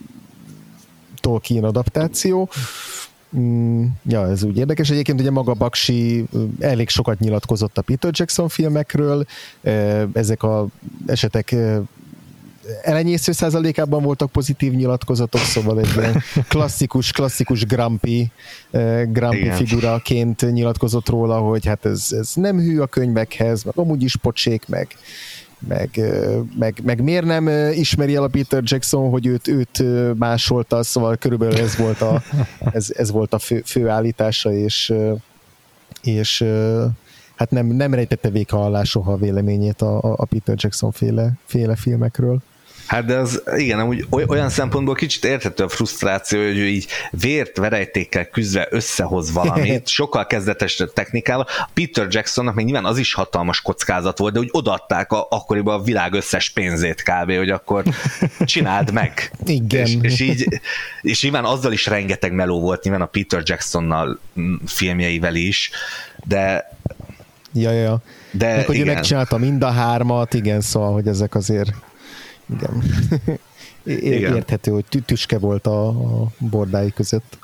Tolkien adaptáció. Mm, ja, ez úgy érdekes. Egyébként ugye maga Bakshi elég sokat nyilatkozott a Peter Jackson filmekről. Ezek az esetek elenyésző százalékában voltak pozitív nyilatkozatok, szóval egy ilyen klasszikus, klasszikus Grumpy, uh, Grumpy figuraként nyilatkozott róla, hogy hát ez, ez nem hű a könyvekhez, meg amúgy is pocsék, meg, meg, uh, meg, meg miért nem uh, ismeri el a Peter Jackson, hogy őt, őt uh, másolta, szóval körülbelül ez volt a, ez, ez volt a fő, fő állítása, és, uh, és uh, hát nem, nem rejtette véka alá soha a véleményét a, a Peter Jackson féle, féle filmekről. Hát de az, igen, amúgy olyan szempontból kicsit érthető a frusztráció, hogy ő így vért, verejtékkel küzdve összehoz valamit, sokkal kezdetesebb technikával. Peter Jacksonnak még nyilván az is hatalmas kockázat volt, de úgy odaadták a, akkoriban a világ összes pénzét kb., hogy akkor csináld meg. Igen. És, és így, és nyilván azzal is rengeteg meló volt, nyilván a Peter Jacksonnal filmjeivel is, de ja, ja, ja. De meg, hogy igen. ő megcsinálta mind a hármat, igen, szóval, hogy ezek azért igen. Igen. Érthető, hogy tüske volt a, a bordái között.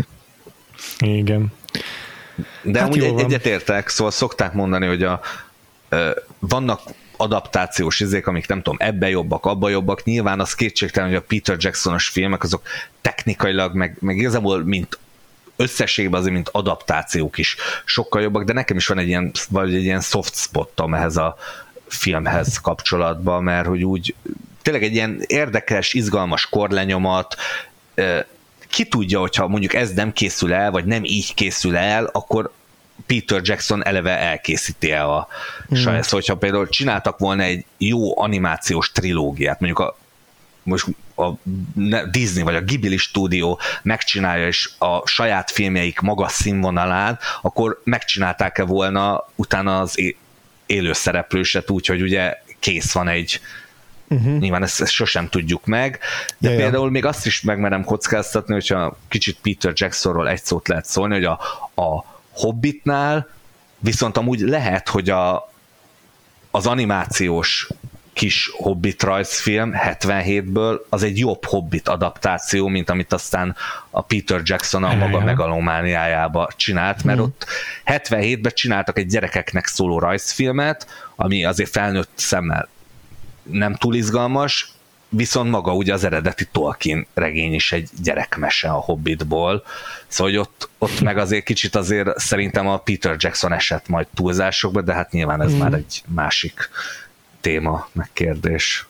Igen. De hát amúgy egy, egyetértek, szóval szokták mondani, hogy a, ö, vannak adaptációs izék, amik nem tudom, ebbe jobbak, abba jobbak. Nyilván az kétségtelen, hogy a Peter Jackson-os filmek azok technikailag, meg, meg igazából mint összességben azért, mint adaptációk is sokkal jobbak, de nekem is van egy ilyen, vagy egy ilyen soft spottom ehhez a filmhez kapcsolatban, mert hogy úgy tényleg egy ilyen érdekes, izgalmas korlenyomat, ki tudja, hogyha mondjuk ez nem készül el, vagy nem így készül el, akkor Peter Jackson eleve elkészíti el a mm. saját. Szóval, hogyha például csináltak volna egy jó animációs trilógiát, mondjuk a most a Disney vagy a Ghibli stúdió megcsinálja, és a saját filmjeik magas színvonalán, akkor megcsinálták-e volna utána az élő szereplőset úgy, hogy ugye kész van egy uh-huh. nyilván ezt, ezt sosem tudjuk meg, de ja, például ja. még azt is megmerem kockáztatni, hogyha kicsit Peter Jacksonról egy szót lehet szólni, hogy a, a Hobbitnál viszont amúgy lehet, hogy a, az animációs kis Hobbit rajzfilm hetvenhétből az egy jobb Hobbit adaptáció, mint amit aztán a Peter Jackson a maga megalomániájába csinált, mert mm. ott hetvenhétben csináltak egy gyerekeknek szóló rajzfilmet, ami azért felnőtt szemmel nem túl izgalmas, viszont maga ugye az eredeti Tolkien regény is egy gyerekmese a Hobbitból, szóval hogy ott, ott meg azért kicsit azért szerintem a Peter Jackson esett majd túlzásokba, de hát nyilván ez mm. már egy másik téma, meg kérdés.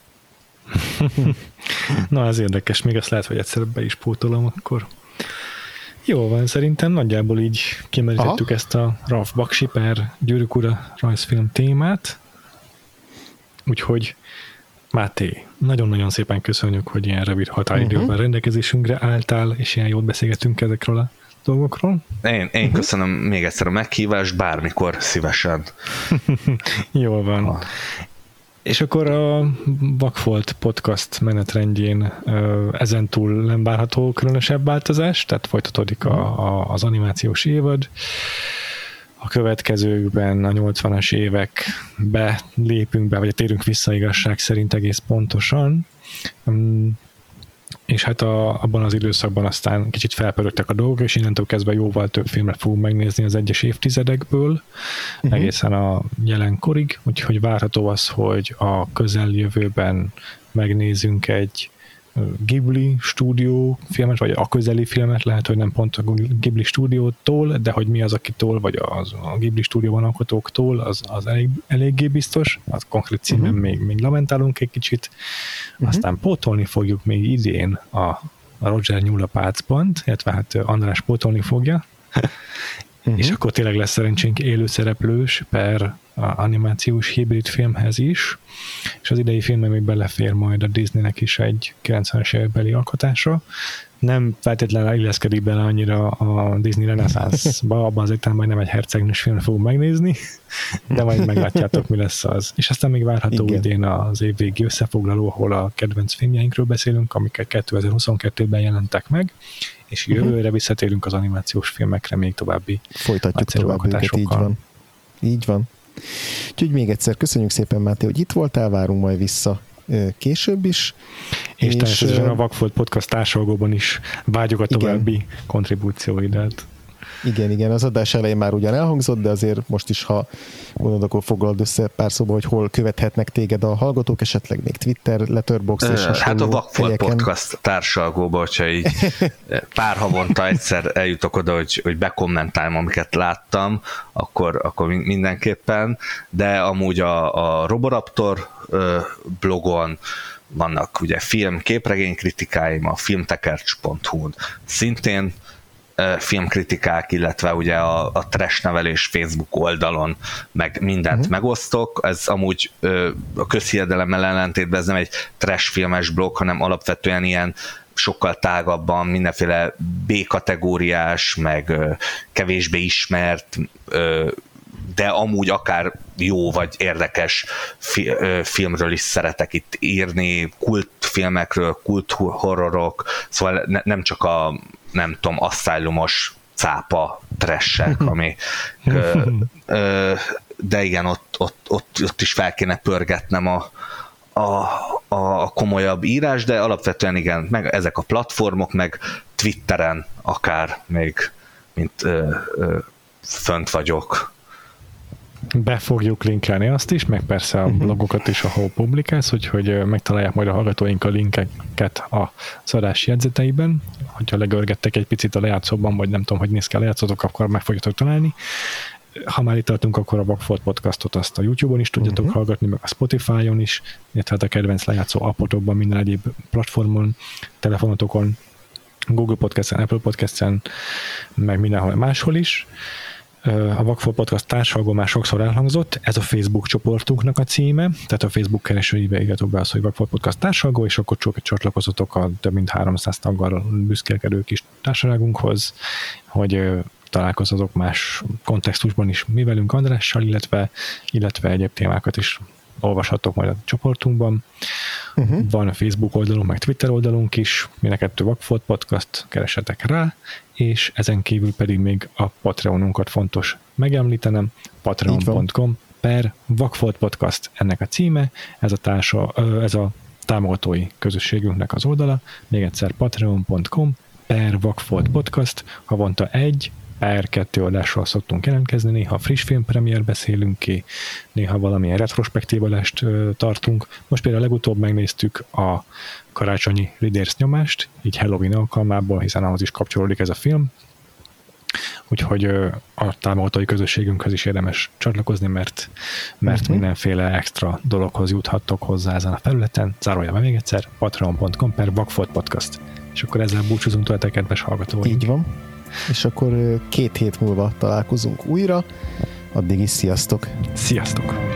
Na, ez érdekes, még azt lehet, hogy egyszer be is pótolom, akkor jó van, szerintem nagyjából így kimerítettük Aha. ezt a Ralph Bakshi per Gyűrűk Ura rajzfilm témát, úgyhogy Máté, nagyon-nagyon szépen köszönjük, hogy ilyen rövid határidőben uh-huh. rendelkezésünkre álltál, és ilyen jót beszélgettünk ezekről a dolgokról. Én, én uh-huh. köszönöm még egyszer a meghívást, bármikor szívesen. Jól van. Ah. És akkor a Vakfolt podcast menetrendjén ezentúl nem várható különösebb változás, tehát folytatódik a, a, az animációs évad. A következőkben a nyolcvanas évekbe lépünk be, vagy térünk vissza igazság szerint egész pontosan. És hát a, abban az időszakban aztán kicsit felpörögtek a dolgok, és innentől kezdve jóval több filmet fogunk megnézni az egyes évtizedekből, uh-huh. egészen a jelenkorig, úgyhogy várható az, hogy a közeljövőben megnézünk egy Ghibli stúdió filmet, vagy a közeli filmet, lehet, hogy nem pont a Ghibli stúdiótól, de hogy mi az, akitól, vagy az, a Ghibli stúdióban alkotóktól, az, az elég, eléggé biztos, az konkrét címen uh-huh. még, még lamentálunk egy kicsit, uh-huh. aztán pótolni fogjuk még idén a, a Roger Nyúl Pácban, illetve hát András pótolni fogja, uh-huh. és akkor tényleg lesz szerencsénk élőszereplős per a animációs hibrid filmhez is, és az idei filmben még belefér majd a Disneynek is egy kilencvenes évekbeli alkotása. Nem feltétlenül illeszkedik bele annyira a Disney reneszánszba, abban az értelemben majd nem egy hercegnős filmet fogunk megnézni, de majd meglátjátok, mi lesz az. És aztán még várható Igen. idén az évvégi összefoglaló, ahol a kedvenc filmjeinkről beszélünk, amiket kétezer-huszonkettőben jelentek meg, és jövőre uh-huh. visszatérünk az animációs filmekre még további Folytatjuk tovább őket, így van. Így van. Úgyhogy még egyszer köszönjük szépen, Máté, hogy itt voltál, várunk majd vissza később is. És, és természetesen a Vakfolt Podcast társalgóban is vágyjuk a további igen. kontribúcióidat. Igen, igen, az adás elején már ugyan elhangzott, de azért most is, ha gondolod, akkor foglald össze pár szóba, hogy hol követhetnek téged a hallgatók, esetleg még Twitter, Letterboxd és hasonló Hát a Vakfolt helyeken. Podcast társalgóba, hogyha így pár havonta egyszer eljutok oda, hogy, hogy bekommentálom, amiket láttam, akkor, akkor mindenképpen, de amúgy a, a Roboraptor blogon vannak ugye film, képregény kritikáim, a filmtekercs pont hu-n szintén filmkritikák, illetve ugye a, a Trash Nevelés Facebook oldalon meg mindent uh-huh. megosztok. Ez amúgy a közhiedelemmel ellentétben ez nem egy trash filmes blog, hanem alapvetően ilyen sokkal tágabban mindenféle B-kategóriás, meg kevésbé ismert, de amúgy akár jó vagy érdekes fi, filmről is szeretek itt írni, kultfilmekről, kulthorrorok, szóval ne, nem csak a nem tudom, asszálumos cápa trashek, ami ö, ö, de igen, ott, ott, ott, ott is fel kéne pörgetnem a, a, a komolyabb írás, de alapvetően igen, meg ezek a platformok, meg Twitteren akár még, mint ö, ö, fönt vagyok. Be fogjuk linkelni azt is, meg persze a blogokat is, ahol publikálsz, úgyhogy megtalálják majd a hallgatóink a linkeket a adás jegyzeteiben, hogyha legörgettek egy picit a lejátszóban, vagy nem tudom, hogy néz ki a lejátszótok, akkor meg fogjátok találni. Ha már itt tartunk, akkor a Vakfolt Podcastot azt a YouTube-on is tudjátok uh-huh. hallgatni, meg a Spotify-on is, illetve hát a kedvenc lejátszó appotokban, minden egyéb platformon, telefonotokon, Google Podcast-en, Apple Podcast-en, meg mindenhol máshol is. A Vakfolt Podcast társalgó már sokszor elhangzott, ez a Facebook csoportunknak a címe, tehát a Facebook keresőibe írjatok be azt, hogy Vakfolt Podcast társalgó, és akkor csatlakozatok a több mint háromszáz taggal büszkélkedő kis társaságunkhoz, hogy találkozatok más kontextusban is mi velünk Andrással, illetve, illetve egyéb témákat is olvashatok majd a csoportunkban. Uh-huh. Van a Facebook oldalunk, meg Twitter oldalunk is, mindenkettő Vakfolt Podcast, keressetek rá, és ezen kívül pedig még a Patreonunkat fontos megemlítenem, patreon pont com per Vakfolt Podcast ennek a címe, ez a, társa, ez a támogatói közösségünknek az oldala, még egyszer patreon pont com per Vakfolt Podcast, havonta egy per kettő adással szoktunk jelentkezni, néha friss filmpremiér beszélünk ki, néha valamilyen retrospektív adást ö, tartunk. Most például legutóbb megnéztük a karácsonyi Riders nyomást, így Halloween alkalmából, hiszen ahhoz is kapcsolódik ez a film. Úgyhogy ö, a támogatói közösségünkhöz is érdemes csatlakozni, mert, mert uh-huh. mindenféle extra dologhoz juthattok hozzá ezen a felületen. Zárójelben még egyszer, patreon pont com per Vakfolt Podcast. És akkor ezzel búcsúzunk tőletek, kedves hallgatóink. Így van. És akkor két hét múlva találkozunk újra. Addig is sziasztok! Sziasztok!